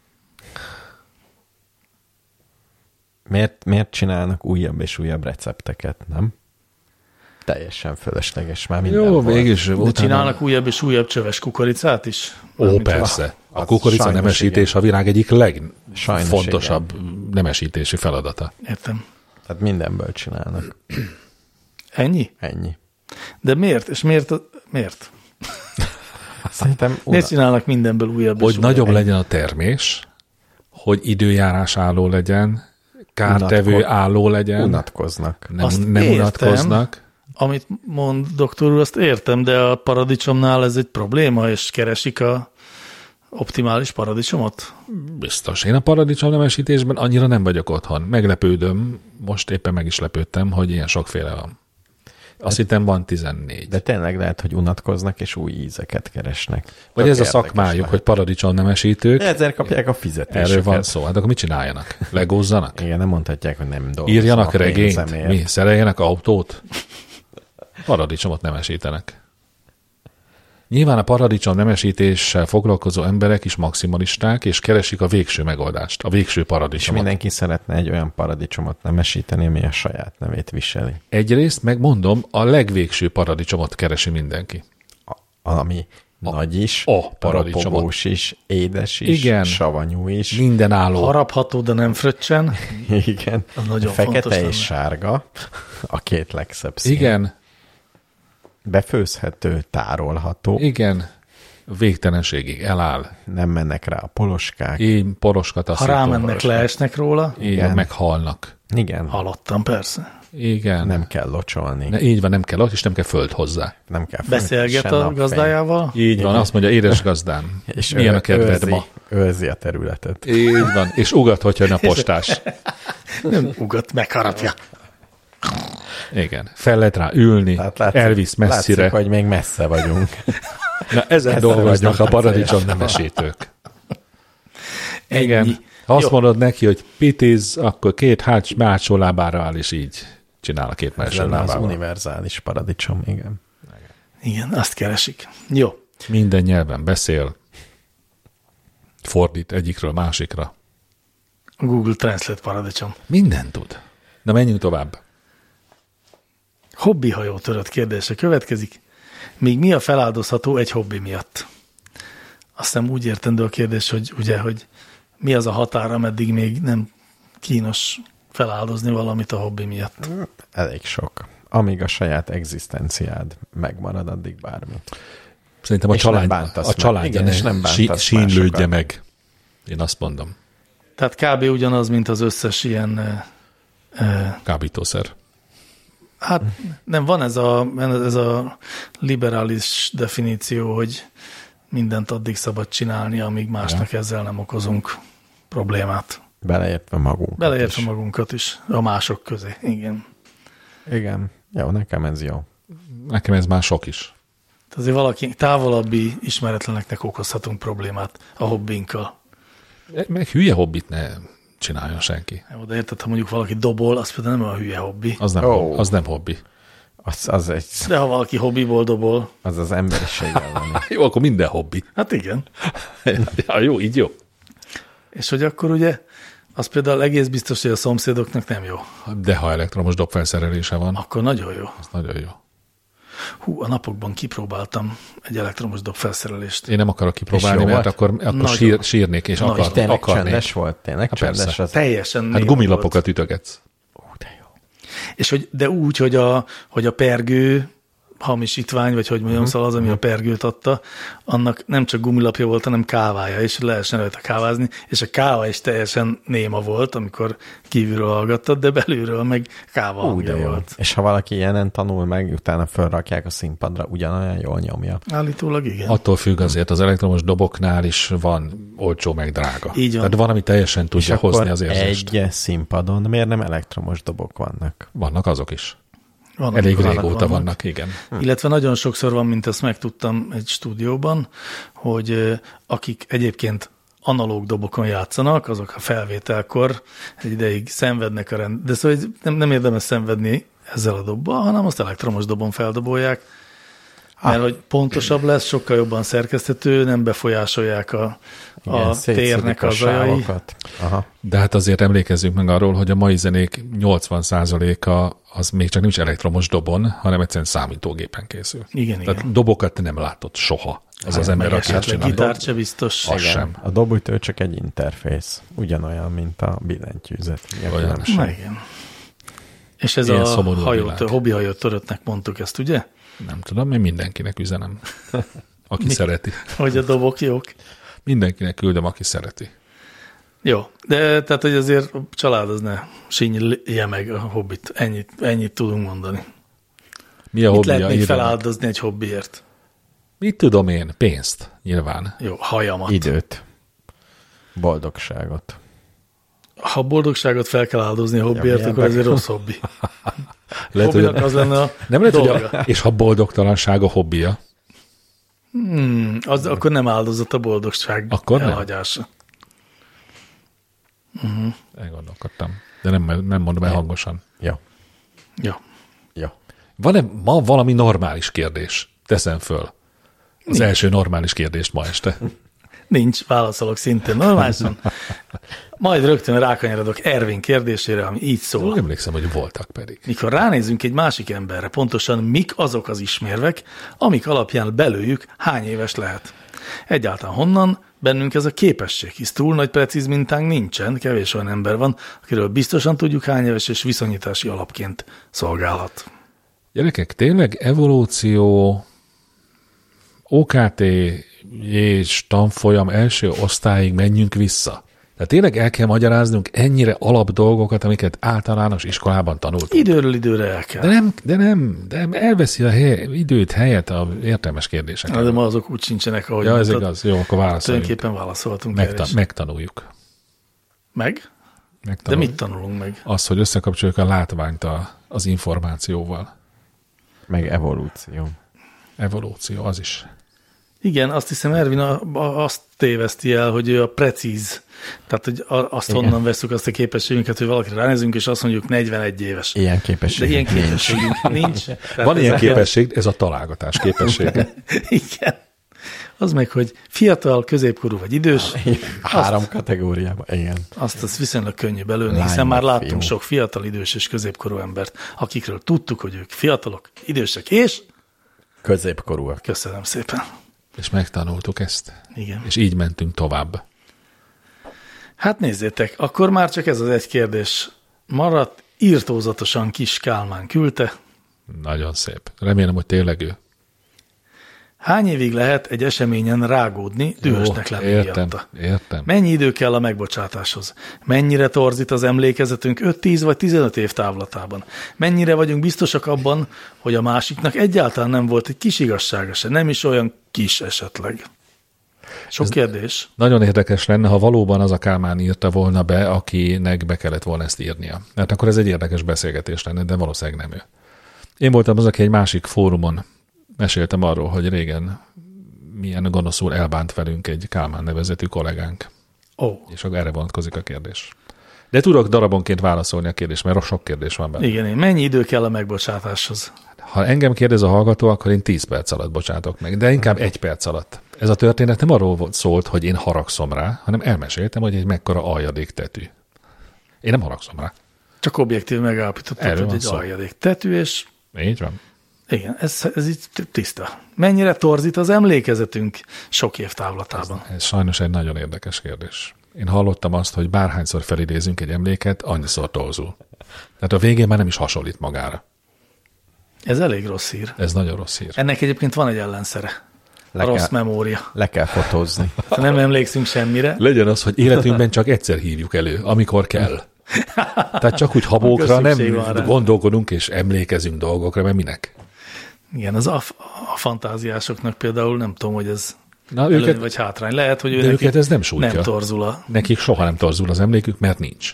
Speaker 4: Miért csinálnak újabb és újabb recepteket, nem? Teljesen fölösleges már minden
Speaker 3: Jó,
Speaker 4: volt.
Speaker 3: végig
Speaker 2: De csinálnak újabb és újabb csöves kukoricát is?
Speaker 3: Ó,
Speaker 2: Mármint,
Speaker 3: persze. A
Speaker 4: az
Speaker 3: kukorica
Speaker 4: sajnos
Speaker 3: nemesítés a világ egyik
Speaker 4: Sajnos
Speaker 3: legfontosabb nemesítési feladata.
Speaker 2: Értem.
Speaker 4: Tehát mindenből csinálnak.
Speaker 2: Ennyi?
Speaker 4: Ennyi.
Speaker 2: De miért? És miért?
Speaker 4: Szerintem
Speaker 2: Miért csinálnak mindenből újabb és
Speaker 3: Hogy
Speaker 2: újabb?
Speaker 3: nagyobb legyen a termés, hogy időjárás álló legyen, kártevő
Speaker 4: Unatko-
Speaker 3: álló legyen,
Speaker 4: unatkoznak.
Speaker 2: Azt
Speaker 3: nem
Speaker 2: értem.
Speaker 3: unatkoznak.
Speaker 2: Amit mond doktor úr, azt értem, de a paradicsomnál ez egy probléma, és keresik a optimális paradicsomot?
Speaker 3: Biztos. Én a paradicsom nemesítésben annyira nem vagyok otthon. Meglepődöm, most éppen meg is lepődtem, hogy ilyen sokféle van. Azt hittem van 14.
Speaker 4: De tényleg lehet, hogy unatkoznak, és új ízeket keresnek.
Speaker 3: Vagy
Speaker 4: Tök
Speaker 3: ez a
Speaker 4: érdekes
Speaker 3: szakmájuk,
Speaker 4: lehet.
Speaker 3: hogy paradicsom nemesítők.
Speaker 4: Ezért kapják a fizetésüket.
Speaker 3: Erről van szó. Hát akkor mit csináljanak? Legózzanak?
Speaker 4: Igen, nem mondhatják, hogy nem dolgoznak.
Speaker 3: Írjanak
Speaker 4: a
Speaker 3: regényt?
Speaker 4: pénzemért.
Speaker 3: Mi? Szereljenek autót? Paradicsomot nemesítenek. Nyilván a paradicsom nemesítéssel foglalkozó emberek is maximalisták, és keresik a végső megoldást, a végső
Speaker 4: És
Speaker 3: paradicsomot.
Speaker 4: mindenki szeretne egy olyan paradicsomot nemesíteni, ami a saját nevét viseli.
Speaker 3: Egyrészt megmondom, a legvégső paradicsomot keresi mindenki.
Speaker 4: Ami Nagy is,
Speaker 3: paradicsomot.
Speaker 4: ropogós is, édes is,
Speaker 3: Igen.
Speaker 4: savanyú is.
Speaker 3: Minden álló.
Speaker 2: Harapható, de nem fröccsen.
Speaker 4: Igen.
Speaker 2: Az nagyon fontos
Speaker 4: Fekete
Speaker 2: lenne.
Speaker 4: és sárga, a két legszebb szín.
Speaker 3: Igen,
Speaker 4: Befőzhető, tárolható,
Speaker 3: igen. Végtelenségig eláll.
Speaker 4: nem mennek rá a poloskák.
Speaker 3: Így poroskat
Speaker 2: Ha rámennek, leesnek róla.
Speaker 3: Igen,
Speaker 4: Igen.
Speaker 3: meghalnak.
Speaker 4: Igen,
Speaker 2: Hallottam, persze.
Speaker 3: Igen.
Speaker 4: nem kell locsolni,
Speaker 3: Így van, nem kell ott, és nem kell föld hozzá.
Speaker 4: nem kell
Speaker 2: Beszélget
Speaker 4: se
Speaker 2: a
Speaker 4: napfény.
Speaker 2: gazdájával.
Speaker 3: Így van, azt mondja, édes gazdám,
Speaker 4: És
Speaker 3: milyen a kedved ma?
Speaker 4: Őrzi a területet.
Speaker 3: Így van, és ugat, hogyha jön a postás.
Speaker 2: Nem ugat, megharapja.
Speaker 3: Igen, fel lehet rá ülni,
Speaker 4: Tehát látszik,
Speaker 3: elvisz messzire.
Speaker 4: Látszik, hogy még messze vagyunk.
Speaker 3: Na, ezen
Speaker 4: Messze
Speaker 3: dolgoznak
Speaker 4: vagyunk
Speaker 3: a
Speaker 4: a
Speaker 3: paradicsom nemesítők. Igen.
Speaker 2: Ennyi.
Speaker 3: Ha azt
Speaker 2: Jó.
Speaker 3: mondod neki, hogy pitiz, akkor két hátsó lábára áll, és így csinál a két
Speaker 4: Ez
Speaker 3: másik
Speaker 4: lenne az
Speaker 3: lábával.
Speaker 4: univerzális paradicsom, igen.
Speaker 2: Igen, azt keresik. Jó.
Speaker 3: Minden nyelven beszél, fordít egyikről másikra.
Speaker 2: A Google Translate paradicsom.
Speaker 3: Minden tud. Na, menjünk tovább.
Speaker 2: Hobbihajó törött kérdése következik. Még mi a feláldozható egy hobbi miatt? Azt hiszem úgy értendő a kérdés, hogy ugye, hogy mi az a határ, ameddig még nem kínos feláldozni valamit a hobbi miatt.
Speaker 4: Elég sok. Amíg a saját egzisztenciád megmarad, addig bármit.
Speaker 3: Szerintem a
Speaker 4: És nem
Speaker 3: család,
Speaker 4: bántasz
Speaker 3: a
Speaker 4: meg.
Speaker 3: családja
Speaker 4: Igen, és nem bántasz
Speaker 3: sínlődje
Speaker 4: másokat.
Speaker 3: meg. Én azt mondom.
Speaker 2: Tehát kb. Ugyanaz, mint az összes ilyen,
Speaker 3: Kábítószer.
Speaker 2: hát nem, van ez a liberális definíció, hogy mindent addig szabad csinálni, amíg másnak ezzel nem okozunk problémát.
Speaker 4: Beleértve magunkat
Speaker 2: Beleértve
Speaker 4: is.
Speaker 2: magunkat is, a mások közé. Igen.
Speaker 4: Igen. Jó, nekem ez jó.
Speaker 3: Nekem ez már sok is.
Speaker 2: Tehát azért valaki távolabbi ismeretleneknek okozhatunk problémát a hobbinkkal.
Speaker 3: Meg hülye hobbit ne csináljon senki.
Speaker 2: Jó, de érted, ha mondjuk valaki dobol, az például nem olyan hülye hobbi.
Speaker 3: Az nem hobbi.
Speaker 2: De ha valaki hobbiból dobol,
Speaker 4: Az az emberiség elleni.
Speaker 3: Jó, akkor minden hobbi.
Speaker 2: hát igen.
Speaker 3: Ja, jó, így jó.
Speaker 2: És hogy akkor ugye, az például egész biztos, hogy a szomszédoknak nem jó.
Speaker 3: De ha elektromos dobfelszerelése van,
Speaker 2: Akkor nagyon jó.
Speaker 3: az nagyon jó.
Speaker 2: Hú, a napokban kipróbáltam egy elektromos dobfelszerelést.
Speaker 3: Én nem akarok kipróbálni,
Speaker 4: És jó
Speaker 3: mert
Speaker 4: volt?
Speaker 3: akkor
Speaker 2: Nagyon.
Speaker 3: sírnék, és
Speaker 2: Nagy.
Speaker 4: Tényleg
Speaker 3: akarnék.
Speaker 4: csendes volt? Tényleg
Speaker 3: Hát
Speaker 4: csendes?
Speaker 3: persze.
Speaker 4: Az...
Speaker 2: Teljesen
Speaker 3: Hát
Speaker 2: néma
Speaker 3: gumilapokat
Speaker 2: volt.
Speaker 3: ütögetsz.
Speaker 4: De jó.
Speaker 2: És hogy, de úgy, hogy a pergő hamisítvány, vagy hogy mondjam, szóval az, ami a pergőt adta, annak nem csak gumilapja volt, hanem kávája, és lehessen rajta kávázni, és a káva is teljesen néma volt, amikor kívülről hallgattad, de belülről meg káva
Speaker 4: De
Speaker 2: hangja
Speaker 4: jó.
Speaker 2: volt.
Speaker 4: És ha valaki ilyenen tanul meg, utána fölrakják a színpadra, ugyanolyan jól nyomja.
Speaker 2: Állítólag igen.
Speaker 3: Attól függ azért, az elektromos doboknál is van olcsó meg drága.
Speaker 2: Így van.
Speaker 3: Tehát van, ami teljesen tudja
Speaker 4: És akkor
Speaker 3: hozni az érzést.
Speaker 4: egy színpadon miért nem elektromos dobok vannak?
Speaker 3: Vannak azok is.
Speaker 2: Vannak,
Speaker 3: Elég
Speaker 2: vannak,
Speaker 3: régóta vannak, igen.
Speaker 2: Illetve nagyon sokszor van, mint ezt megtudtam egy stúdióban, hogy akik egyébként analóg dobokon játszanak, azok a felvételkor egy ideig szenvednek de szóval nem érdemes szenvedni ezzel a dobbal, hanem azt elektromos dobon feldobolják, mert hogy pontosabb lesz, sokkal jobban szerkeszthető, nem befolyásolják a térnek az ajai.
Speaker 4: sávokat. Aha.
Speaker 3: De hát azért emlékezzünk meg arról, hogy a mai zenék 80%-a az még csak nem is elektromos dobon, hanem egyszerűen számítógépen készül.
Speaker 2: Igen,
Speaker 3: Tehát
Speaker 2: igen.
Speaker 3: dobokat nem látott soha az az ember,
Speaker 2: Meg
Speaker 3: aki ezt
Speaker 2: esetleg
Speaker 3: csinál.
Speaker 2: gitárt se biztos.
Speaker 3: Az
Speaker 4: Igen.
Speaker 3: sem.
Speaker 4: A dobújtő csak egy interfész. Ugyanolyan, mint a billentyűzet.
Speaker 3: Olyan.
Speaker 2: Na, igen. És ez
Speaker 3: Ilyen
Speaker 2: a
Speaker 3: szomorú a világ.
Speaker 2: hobbi-hajó töröttnek mondtuk ezt, ugye?
Speaker 3: Nem tudom, én mindenkinek üzenem, aki szereti.
Speaker 2: Hogy a dobok jók.
Speaker 3: Mindenkinek küldöm, aki szereti.
Speaker 2: Jó, de tehát, hogy azért a család az ne sínylje meg a hobbit. Ennyit tudunk mondani.
Speaker 3: Mi a
Speaker 2: Mit lehet
Speaker 3: hobbija?
Speaker 2: még
Speaker 3: Írd meg.
Speaker 2: feláldozni egy hobbiért?
Speaker 3: Mit tudom én? Pénzt, nyilván.
Speaker 2: Jó, hajamat.
Speaker 4: Időt. Boldogságot.
Speaker 2: Ha boldogságot fel kell áldozni a hobbiért,
Speaker 4: milyen
Speaker 2: akkor ez egy rossz hobbi.
Speaker 3: Lehet,
Speaker 2: Hobbinak az lenne a
Speaker 3: nem lehet,
Speaker 2: dolga.
Speaker 3: hogy és ha boldogtalanság a hobbija,
Speaker 2: Akkor nem áldozat a boldogság
Speaker 3: Akkor nem?
Speaker 2: elhagyása.
Speaker 3: elgondolkodtam. De nem mondom el hangosan.
Speaker 4: Jó.
Speaker 2: Jó.
Speaker 4: Jó.
Speaker 3: Van-e ma valami normális kérdés? Teszem föl. Az első normális kérdést ma este.
Speaker 2: Nincs, válaszolok szintén normálisan. Majd rögtön rákanyarodok Ervin kérdésére, ami így szól.
Speaker 3: Úgy emlékszem, hogy voltak pedig.
Speaker 2: Mikor ránézünk egy másik emberre, pontosan mik azok az ismérvek, amik alapján belőjük, hány éves lehet. Egyáltalán honnan bennünk ez a képesség, hisz túl nagy precíz mintánk nincsen, kevés olyan ember van, akiről biztosan tudjuk hány éves és viszonyítási alapként szolgálhat.
Speaker 3: Gyerekek, tényleg evolúció, OKT és tanfolyam első osztályig menjünk vissza. Tehát tényleg el kell magyaráznunk ennyire alap dolgokat, amiket általános iskolában tanultunk.
Speaker 2: Időről időre el kell.
Speaker 3: De elveszi a időt, helyet a értelmes kérdések.
Speaker 2: De ma azok úgy sincsenek, ahogy
Speaker 3: Ja, ez
Speaker 2: mondtad.
Speaker 3: igaz. Jó, akkor válaszoljunk.
Speaker 2: Tulajdonképpen válaszoltunk erre is.
Speaker 3: Megtanuljuk.
Speaker 2: Meg? De mit tanulunk meg?
Speaker 3: Az, hogy összekapcsoljuk a látványt az információval.
Speaker 4: Meg evolúció.
Speaker 3: Evolúció, az is.
Speaker 2: Igen, azt hiszem Ervin azt téveszti el, hogy ő a precíz. Tehát, hogy azt
Speaker 4: Igen.
Speaker 2: honnan veszük azt a képességünket, hogy valakire ránézünk, és azt mondjuk 41 éves.
Speaker 4: Ilyen
Speaker 2: De
Speaker 4: képesség
Speaker 2: ilyen képességünk nincs. Tehát
Speaker 3: Van ilyen
Speaker 2: ez-
Speaker 3: képesség, ez a találgatás képessége.
Speaker 2: Igen. Az meg, hogy fiatal, középkorú vagy idős,
Speaker 4: 3 kategóriában, igen.
Speaker 2: azt viszonylag könnyű belőni,
Speaker 4: Lány
Speaker 2: hiszen már
Speaker 4: vagy
Speaker 2: láttunk
Speaker 4: fiú.
Speaker 2: sok fiatal, idős és középkorú embert, akikről tudtuk, hogy ők fiatalok, idősek, és
Speaker 4: Középkorúak.
Speaker 2: köszönöm szépen.
Speaker 3: És megtanultuk ezt.
Speaker 2: Igen.
Speaker 3: És így mentünk tovább.
Speaker 2: Hát nézzétek, akkor már csak ez az egy kérdés maradt, írtózatosan Kis Kálmán küldte.
Speaker 3: Nagyon szép. Remélem, hogy tényleg ő.
Speaker 2: Hány évig lehet egy eseményen rágódni, dühösnek lenni
Speaker 3: értem,
Speaker 2: miatta?
Speaker 3: értem.
Speaker 2: Mennyi idő kell a megbocsátáshoz? Mennyire torzít az emlékezetünk 5-10 vagy 15 év távlatában? Mennyire vagyunk biztosak abban, hogy a másiknak egyáltalán nem volt egy kis igazsága se, nem is olyan kis esetleg? Sok kérdés.
Speaker 3: Nagyon érdekes lenne, ha valóban az a Kálmán írta volna be, akinek be kellett volna ezt írnia. Mert akkor ez egy érdekes beszélgetés lenne, de valószínűleg nem ő. Én voltam az, aki egy másik fórumon meséltem arról, hogy régen milyen gonoszul elbánt velünk egy Kálmán nevezetű kollégánk.
Speaker 2: Ó,
Speaker 3: És akkor erre vonatkozik a kérdés. De tudok darabonként válaszolni a kérdést, mert sok kérdés van benne.
Speaker 2: igen, mennyi idő kell a megbocsátáshoz?
Speaker 3: Ha engem kérdez a hallgató, akkor én 10 perc alatt bocsátok meg, de inkább 1 perc alatt. Ez a történet nem arról szólt, hogy én haragszom rá, hanem elmeséltem, hogy egy mekkora aljadék tetű. Én nem haragszom rá.
Speaker 2: Csak objektív megállapítottad,
Speaker 3: Erről
Speaker 2: hogy
Speaker 3: van
Speaker 2: egy
Speaker 3: szó.
Speaker 2: aljadék tetű, és
Speaker 3: Így van.
Speaker 2: igen, ez így tiszta. Mennyire torzít az emlékezetünk sok év távlatában?
Speaker 3: Ez sajnos egy nagyon érdekes kérdés. Én hallottam azt, hogy bárhányszor felidézünk egy emléket, annyiszor torzul. Tehát a végén már nem is hasonlít magára.
Speaker 2: Ez elég rossz hír.
Speaker 3: Ez nagyon rossz hír.
Speaker 2: Ennek egyébként van egy ellenszere. A rossz memória.
Speaker 4: Le kell fotózni.
Speaker 2: Ha nem emlékszünk semmire,
Speaker 3: Legyen az, hogy életünkben csak egyszer hívjuk elő, amikor kell. Tehát csak úgy habókra
Speaker 2: Amikor
Speaker 3: nem
Speaker 2: szükség van rá.
Speaker 3: gondolkodunk és emlékezünk dolgokra, mert minek?
Speaker 2: igen, az a fantáziásoknak például nem tudom, hogy ez
Speaker 3: Na,
Speaker 2: előny
Speaker 3: őket,
Speaker 2: vagy hátrány. Lehet, hogy
Speaker 3: de
Speaker 2: ő nekik
Speaker 3: őket ez nem sújtja.
Speaker 2: nem torzul a...
Speaker 3: Nekik soha nem torzul az emlékük, mert nincs.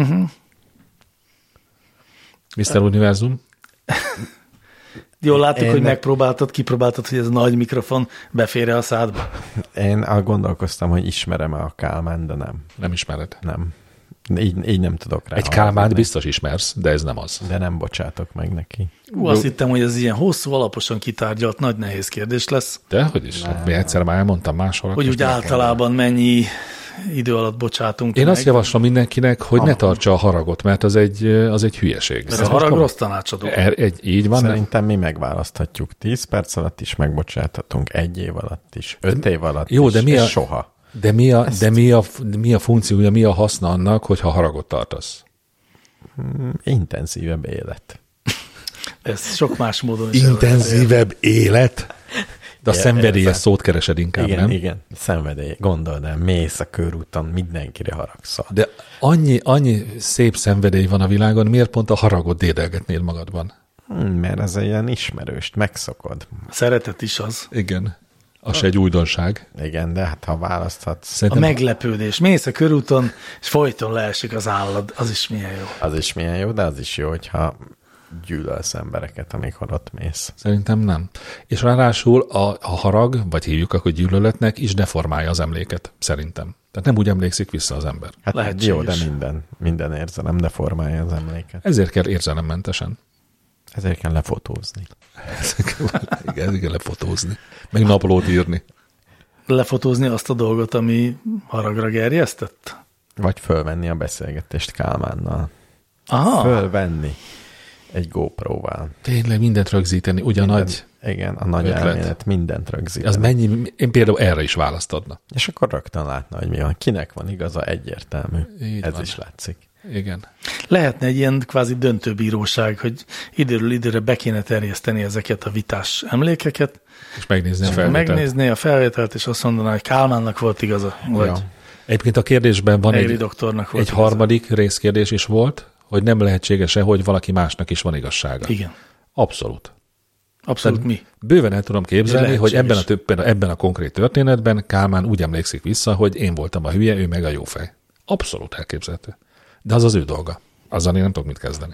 Speaker 3: Mr. Univerzum?
Speaker 2: Jól láttuk,
Speaker 4: Én
Speaker 2: hogy
Speaker 4: nem-
Speaker 2: megpróbáltad, kipróbáltad, hogy ez a nagy mikrofon befér-e a szádba.
Speaker 4: Én gondolkoztam, hogy ismerem-e a Kálmán, de nem.
Speaker 3: Nem ismered.
Speaker 4: Nem. Így nem tudok rá.
Speaker 3: Egy Kálmánt
Speaker 4: hallgatni.
Speaker 3: biztos ismersz, de ez nem az.
Speaker 4: De nem bocsátok meg neki.
Speaker 2: Azt hittem, hogy ez ilyen hosszú, alaposan kitárgyalt, nagy nehéz kérdés lesz,
Speaker 3: Dehogy is. Hát mi egyszer már elmondtam máshol.
Speaker 2: hogy úgy általában mennyi idő alatt bocsátunk
Speaker 3: Én
Speaker 2: meg.
Speaker 3: azt javaslom mindenkinek, hogy ne tartsa a haragot, mert az egy hülyeség.
Speaker 2: Mert a harag rossz tanácsadó.
Speaker 3: Így van.
Speaker 4: Szerintem mi megválaszthatjuk. 10 perc alatt is megbocsáthatunk, 1 év alatt is, 5 év alatt
Speaker 3: Jó,
Speaker 4: is,
Speaker 3: de mi
Speaker 4: és
Speaker 3: a-
Speaker 4: soha.
Speaker 3: De mi a funkciója, mi a haszna annak, hogyha haragot tartasz?
Speaker 4: Intenzívebb élet.
Speaker 2: Ez sok más módon is
Speaker 3: Intenzívebb élet? De a
Speaker 4: Igen,
Speaker 3: szenvedélyes
Speaker 4: értem.
Speaker 3: szót keresed inkább,
Speaker 4: Igen,
Speaker 3: nem?
Speaker 4: igen. Szenvedély. Gondold el, mész a körúton, mindenkire haragszol.
Speaker 3: De annyi szép szenvedély van a világon, miért pont a haragot dédelgetnéd magadban?
Speaker 4: Mert ez ilyen ismerőst, megszokod.
Speaker 2: A szeretet is az.
Speaker 3: Igen. Az se egy újdonság.
Speaker 4: Igen, de hát ha választhatsz,
Speaker 2: A
Speaker 3: Szerintem
Speaker 2: meglepődés. Mész a körúton, és folyton leesik az állad. Az is milyen jó.
Speaker 4: az is milyen jó, de az is jó, hogyha gyűlölsz embereket, amikor ott mész.
Speaker 3: Szerintem nem. És ráadásul a harag, vagy hívjuk akkor gyűlöletnek, is deformálja az emléket, szerintem. Tehát nem úgy emlékszik vissza az ember.
Speaker 4: Hát
Speaker 2: Lehetséges.
Speaker 4: jó, de minden érzelem deformálja az emléket.
Speaker 3: Ezért kell érzelemmentesen.
Speaker 4: Ezért kell lefotózni.
Speaker 3: Igen, kell lefotózni. Meg naplót írni.
Speaker 2: Lefotózni azt a dolgot, ami haragra gerjesztett?
Speaker 4: Vagy fölvenni a beszélgetést Kálmánnal.
Speaker 2: Aha.
Speaker 4: Fölvenni egy GoPro-val.
Speaker 3: Tényleg mindent rögzíteni, nagy...
Speaker 4: Igen, a nagy
Speaker 3: ötlet.
Speaker 4: elmélet mindent rögzíteni.
Speaker 3: Az mennyi, én például erre is választodna.
Speaker 4: És akkor rögtön látna, hogy mi van. Kinek van igaza, egyértelmű.
Speaker 3: Így
Speaker 4: Ez
Speaker 3: van.
Speaker 4: is látszik.
Speaker 3: Igen.
Speaker 2: Lehetne egy ilyen kvázi döntőbíróság, hogy időről időre be kéne terjeszteni ezeket a vitás emlékeket,
Speaker 3: És megnézni a felvételt.
Speaker 2: megnézni a felvételt, és azt mondaná, hogy Kálmánnak volt igaza, vagy
Speaker 4: Ja.
Speaker 3: Egyébként a kérdésben van
Speaker 2: Egri
Speaker 3: egy
Speaker 2: doktornak volt
Speaker 3: Egy
Speaker 2: igaza.
Speaker 3: harmadik részkérdés is volt, hogy nem lehetséges-e, hogy valaki másnak is van igazsága.
Speaker 2: Igen.
Speaker 3: Abszolút.
Speaker 2: Abszolút mi?
Speaker 3: Bőven el tudom képzelni,
Speaker 2: Ez
Speaker 3: hogy
Speaker 2: lehetséges.
Speaker 3: ebben a konkrét történetben Kálmán úgy emlékszik vissza, hogy én voltam a hülye, ő meg a jófej. Abszolút elképzelhető. De az az ő dolga. Azzal én nem tudok mit kezdeni.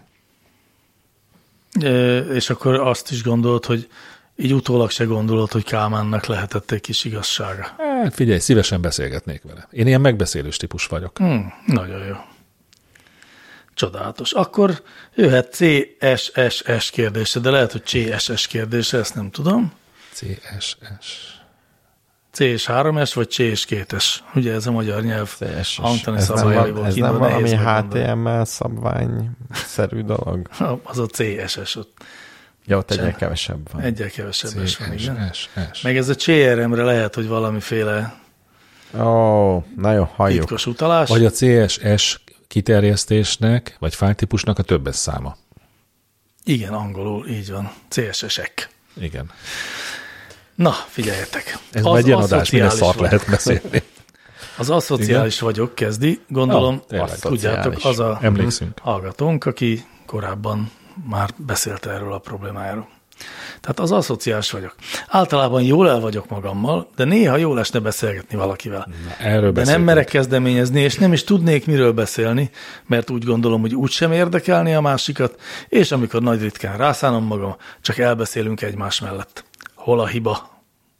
Speaker 2: És akkor azt is gondolod, hogy így utólag se gondolod, hogy Kálmánnak lehetett egy kis igazsága.
Speaker 3: Hát figyelj, szívesen beszélgetnék vele. Én ilyen megbeszélős típus vagyok.
Speaker 2: Nagyon jó. Csodálatos. Akkor jöhet CSSS kérdése, de lehet, hogy CSS kérdése, ezt nem tudom.
Speaker 3: CSS.
Speaker 2: C és 3S, vagy C és 2S. Ugye ez a magyar nyelv
Speaker 4: CSS.
Speaker 2: hangtani
Speaker 4: Ez nem,
Speaker 2: szabályaiból
Speaker 4: ez nem
Speaker 2: kiindul,
Speaker 4: valami
Speaker 2: nehéz megmondani.
Speaker 4: HTML szabvány-szerű dolog?
Speaker 2: Az a CSS, ott
Speaker 4: Ja, ott egyre kevesebb van.
Speaker 2: egyel kevesebb is van, igen.
Speaker 3: CSS.
Speaker 2: Meg ez a CRM-re lehet, hogy valamiféle
Speaker 4: Ó, na jó, halljuk.
Speaker 2: titkos utalás.
Speaker 3: Vagy a CSS kiterjesztésnek, vagy fájltípusnak a többes száma.
Speaker 2: Igen, angolul, így van. CSS-ek.
Speaker 3: Igen.
Speaker 2: Na, figyeljetek.
Speaker 3: Ez már egy ilyen adás, minden
Speaker 2: aszociális
Speaker 3: szart
Speaker 2: vagyok.
Speaker 3: lehet beszélni.
Speaker 2: Az aszociális vagyok kezdi. Gondolom,
Speaker 3: tényleg.
Speaker 2: tudjátok, az a
Speaker 3: Emlékszünk.
Speaker 2: hallgatónk, aki korábban már beszélt erről a problémáról. Tehát az aszociális vagyok. Általában jól el vagyok magammal, de néha jól esne beszélgetni valakivel.
Speaker 3: Erről
Speaker 2: De
Speaker 3: beszéltünk.
Speaker 2: nem merek kezdeményezni, és nem is tudnék miről beszélni, mert úgy gondolom, hogy úgysem érdekelni a másikat, és amikor nagy ritkán rászánom magam, csak elbeszélünk egymás mellett. Hol a hiba?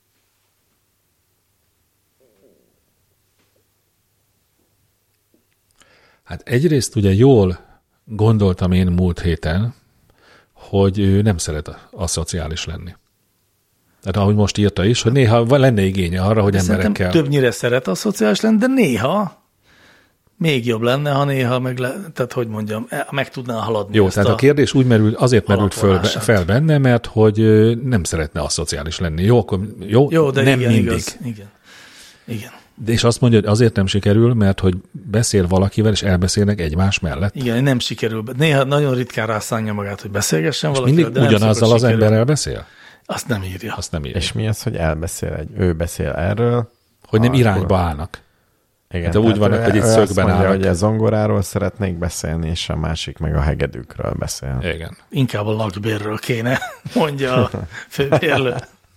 Speaker 3: Hát egyrészt ugye jól gondoltam én múlt héten, hogy ő nem szeret aszociális lenni. Tehát ahogy most írta is, hogy néha lenne igénye arra, hogy
Speaker 2: Szerintem
Speaker 3: emberekkel...
Speaker 2: többnyire szeret a szociális lenni, de néha még jobb lenne, ha néha tehát hogy mondjam, meg tudná haladni.
Speaker 3: Jó,
Speaker 2: ezt
Speaker 3: tehát a kérdés úgy azért merült
Speaker 2: alapvonását.
Speaker 3: fel benne, mert hogy nem szeretne aszociális lenni. Jó, akkor
Speaker 2: Jó, de
Speaker 3: nem
Speaker 2: igen,
Speaker 3: mindig.
Speaker 2: igaz. Igen.
Speaker 3: De és azt mondja, hogy azért nem sikerül, mert hogy beszél valakivel, és elbeszélnek egymás mellett.
Speaker 2: Igen, nem sikerül. Néha nagyon ritkán rászánja magát, hogy beszélgessen
Speaker 3: És
Speaker 2: valakivel,
Speaker 3: mindig
Speaker 2: de nem
Speaker 3: ugyanazzal
Speaker 2: szokott
Speaker 3: az
Speaker 2: sikerülni.
Speaker 3: emberrel beszél?
Speaker 2: Azt nem írja.
Speaker 3: Azt nem írja.
Speaker 4: És mi az, hogy ő beszél erről?
Speaker 3: Hogy nem
Speaker 4: akkor-
Speaker 3: irányba állnak.
Speaker 4: Igen,
Speaker 3: De úgy
Speaker 4: tehát
Speaker 3: vannak, hogy itt
Speaker 4: ő azt
Speaker 3: szögben
Speaker 4: mondja,
Speaker 3: állnak.
Speaker 4: hogy a zongoráról szeretnék beszélni, és a másik meg a hegedűkről beszél.
Speaker 3: Igen.
Speaker 2: Inkább a lakbérről kéne, mondja a főbérlő.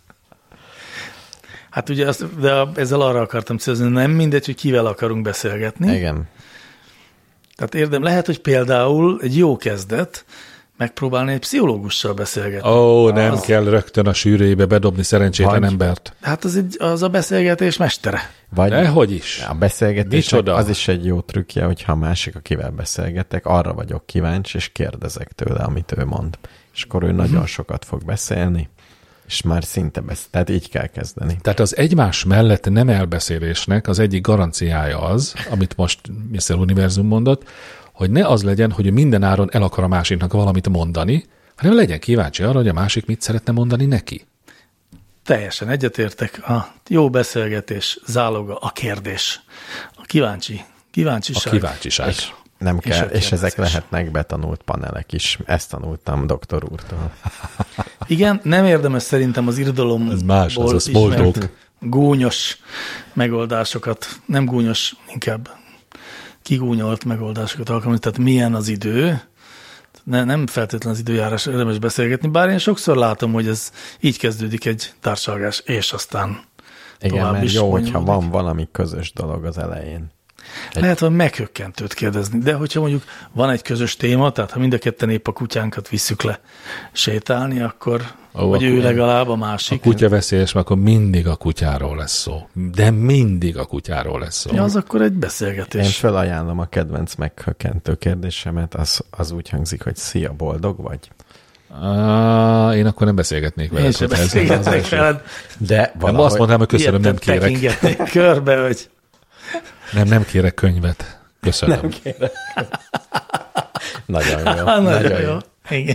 Speaker 2: Hát ugye ezzel arra akartam célozni, nem mindegy, hogy kivel akarunk beszélgetni.
Speaker 4: Igen.
Speaker 2: Tehát lehet, hogy például egy jó kezdet megpróbálni egy pszichológussal beszélgetni.
Speaker 3: Nem kell rögtön a sűrűjébe bedobni szerencsétlen
Speaker 4: Vagy-
Speaker 3: embert.
Speaker 2: Hát az a beszélgetés mestere.
Speaker 4: Vagy
Speaker 3: Dehogy is.
Speaker 4: a beszélgetésnek
Speaker 3: Micsoda?
Speaker 4: az is egy jó trükkje, hogyha a másik, akivel beszélgetek, arra vagyok kíváncsi, és kérdezek tőle, amit ő mond. És akkor ő nagyon sokat fog beszélni, és már szinte tehát így kell kezdeni.
Speaker 3: Tehát az egymás mellett nem elbeszélésnek az egyik garanciája az, amit most Mr. Univerzum mondott, hogy ne az legyen, hogy ő minden áron el akar a másiknak valamit mondani, hanem legyen kíváncsi arra, hogy a másik mit szeretne mondani neki.
Speaker 2: Teljesen egyetértek. A jó beszélgetés záloga a kérdés. A kíváncsiság.
Speaker 3: A kíváncsiság.
Speaker 4: És nem
Speaker 2: És
Speaker 4: kell,
Speaker 2: a
Speaker 4: és ezek
Speaker 2: kérdezés.
Speaker 4: lehetnek betanult panelek is. Ezt tanultam doktor úrtól.
Speaker 2: Igen, nem érdemes szerintem az irodalomból
Speaker 3: Ez más, az a small
Speaker 2: ismert
Speaker 3: talk.
Speaker 2: gúnyos megoldásokat, nem gúnyos, inkább kigúnyolt megoldásokat alkalmazni, tehát milyen az idő, nem feltétlenül az időjárás érdemes beszélgetni, bár én sokszor látom, hogy ez így kezdődik egy társalgás, és aztán
Speaker 4: Igen,
Speaker 2: tovább
Speaker 4: mert
Speaker 2: is
Speaker 4: jó, hogyha
Speaker 2: bonyolódik.
Speaker 4: van valami közös dolog az elején.
Speaker 2: Lehet, hogy meghökkentőt kérdezni, de hogyha mondjuk van egy közös téma, tehát ha mind a ketten épp a kutyánkat visszük le sétálni, akkor, vagy ő legalább a
Speaker 3: A
Speaker 2: másik.
Speaker 3: kutya veszélyes, mert akkor mindig a kutyáról lesz szó. De mindig a kutyáról lesz szó.
Speaker 2: Ja, az akkor egy
Speaker 4: Én
Speaker 2: beszélgetés.
Speaker 4: felajánlom a kedvenc meghökkentő kérdésemet, az úgy hangzik, hogy szia, boldog vagy?
Speaker 3: Én akkor nem beszélgetnék veled.
Speaker 2: Én sem
Speaker 3: hogyha ez lenne az
Speaker 2: beszélgetek
Speaker 3: első.
Speaker 2: veled.
Speaker 4: De
Speaker 3: Nem, azt mondanám, hogy köszönöm, nem kérek.
Speaker 2: Tekingetnék körbe, hogy
Speaker 3: Nem kérek könyvet. Köszönöm.
Speaker 4: Nem kérek. Nagyon jó.
Speaker 2: Nagyon jó. Igen.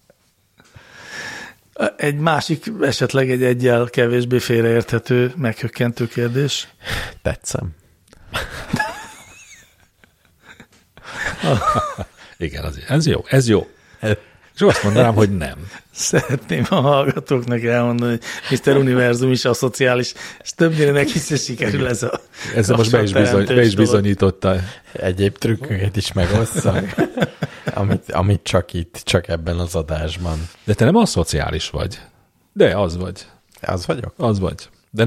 Speaker 2: Egy másik, esetleg egy egyel kevésbé félreérthető, meghökkentő kérdés.
Speaker 4: Tetszem.
Speaker 3: Igen, ez jó. És azt mondanám, hogy nem.
Speaker 2: Szeretném a hallgatóknak elmondani, hogy Mr. Univerzum is a szociális, és többnyire neki se sikerül ez a
Speaker 3: Ezzel most be is bizonyította.
Speaker 4: Egyéb trükköket is megosszak, amit csak ebben az adásban.
Speaker 3: De te nem aszociális vagy. De az vagy.
Speaker 4: Az vagyok?
Speaker 3: Az vagy. De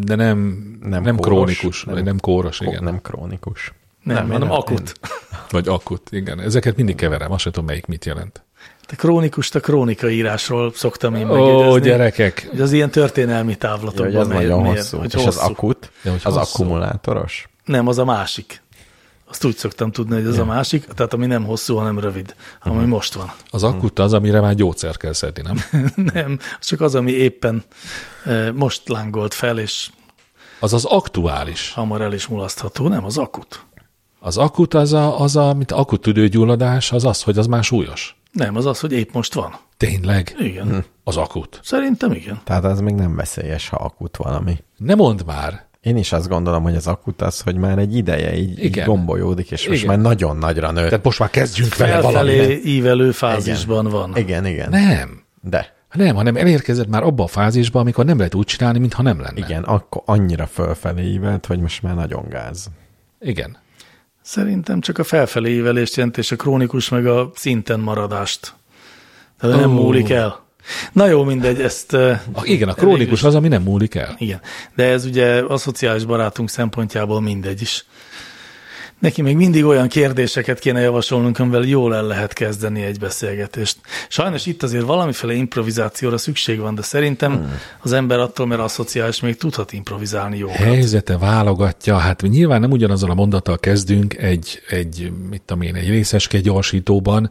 Speaker 3: nem krónikus, vagy nem kóros, igen.
Speaker 4: Nem krónikus.
Speaker 2: Nem, hanem akut.
Speaker 3: Vagy akut, igen. Ezeket mindig keverem, azt sem tudom, melyik mit jelent.
Speaker 2: Te krónikust a krónikaírásról szoktam én megjegyezni.
Speaker 3: Ó, gyerekek!
Speaker 2: Hogy az ilyen történelmi távlatokban
Speaker 4: ez nagyon hosszú.
Speaker 2: Hogy
Speaker 4: és
Speaker 2: hosszú.
Speaker 4: az akut?
Speaker 3: Ja,
Speaker 4: az
Speaker 3: hosszú.
Speaker 4: akkumulátoros?
Speaker 2: Nem, az a másik. Azt úgy szoktam tudni, hogy az a másik, tehát ami nem hosszú, hanem rövid, ami most van.
Speaker 3: Az akut az, amire már gyógyszer kell szedni, nem?
Speaker 2: Nem, csak az, ami éppen most lángolt fel, és
Speaker 3: Az az aktuális.
Speaker 2: hamar el is mulasztható. Nem, az akut.
Speaker 3: Az akut az a mint akut tüdőgyulladás, az, hogy az már súlyos.
Speaker 2: Nem, az az, hogy épp most van.
Speaker 3: Tényleg?
Speaker 2: Igen.
Speaker 3: Az akut.
Speaker 2: Szerintem igen.
Speaker 4: Tehát az még nem veszélyes, ha akut valami.
Speaker 3: Ne mondd már.
Speaker 4: Én is azt gondolom, hogy az akut az, hogy már egy ideje így gombolyodik, és most
Speaker 3: Igen.
Speaker 4: már nagyon nagyra nőtt.
Speaker 3: Tehát most már kezdjünk vele
Speaker 2: Felfelé
Speaker 3: valamit.
Speaker 2: ívelő fázisban van.
Speaker 4: Igen.
Speaker 3: Nem.
Speaker 4: De.
Speaker 3: Nem, hanem elérkezett már abba a fázisba, amikor nem lehet úgy csinálni, mintha nem lenne.
Speaker 4: Igen, akkor annyira fölfelé ívelt, hogy most már nagyon gáz.
Speaker 3: Igen.
Speaker 2: Szerintem csak a felfelé ívelést jelent, és a krónikus meg a szinten maradást. Tehát nem múlik el. Na jó, mindegy, ezt...
Speaker 3: Igen, a krónikus az, ami nem múlik el.
Speaker 2: Igen, de ez ugye a szociális barátunk szempontjából mindegy is. Neki még mindig olyan kérdéseket kéne javasolnunk, amivel jól el lehet kezdeni egy beszélgetést. Sajnos itt azért valamiféle improvizációra szükség van, de szerintem az ember attól, mert aszociális, még tudhat improvizálni jókat.
Speaker 3: Helyzete válogatja, hát nyilván nem ugyanazzal a mondattal kezdünk egy részecske gyorsítóban,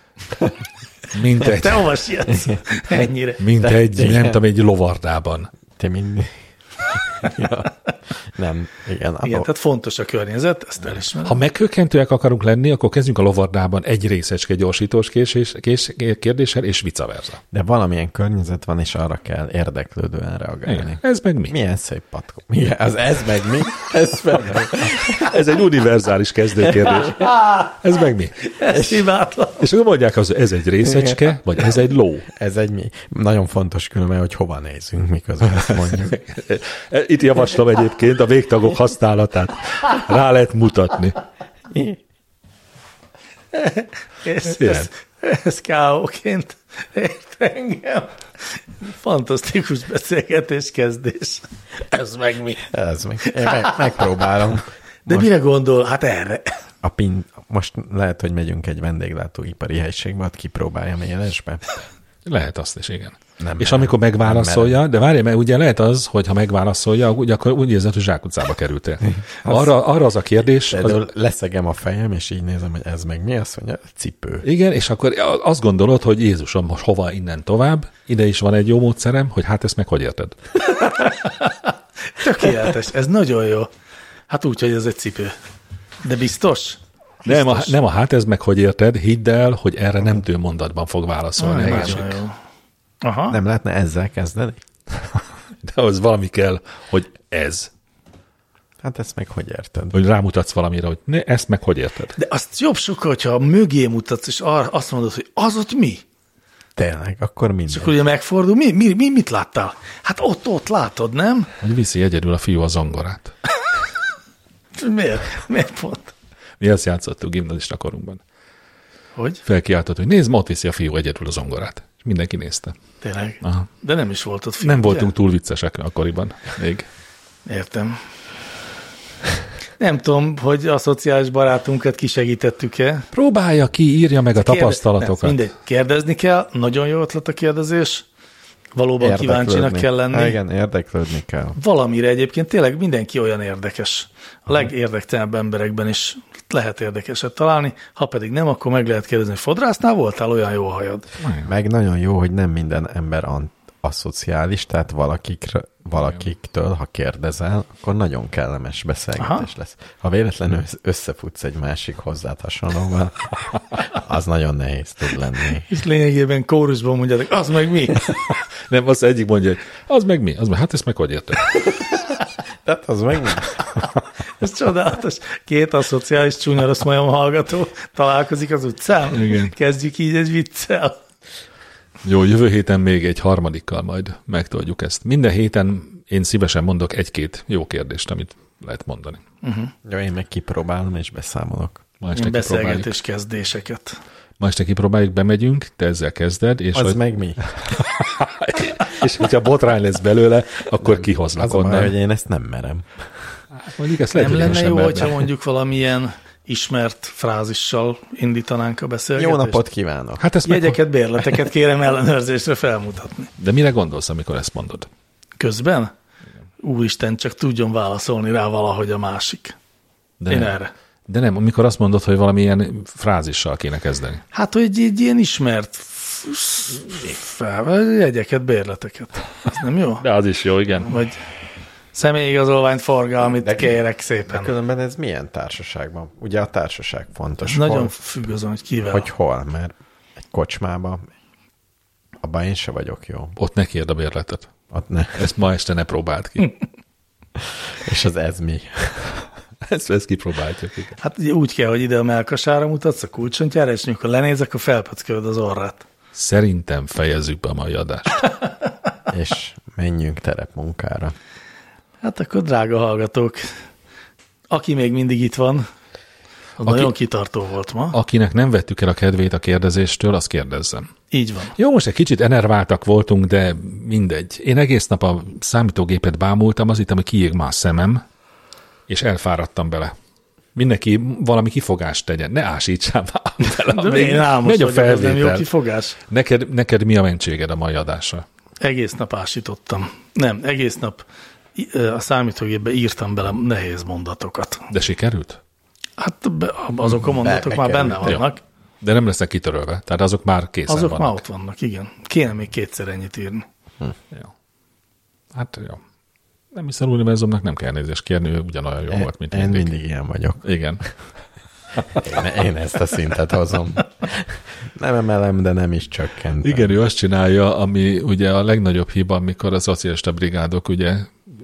Speaker 3: mint egy,
Speaker 2: Te hova sietsz? Ennyire.
Speaker 3: nem tudom, egy lovardában.
Speaker 4: Te mindig... ja. Nem, igen.
Speaker 2: Igen, tehát fontos a környezet, ezt elismerem.
Speaker 3: Ha meghökkentőek akarunk lenni, akkor kezdjünk a lovardában egy részecske gyorsítós kérdéssel, és vice versa.
Speaker 4: De valamilyen környezet van, és arra kell érdeklődően reagálni.
Speaker 3: Igen. Ez meg mi?
Speaker 4: Milyen szép patkó. Igen, ez meg mi?
Speaker 3: Ez egy univerzális kezdőkérdés. Ez meg mi?
Speaker 2: Ez hibátlan.
Speaker 3: És akkor mondják az, hogy ez egy részecske, vagy ez egy ló.
Speaker 4: Ez egy mi? Nagyon fontos különben, hogy hova nézünk, miközben ezt mondjuk.
Speaker 3: Itt javaslom egyébként a végtagok használatát. Rá lehet mutatni.
Speaker 2: Ez K.O.-ként ért engem. Fantasztikus beszélgetés kezdés. Ez meg mi?
Speaker 4: Ez meg. Én megpróbálom.
Speaker 2: De mire gondol? Hát erre.
Speaker 4: Most lehet, hogy megyünk egy vendéglátóipari helységbe, ott kipróbáljam élesbe.
Speaker 3: Lehet azt is, igen.
Speaker 4: Nem
Speaker 3: és
Speaker 4: merem.
Speaker 3: amikor megválaszolja, de várj, mert ugye lehet az, hogy ha megválaszolja, akkor úgy érzed, hogy zsákutcába kerültél. Arra az a kérdés...
Speaker 4: Az... Leszegem a fejem, és így nézem, hogy ez meg mi, azt mondja, cipő.
Speaker 3: Igen, és akkor azt gondolod, hogy Jézusom, most hova innen tovább, ide is van egy jó módszerem, hogy hát ezt meg hogy érted?
Speaker 2: Tökéletes, ez nagyon jó. Hát úgy, hogy ez egy cipő. De biztos?
Speaker 3: Nem a hát ez meg hogy érted, hidd el, hogy erre nem mondatban fog válaszolni a másik.
Speaker 2: Jó. Aha.
Speaker 4: Nem lehetne ezzel kezdeni?
Speaker 3: De az valami kell, hogy ez.
Speaker 4: Hát ezt meg hogy érted?
Speaker 3: Hogy rámutatsz valamire, hogy ezt meg hogy érted?
Speaker 2: De azt jobb sokkal, hogyha mögé mutatsz, és azt mondod, hogy az ott mi?
Speaker 4: Tényleg, akkor mindegy.
Speaker 2: És akkor ugye megfordul, mit láttál? Hát ott látod, nem?
Speaker 3: Hogy viszi egyedül a fiú a zongorát.
Speaker 2: Miért pont?
Speaker 3: Mi ezt játszottuk gimnazista korunkban.
Speaker 2: Hogy?
Speaker 3: Felkiáltott, hogy nézd, ma ott viszi a fiú egyedül a zongorát. És mindenki nézte.
Speaker 2: Tényleg?
Speaker 3: Aha.
Speaker 2: De nem is volt ott fiú,
Speaker 3: Nem
Speaker 2: ugye?
Speaker 3: voltunk túl viccesek akkoriban még.
Speaker 2: Értem. Nem tudom, hogy a szociális barátunkat kisegítettük-e.
Speaker 3: Próbálja ki, írja meg a tapasztalatokat.
Speaker 2: Mindegy, kérdezni kell. Nagyon jó ötlet a kérdezés. Valóban kíváncsinak kell lenni.
Speaker 4: Igen, érdeklődni kell.
Speaker 2: Valamire egyébként tényleg mindenki olyan érdekes. A legérdektelenebb emberekben is lehet érdekeset találni, ha pedig nem, akkor meg lehet kérdezni, hogy fodrásznál voltál, olyan jó a hajad.
Speaker 4: Meg nagyon jó, hogy nem minden ember aszociális, tehát valakiktől, ha kérdezel, akkor nagyon kellemes beszélgetés lesz. Ha véletlenül összefutsz egy másik hozzád hasonlóval, az nagyon nehéz tud lenni.
Speaker 2: És lényegében kórusban mondjátok, az meg mi?
Speaker 3: Nem, az egyik mondja, hogy az meg mi? Az meg, hát ezt meg hogy érted?
Speaker 4: Tehát az meg mi?
Speaker 2: Ez csodálatos. Két aszociális csúnya rossz majom hallgató találkozik az utcán.
Speaker 3: Igen.
Speaker 2: Kezdjük így egy viccel.
Speaker 3: Jó, jövő héten még egy harmadikkal majd megtoldjuk ezt. Minden héten én szívesen mondok egy-két jó kérdést, amit lehet mondani.
Speaker 4: Jó, én meg kipróbálom és beszámolok.
Speaker 3: Ma este kipróbáljuk.
Speaker 2: Beszélgetés kezdéseket.
Speaker 3: Ma este kipróbáljuk, bemegyünk, te ezzel kezded. És
Speaker 4: Az meg mi?
Speaker 3: és hogyha botrány lesz belőle, akkor kihoznak
Speaker 4: Az a baj,
Speaker 3: onnan.
Speaker 4: hogy én ezt nem merem.
Speaker 3: Mondjuk ezt lehet,
Speaker 2: Nem
Speaker 3: hogy én
Speaker 2: lenne
Speaker 3: sem
Speaker 2: jó,
Speaker 3: merne.
Speaker 2: hogyha mondjuk valamilyen ismert frázissal indítanánk a beszélgetést?
Speaker 4: Jó napot kívánok!
Speaker 3: Hát ezt meg...
Speaker 2: Jegyeket, bérleteket kérem ellenőrzésre felmutatni.
Speaker 3: De mire gondolsz, amikor ezt mondod?
Speaker 2: Közben? Úristen, csak tudjon válaszolni rá valahogy a másik.
Speaker 3: De
Speaker 2: Én
Speaker 3: nem.
Speaker 2: erre.
Speaker 3: De nem, amikor azt mondod, hogy valamilyen frázissal kéne kezdeni.
Speaker 2: Hát, hogy egy ilyen ismert jegyeket, bérleteket. Ez nem jó?
Speaker 3: De az is jó, igen.
Speaker 2: Vagy személyigazolványt, forgalmit kérek szépen.
Speaker 4: Különben ez milyen társaságban? Ugye a társaság fontos.
Speaker 2: Ez nagyon függ azon, hogy kivel.
Speaker 4: Hogy hol? Mert egy kocsmába abban én se vagyok jó.
Speaker 3: Ott ne kérd a bérletet.
Speaker 4: Ott ne.
Speaker 3: Ezt ma este ne próbáld ki.
Speaker 4: És az ez mi?
Speaker 3: ezt kipróbáljuk. Igen.
Speaker 2: Hát ugye úgy kell, hogy ide a melkasára mutatsz a kulcsontjára, és amikor lenézek, akkor felpöckölöd az orrát.
Speaker 3: Szerintem fejezzük be a mai adást.
Speaker 4: És menjünk terepmunkára.
Speaker 2: Hát akkor, drága hallgatók, aki még mindig itt van, az nagyon kitartó volt ma.
Speaker 3: Akinek nem vettük el a kedvét a kérdezéstől, az kérdezzem.
Speaker 2: Így van.
Speaker 3: Jó, most egy kicsit enerváltak voltunk, de mindegy. Én egész nap a számítógépet bámultam, az itt, ami kiég már a szemem, és elfáradtam bele. Mindenki valami kifogást tegyen. Ne ásítsál már bele.
Speaker 2: De én álmos
Speaker 3: megy a
Speaker 2: vagyok, ez nem jó
Speaker 3: felvétel.
Speaker 2: kifogás.
Speaker 3: Neked mi a mentséged a mai adásra?
Speaker 2: Egész nap ásítottam. Nem, egész nap a számítógépbe írtam bele nehéz mondatokat.
Speaker 3: De sikerült?
Speaker 2: Hát azok a mondatok már benne
Speaker 4: bekerült.
Speaker 2: vannak.
Speaker 3: De nem lesznek kitörölve. Tehát azok már készen
Speaker 2: Azok
Speaker 3: vannak.
Speaker 2: már ott vannak, igen. Kéne még kétszer ennyit írni.
Speaker 3: Jó. Hát jó. Nem hiszen univerzumnak nem kell nézést kérni, ő ugyanolyan jó volt, mint
Speaker 4: Én
Speaker 3: mindig.
Speaker 4: mindig ilyen vagyok.
Speaker 3: Igen.
Speaker 4: Én ezt a szintet hozom. Nem emelem, de nem is csökkentem.
Speaker 3: Igen, ő azt csinálja, ami ugye a legnagyobb hiba, amikor a szocialista brigádok ugye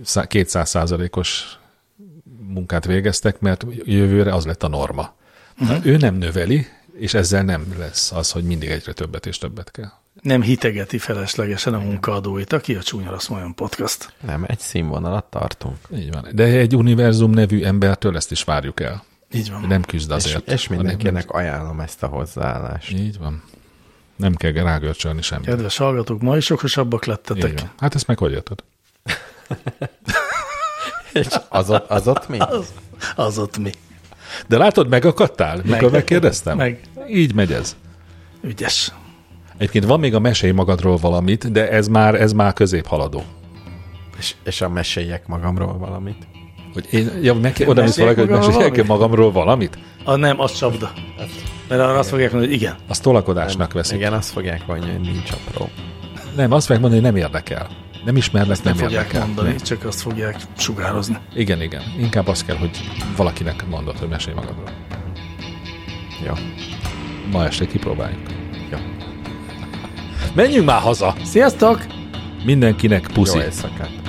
Speaker 3: 200%-os munkát végeztek, mert jövőre az lett a norma. Ő nem növeli, és ezzel nem lesz az, hogy mindig egyre többet és többet kell.
Speaker 2: Nem hitegeti feleslegesen a munkaadóit, aki a Csúnya Rossz Majom Podcast.
Speaker 4: Nem, egy színvonalat tartunk.
Speaker 3: Így van. De egy univerzum nevű embertől ezt is várjuk el.
Speaker 2: Így van.
Speaker 3: Nem küzd azért.
Speaker 4: És mindenkinek ajánlom ezt a hozzáállást.
Speaker 3: Így van. Nem kell rágörcsölni semmit.
Speaker 2: Kedves hallgatók, ma is okosabbak
Speaker 3: Így
Speaker 2: lettetek.
Speaker 3: van. Hát ezt meg hogy érted?
Speaker 4: És az ott mi?
Speaker 2: Az ott mi.
Speaker 3: De látod, megakadtál, mikor megkérdeztem?
Speaker 2: Meg.
Speaker 3: Így megy ez.
Speaker 2: Ügyes.
Speaker 3: Egyébként van még a mesélj magadról valamit, de ez már középhaladó.
Speaker 4: És a meséljek magamról valamit.
Speaker 3: Hogy én oda mész valaki, hogy
Speaker 2: magamról
Speaker 3: meséljek magamról valamit?
Speaker 2: Nem, az csapda. Mert arra azt fogják mondani, hogy igen.
Speaker 3: Azt tolakodásnak veszik.
Speaker 4: Igen, azt fogják mondani, hogy nincs apró.
Speaker 3: Nem, azt fogják mondani, hogy nem érdekel. Nem ismerlek, nem
Speaker 2: Fogják
Speaker 3: érdekel.
Speaker 2: mondani, csak azt fogják sugározni.
Speaker 3: Igen. Inkább azt kell, hogy valakinek mondod, hogy mesélj magadról.
Speaker 4: Jó.
Speaker 3: Ma este kipróbáljuk.
Speaker 4: Jó.
Speaker 3: Menjünk már haza!
Speaker 2: Sziasztok!
Speaker 3: Mindenkinek puszi!
Speaker 4: Jó éjszakát.